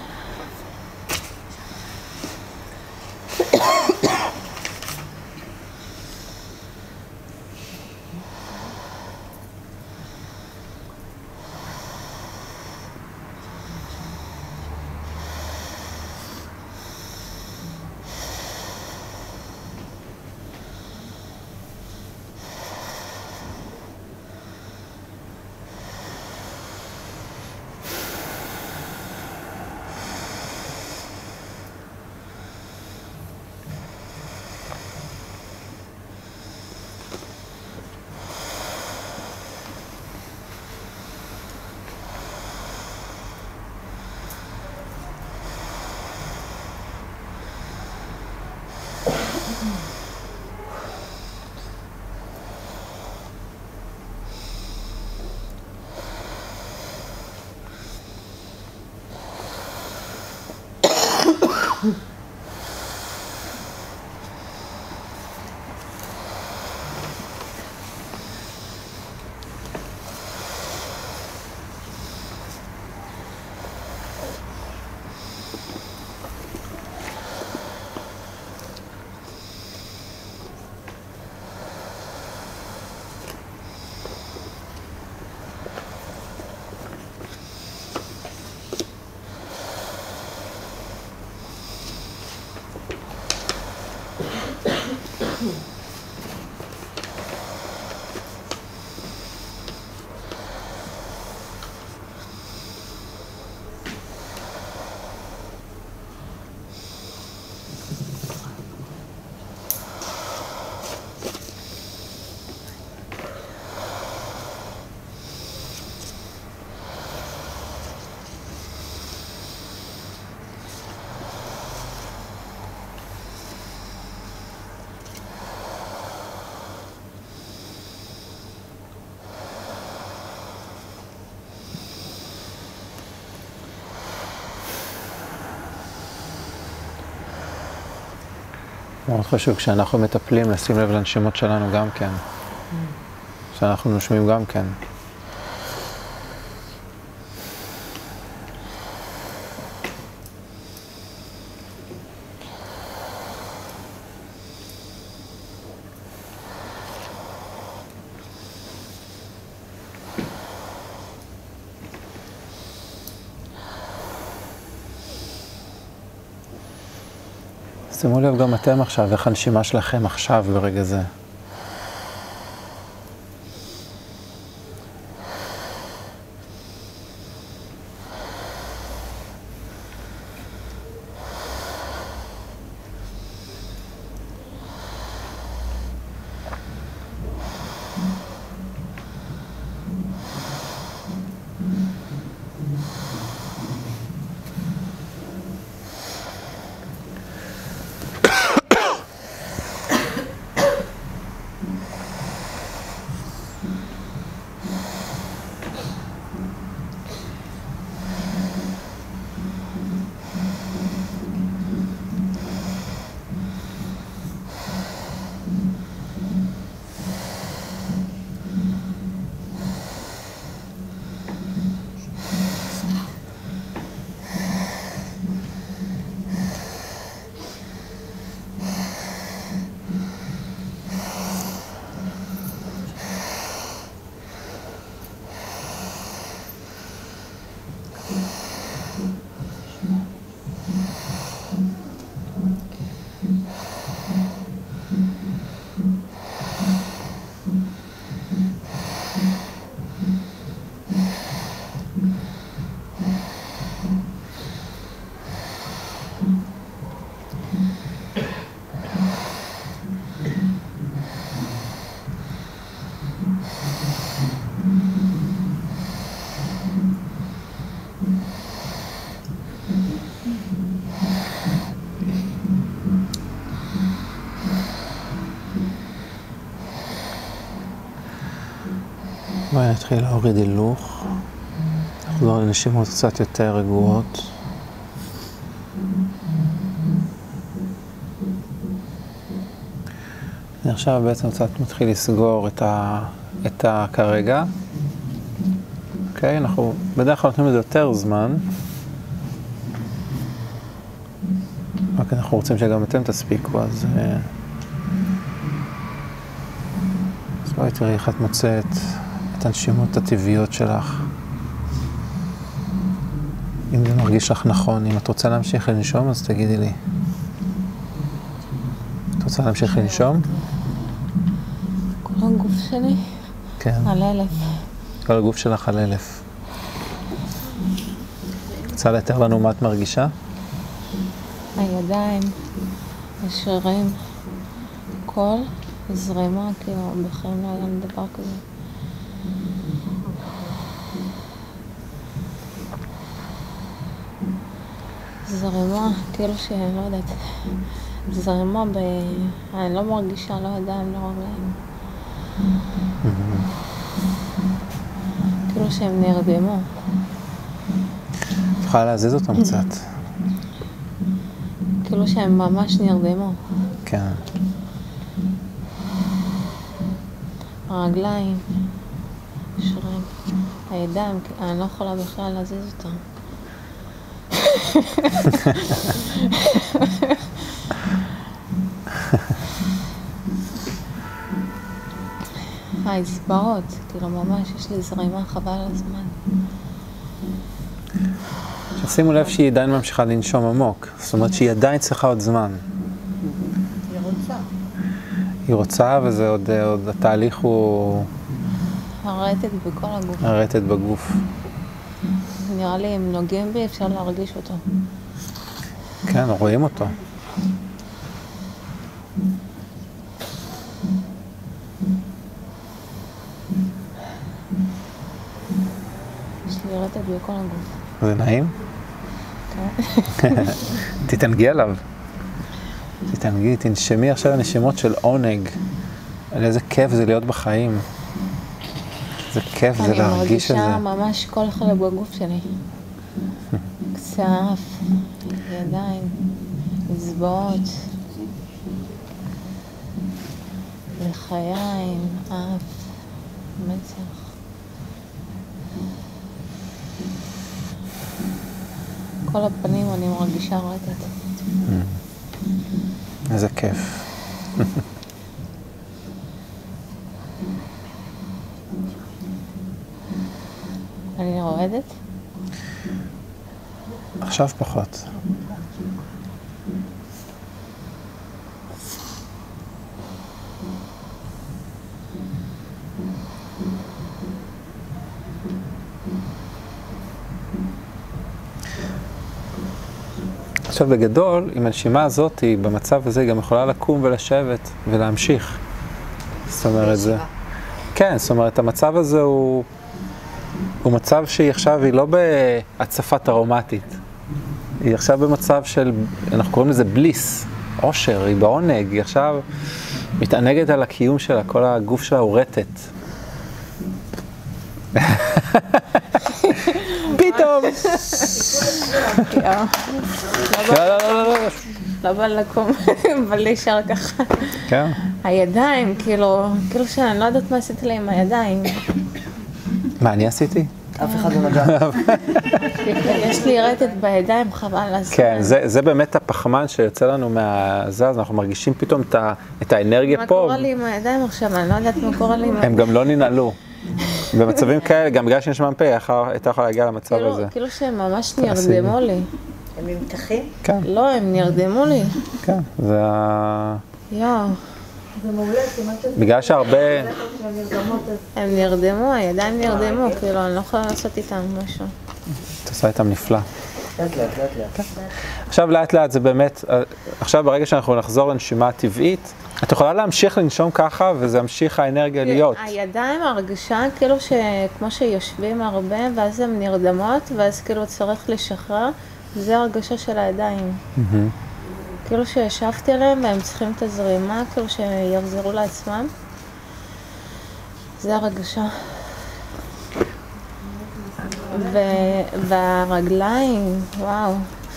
מאוד חשוב כשאנחנו מטפלים לשים לב לנשימות שלנו גם כן, שאנחנו נושמים גם כן. שימו לב גם אתם עכשיו, איך הנשימה שלכם עכשיו ברגע זה. בואי נתחיל להוריד הילוך, נחזור לנשימות קצת יותר רגועות. אני עכשיו בעצם קצת מתחיל לסגור את ה... את ה... כרגע. אוקיי, אנחנו בדרך כלל נותנים לזה יותר זמן. רק אנחנו רוצים שגם אתם תספיקו, אז... אז בואי תראי איך את מוצאת את הנשימות הטבעיות שלך. אם זה מרגיש לך נכון, אם את רוצה להמשיך לנשום, אז תגידי לי. את רוצה להמשיך לנשום? כל הגוף שלי כן. על אלף. כל הגוף שלך על אלף. רוצה לתאר לנו מה את מרגישה? הידיים, השרירים, כל זרימה, כאילו בחיים לא היה לנו דבר כזה. זרימה, כאילו שאני לא יודעת, זרימה ב... אני לא מרגישה, לא ידיים, לא רגליים. כאילו שהם נרדמו. את יכולה להזיז אותם קצת. כאילו שהם ממש נרדמו. כן. הרגליים, שרירים, הידיים, אני לא יכולה בכלל להזיז אותם. האצבעות, כאילו ממש יש לי זרימה חבל על הזמן. שימו לב שהיא עדיין ממשיכה לנשום עמוק, זאת אומרת שהיא עדיין צריכה עוד זמן. היא רוצה. היא רוצה וזה עוד, עוד התהליך הוא... הרטט בכל הגוף. הרטט בגוף. נראה לי אם נוגעים בי אפשר להרגיש אותו. כן, רואים אותו. יש לי רטט בכל הגוף. זה נעים? כן. תתענגי עליו. תתענגי, תנשמי עכשיו נשימות של עונג. על איזה כיף זה להיות בחיים. איזה כיף זה להרגיש את זה. אני מרגישה ממש כל חלק בגוף שלי. כסף, ידיים, אצבעות, לחיים, אף, מצח. כל הפנים אני מרגישה רטט. איזה כיף. אני רועדת? עכשיו פחות. עכשיו בגדול, עם הנשימה הזאת, היא במצב הזה גם יכולה לקום ולשבת ולהמשיך. זאת אומרת, זה... כן, זאת אומרת, המצב הזה הוא... הוא מצב שהיא עכשיו, היא לא בהצפה טראומטית. היא עכשיו במצב של, אנחנו קוראים לזה בליס, עושר, היא בעונג, היא עכשיו מתענגת על הקיום שלה, כל הגוף שלה הוא רטט. פתאום! לא, לא, לא, לא. לא בא לקום, בא להישאר ככה. כן. הידיים, כאילו, כאילו שאני לא יודעת מה עשיתי לי עם הידיים. מה אני עשיתי? אף אחד לא נגע. יש לי רטט בידיים, חבל הזמן. כן, זה באמת הפחמן שיוצא לנו מהזה, אז אנחנו מרגישים פתאום את האנרגיה פה. מה קורה לי עם הידיים עכשיו? אני לא יודעת מה קורה לי עם הידיים. הם גם לא ננעלו. במצבים כאלה, גם בגלל שיש מפה, הייתה יכולה להגיע למצב הזה. כאילו שהם ממש נרדמו לי. הם נמתחים? כן. לא, הם נרדמו לי. כן, זה ה... יואו. זה מעולה, כמעט שזה... בגלל שהרבה... הם נרדמו, הידיים נרדמו, כאילו, אני לא יכולה לעשות איתם משהו. את עושה איתם נפלא. לאט לאט, לאט לאט. עכשיו לאט לאט זה באמת, עכשיו ברגע שאנחנו נחזור לנשימה הטבעית, את יכולה להמשיך לנשום ככה, וזה ימשיך האנרגיה להיות. הידיים הרגישה כאילו שכמו שיושבים הרבה, ואז הן נרדמות, ואז כאילו צריך לשחרר, זה הרגשה של הידיים. כאילו שישבתי עליהם והם צריכים את הזרימה, כאילו שיחזרו לעצמם. זה הרגשה. והרגליים, וואו.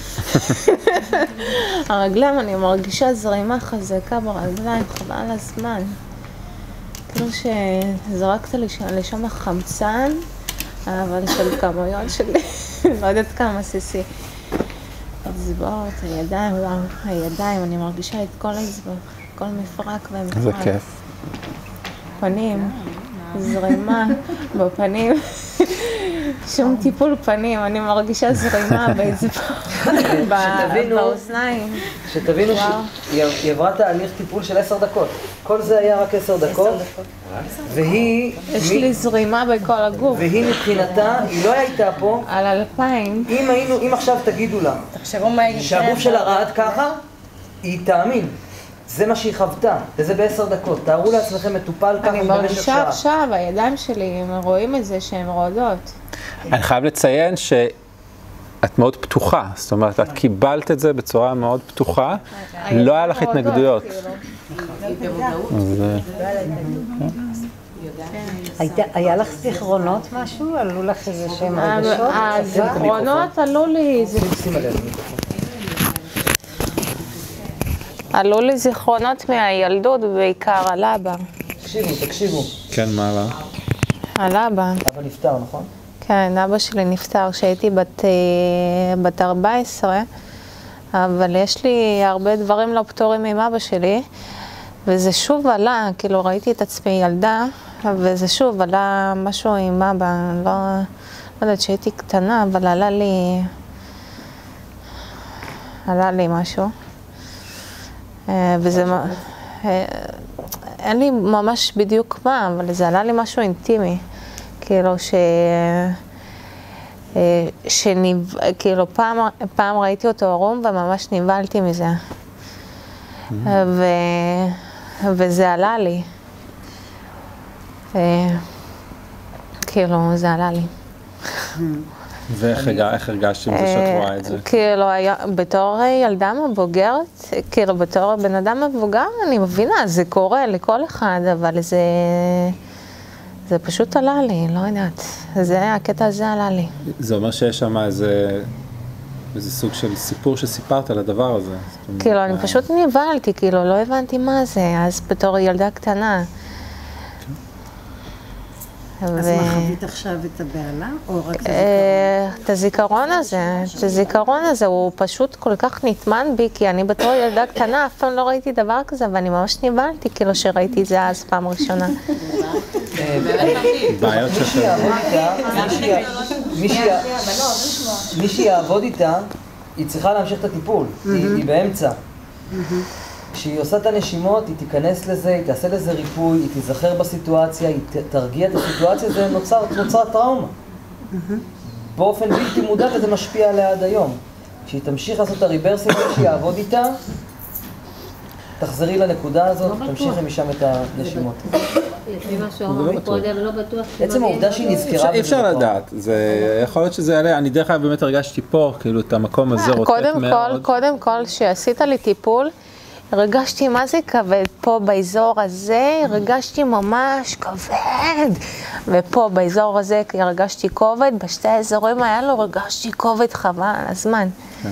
הרגליים, אני מרגישה זרימה חזקה ברגליים, חבל על הזמן. כאילו שזרקת לי לשם החמצן, אבל של כמויות שלי, לא יודעת כמה סיסי. אצבעות, הידיים, וואו, הידיים, אני מרגישה את כל האצבעות, כל מפרק ומפרק. זה כיף. פנים, זרימה בפנים, שום טיפול פנים, אני מרגישה זרימה באצבעות, באוזניים. שתבינו שהיא עברה תהליך טיפול של עשר דקות. כל זה היה רק עשר דקות, והיא... יש לי זרימה בכל הגוף. והיא מבחינתה, היא לא הייתה פה. על אלפיים. אם היינו, אם עכשיו תגידו לה, שהגוף שלה רעד ככה, היא תאמין. זה מה שהיא חוותה, וזה בעשר דקות. תארו לעצמכם מטופל ככה במשך שעה. אני מרגישה עכשיו, הידיים שלי, הם רואים את זה שהן רועדות. אני חייב לציין שאת מאוד פתוחה, זאת אומרת, את קיבלת את זה בצורה מאוד פתוחה, לא היה לך התנגדויות. היה לך זיכרונות משהו? עלו לך איזה שהם רגשות? הזיכרונות עלו לי... עלו לי זיכרונות מהילדות, בעיקר על אבא. תקשיבו, תקשיבו. כן, מה עלה? על אבא. אבא נפטר, נכון? כן, אבא שלי נפטר כשהייתי בת, בת ארבע עשרה, אבל יש לי הרבה דברים לא פתורים עם אבא שלי, וזה שוב עלה, כאילו ראיתי את עצמי ילדה, וזה שוב עלה משהו עם אבא, לא, לא יודעת שהייתי קטנה, אבל עלה לי, עלה לי משהו. וזה, אין לי ממש בדיוק מה, אבל זה עלה לי משהו אינטימי, כאילו ש... שניב... כאילו פעם, פעם ראיתי אותו ערום וממש נבלתי מזה. ו... וזה עלה לי. כאילו, זה עלה לי. ואיך הרגשת עם זה שאת רואה את זה? כאילו, בתור ילדה מבוגרת, כאילו, בתור בן אדם מבוגר, אני מבינה, זה קורה לכל אחד, אבל זה... זה פשוט עלה לי, לא יודעת. זה, הקטע הזה עלה לי. זה אומר שיש שם איזה... איזה סוג של סיפור שסיפרת על הדבר הזה. כאילו, אני פשוט נבלתי, כאילו, לא הבנתי מה זה, אז בתור ילדה קטנה. אז מה חווית עכשיו את הבעלה, או רק את הזיכרון? את הזיכרון הזה, את הזיכרון הזה, הוא פשוט כל כך נטמן בי, כי אני בתור ילדה קטנה, אף פעם לא ראיתי דבר כזה, ואני ממש נבלתי, כאילו שראיתי את זה אז פעם ראשונה. בעיות שחרר. מי שיעבוד איתה, היא צריכה להמשיך את הטיפול, היא באמצע. כשהיא עושה את הנשימות, היא תיכנס לזה, היא תעשה לזה ריפוי, היא תיזכר בסיטואציה, היא תרגיע את הסיטואציה, זה נוצר, נוצר טראומה. באופן בלתי מודע וזה משפיע עליה עד היום. כשהיא תמשיך לעשות את הריברסינג, שיעבוד איתה, תחזרי לנקודה הזאת, תמשיכי משם את הנשימות. לפי מה שאומר קודם, לא בטוח. עצם העובדה שהיא נזכרה בזה. אי אפשר לדעת, זה יכול להיות שזה יעלה, אני דרך כלל באמת הרגשתי פה, כאילו את המקום הזה רוטט מאוד. קודם כל, שעשית לי טיפול, הרגשתי מה זה כבד, פה באזור הזה הרגשתי ממש כבד, ופה באזור הזה הרגשתי כובד, בשתי האזורים האלו הרגשתי כובד חבל על הזמן.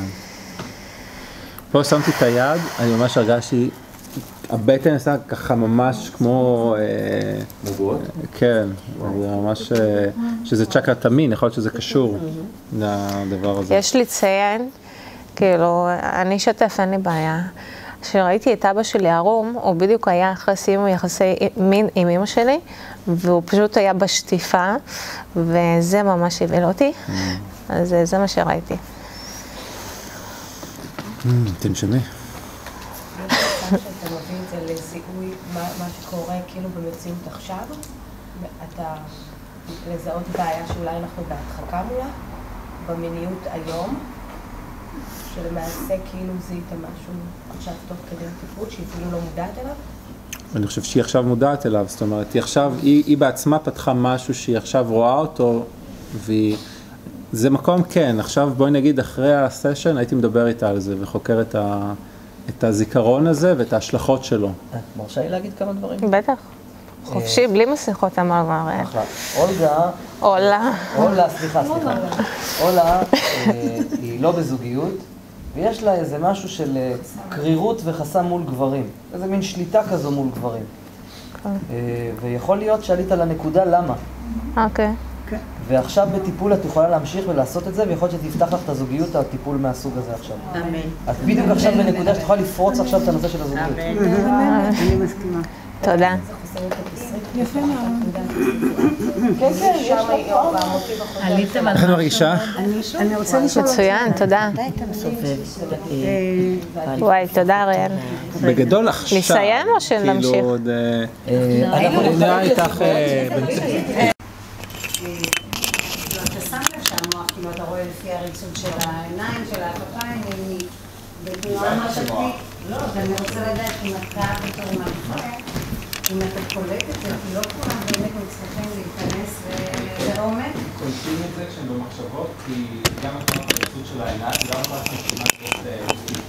פה שמתי את היד, אני ממש הרגשתי, הבטן עשה ככה ממש כמו... נגועות? כן, זה ממש, שזה צ'קרת המין, יכול להיות שזה קשור לדבר הזה. יש לציין, כאילו, אני אשתף, אין לי בעיה. כשראיתי את אבא שלי ערום, הוא בדיוק היה אחרי סיום יחסי מין עם אמא שלי, והוא פשוט היה בשטיפה, וזה ממש הביא אותי, אז זה מה שראיתי. תנשמי. שאתה מביא את זה לזיהוי מה שקורה כאילו במציאות עכשיו, אתה לזהות בעיה שאולי אנחנו בהדחקה מולה, במיניות היום, שלמעשה כאילו זיהית משהו עכשיו תוך כדי הטיפול, שהיא אפילו לא מודעת אליו? אני חושב שהיא עכשיו מודעת אליו, זאת אומרת, היא עכשיו, היא, היא בעצמה פתחה משהו שהיא עכשיו רואה אותו, והיא, זה מקום כן, עכשיו בואי נגיד אחרי הסשן הייתי מדבר איתה על זה וחוקר את, ה, את הזיכרון הזה ואת ההשלכות שלו. מרשה לי להגיד כמה דברים? בטח. חופשי, בלי מסכות אמר. אחלה. אולגה... אולה. אולה, סליחה, סליחה. אולה היא לא בזוגיות, ויש לה איזה משהו של קרירות וחסם מול גברים. איזה מין שליטה כזו מול גברים. ויכול להיות שעלית על הנקודה למה. אוקיי. ועכשיו בטיפול את יכולה להמשיך ולעשות את זה, ויכול להיות שתפתח לך את הזוגיות על טיפול מהסוג הזה עכשיו. אמן. את בדיוק עכשיו בנקודה שאת יכולה לפרוץ עכשיו את הנושא של הזוגיות. אמן. אני מסכימה. תודה. יפה מאוד. כן, כן, יש לך פעם. איך מרגישה? אני רוצה לשאול אותך. מצוין, תודה. מתי אתה מסובב? וואי, תודה אריאל. בגדול עכשיו. נסיים או שנמשיך? כאילו עוד... אנחנו נראה איתך... אתה שם לב שהמוח, כאילו אתה רואה לפי הריצות של העיניים, של הכפיים, היא בתנועה משתית. לא, ואני רוצה לדעת אם אתה בתור מנחה, אם אתה קולט את זה, כי לא כולם באמת מצליחים להיכנס לעומק. קולטים את זה כשהם במחשבות, כי גם התנועת הריצות של העיניים, גם התנועת הריצות של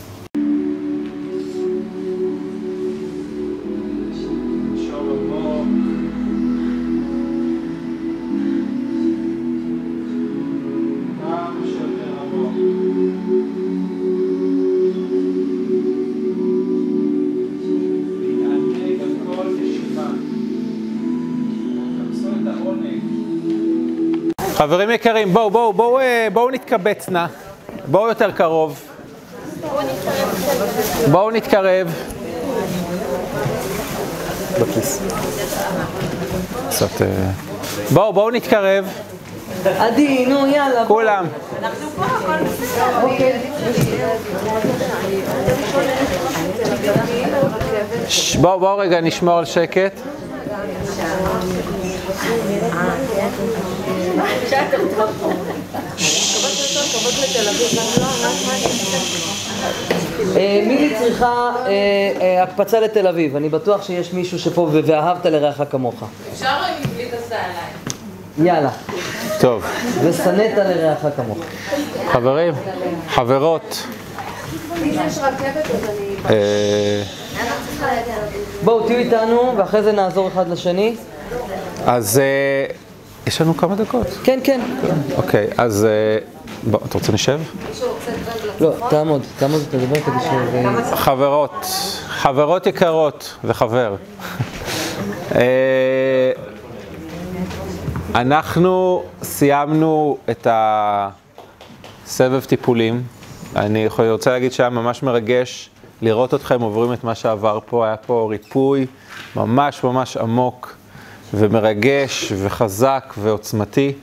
חברים יקרים, בואו, בואו, בואו, בואו נתקבץ נא. בואו יותר קרוב. בואו נתקרב. בכיס. קצת... בואו, בואו נתקרב. עדי, נו, יאללה. כולם. אנחנו פה, הכל בסדר. בואו, בואו רגע נשמור על שקט. מילי צריכה הקפצה לתל אביב, אני בטוח שיש מישהו שפה ואהבת לרעך כמוך. אפשר או אם בלי תעשה עליי? יאללה. טוב. ושנאת לרעך כמוך. חברים, חברות. אם יש רכבת אז אני... בואו תהיו איתנו ואחרי זה נעזור אחד לשני. אז יש לנו כמה דקות? כן, כן. אוקיי, אז בוא, אתה רוצה נשב? לא, תעמוד, תעמוד ותדבר כדי ש... חברות, חברות יקרות וחבר. אנחנו סיימנו את הסבב טיפולים. אני רוצה להגיד שהיה ממש מרגש לראות אתכם עוברים את מה שעבר פה. היה פה ריפוי ממש ממש עמוק ומרגש וחזק ועוצמתי.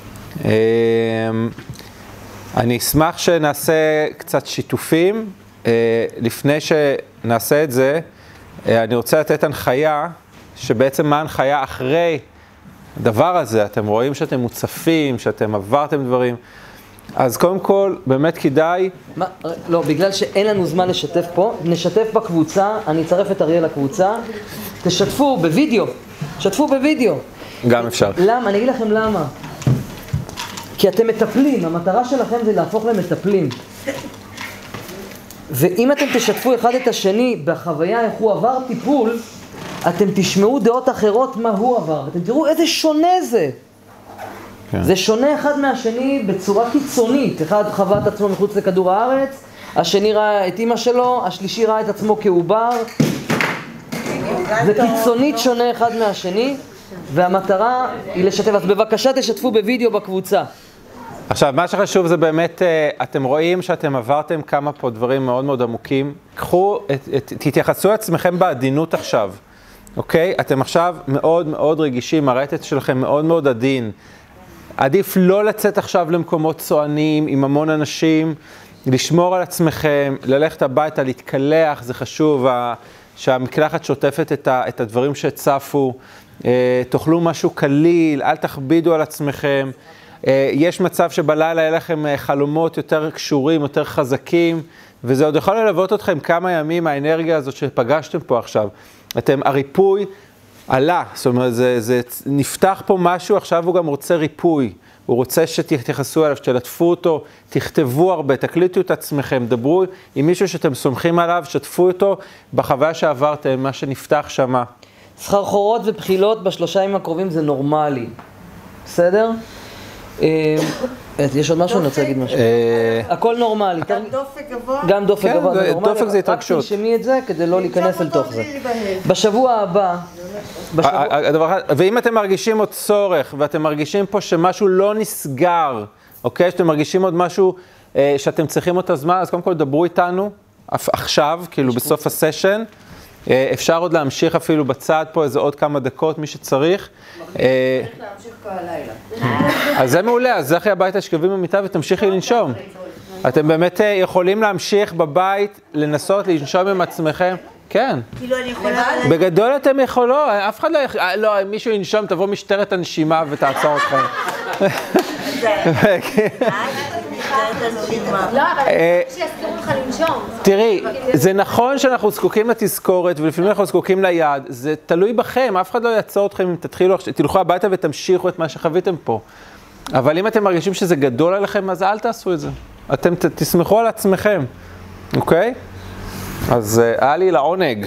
אני אשמח שנעשה קצת שיתופים. לפני שנעשה את זה, אני רוצה לתת הנחיה, שבעצם מה ההנחיה אחרי הדבר הזה. אתם רואים שאתם מוצפים, שאתם עברתם דברים. אז קודם כל, באמת כדאי... מה, לא, בגלל שאין לנו זמן לשתף פה, נשתף בקבוצה, אני אצרף את אריאל לקבוצה, תשתפו בווידאו, שתפו בווידאו. גם אפשר. למה? אני אגיד לכם למה. כי אתם מטפלים, המטרה שלכם זה להפוך למטפלים. ואם אתם תשתפו אחד את השני בחוויה איך הוא עבר טיפול, אתם תשמעו דעות אחרות מה הוא עבר, ואתם תראו איזה שונה זה. כן. זה שונה אחד מהשני בצורה קיצונית. אחד חווה את עצמו מחוץ לכדור הארץ, השני ראה את אמא שלו, השלישי ראה את עצמו כעובר. זה קיצונית שונה אחד מהשני, והמטרה היא לשתף. אז בבקשה תשתפו בווידאו בקבוצה. עכשיו, מה שחשוב זה באמת, אתם רואים שאתם עברתם כמה פה דברים מאוד מאוד עמוקים. קחו, את, את, תתייחסו לעצמכם בעדינות עכשיו, אוקיי? אתם עכשיו מאוד מאוד רגישים, הרטט שלכם מאוד מאוד עדין. עדיף לא לצאת עכשיו למקומות צוענים עם המון אנשים, לשמור על עצמכם, ללכת הביתה, להתקלח, זה חשוב, שהמקלחת שוטפת את, ה, את הדברים שצפו, תאכלו משהו קליל, אל תכבידו על עצמכם. יש מצב שבלילה יהיה לכם חלומות יותר קשורים, יותר חזקים, וזה עוד יכול ללוות אתכם כמה ימים, האנרגיה הזאת שפגשתם פה עכשיו. אתם, הריפוי עלה, זאת אומרת, זה, זה נפתח פה משהו, עכשיו הוא גם רוצה ריפוי. הוא רוצה שתתייחסו אליו, שתלטפו אותו, תכתבו הרבה, תקליטו את עצמכם, דברו עם מישהו שאתם סומכים עליו, שתפו אותו בחוויה שעברתם, מה שנפתח שמה. סחרחורות ובחילות בשלושה ימים הקרובים זה נורמלי. בסדר? יש עוד משהו? אני רוצה להגיד משהו. הכל נורמלי. גם דופק גבוה? גם דופק גבוה זה נורמלי. דופק זה התרגשות. רק תרשמי את זה כדי לא להיכנס אל תוך זה. בשבוע הבא... ואם אתם מרגישים עוד צורך, ואתם מרגישים פה שמשהו לא נסגר, אוקיי? שאתם מרגישים עוד משהו שאתם צריכים אותו זמן, אז קודם כל דברו איתנו עכשיו, כאילו בסוף הסשן. אפשר עוד להמשיך אפילו בצד פה איזה עוד כמה דקות, מי שצריך. צריך להמשיך פה הלילה. אז זה מעולה, אז לכי הביתה שכבים במיטה ותמשיכי לנשום. אתם באמת יכולים להמשיך בבית, לנסות לנשום עם עצמכם. כן. כאילו אני יכולה... בגדול אתם יכולו, אף אחד לא יכול... לא, אם מישהו ינשום, תבוא משטרת הנשימה ותעצור אתכם. לא, אבל שיזכרו לך לנשום. תראי, זה נכון שאנחנו זקוקים לתזכורת, ולפעמים אנחנו זקוקים ליד, זה תלוי בכם, אף אחד לא יעצור אתכם אם תתחילו, תלכו הביתה ותמשיכו את מה שחוויתם פה. אבל אם אתם מרגישים שזה גדול עליכם, אז אל תעשו את זה. אתם תסמכו על עצמכם, אוקיי? אז היה לי לעונג.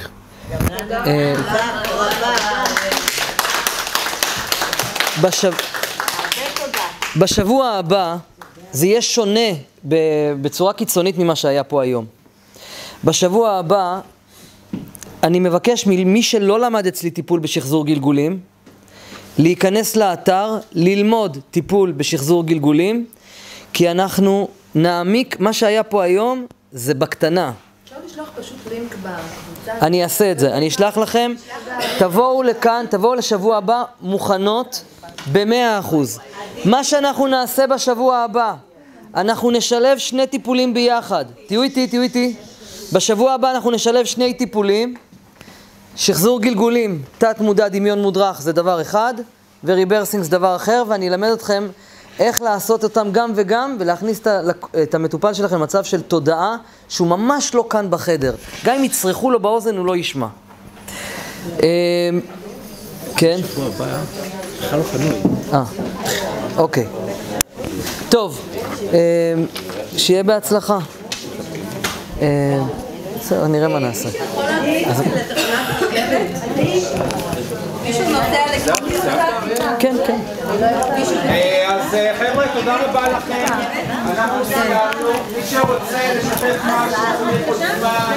בשבוע הבא זה יהיה שונה בצורה קיצונית ממה שהיה פה היום. בשבוע הבא אני מבקש ממי שלא למד אצלי טיפול בשחזור גלגולים, להיכנס לאתר, ללמוד טיפול בשחזור גלגולים, כי אנחנו נעמיק, מה שהיה פה היום זה בקטנה. אפשר לשלוח פשוט לינק בקבוצה? אני אעשה את זה, אני אשלח לכם, תבואו לכאן, תבואו לשבוע הבא מוכנות ב-מאה אחוז. מה שאנחנו נעשה בשבוע הבא, אנחנו נשלב שני טיפולים ביחד. תהיו איתי, תהיו איתי. בשבוע הבא אנחנו נשלב שני טיפולים. שחזור גלגולים, תת מודע, דמיון מודרך זה דבר אחד, וריברסינג זה דבר אחר, ואני אלמד אתכם איך לעשות אותם גם וגם, ולהכניס את המטופל שלכם למצב של תודעה, שהוא ממש לא כאן בחדר. גם אם יצרכו לו באוזן, הוא לא ישמע. כן? שבוע הבא, בכלל לא פנוי. אה, אוקיי. טוב, שיהיה בהצלחה. בסדר, נראה מה נעשה. מישהו נוטה לקרוא קצת? כן, כן. אז חבר'ה, תודה רבה לכם. אנחנו סיימנו. מי שרוצה לשתף משהו,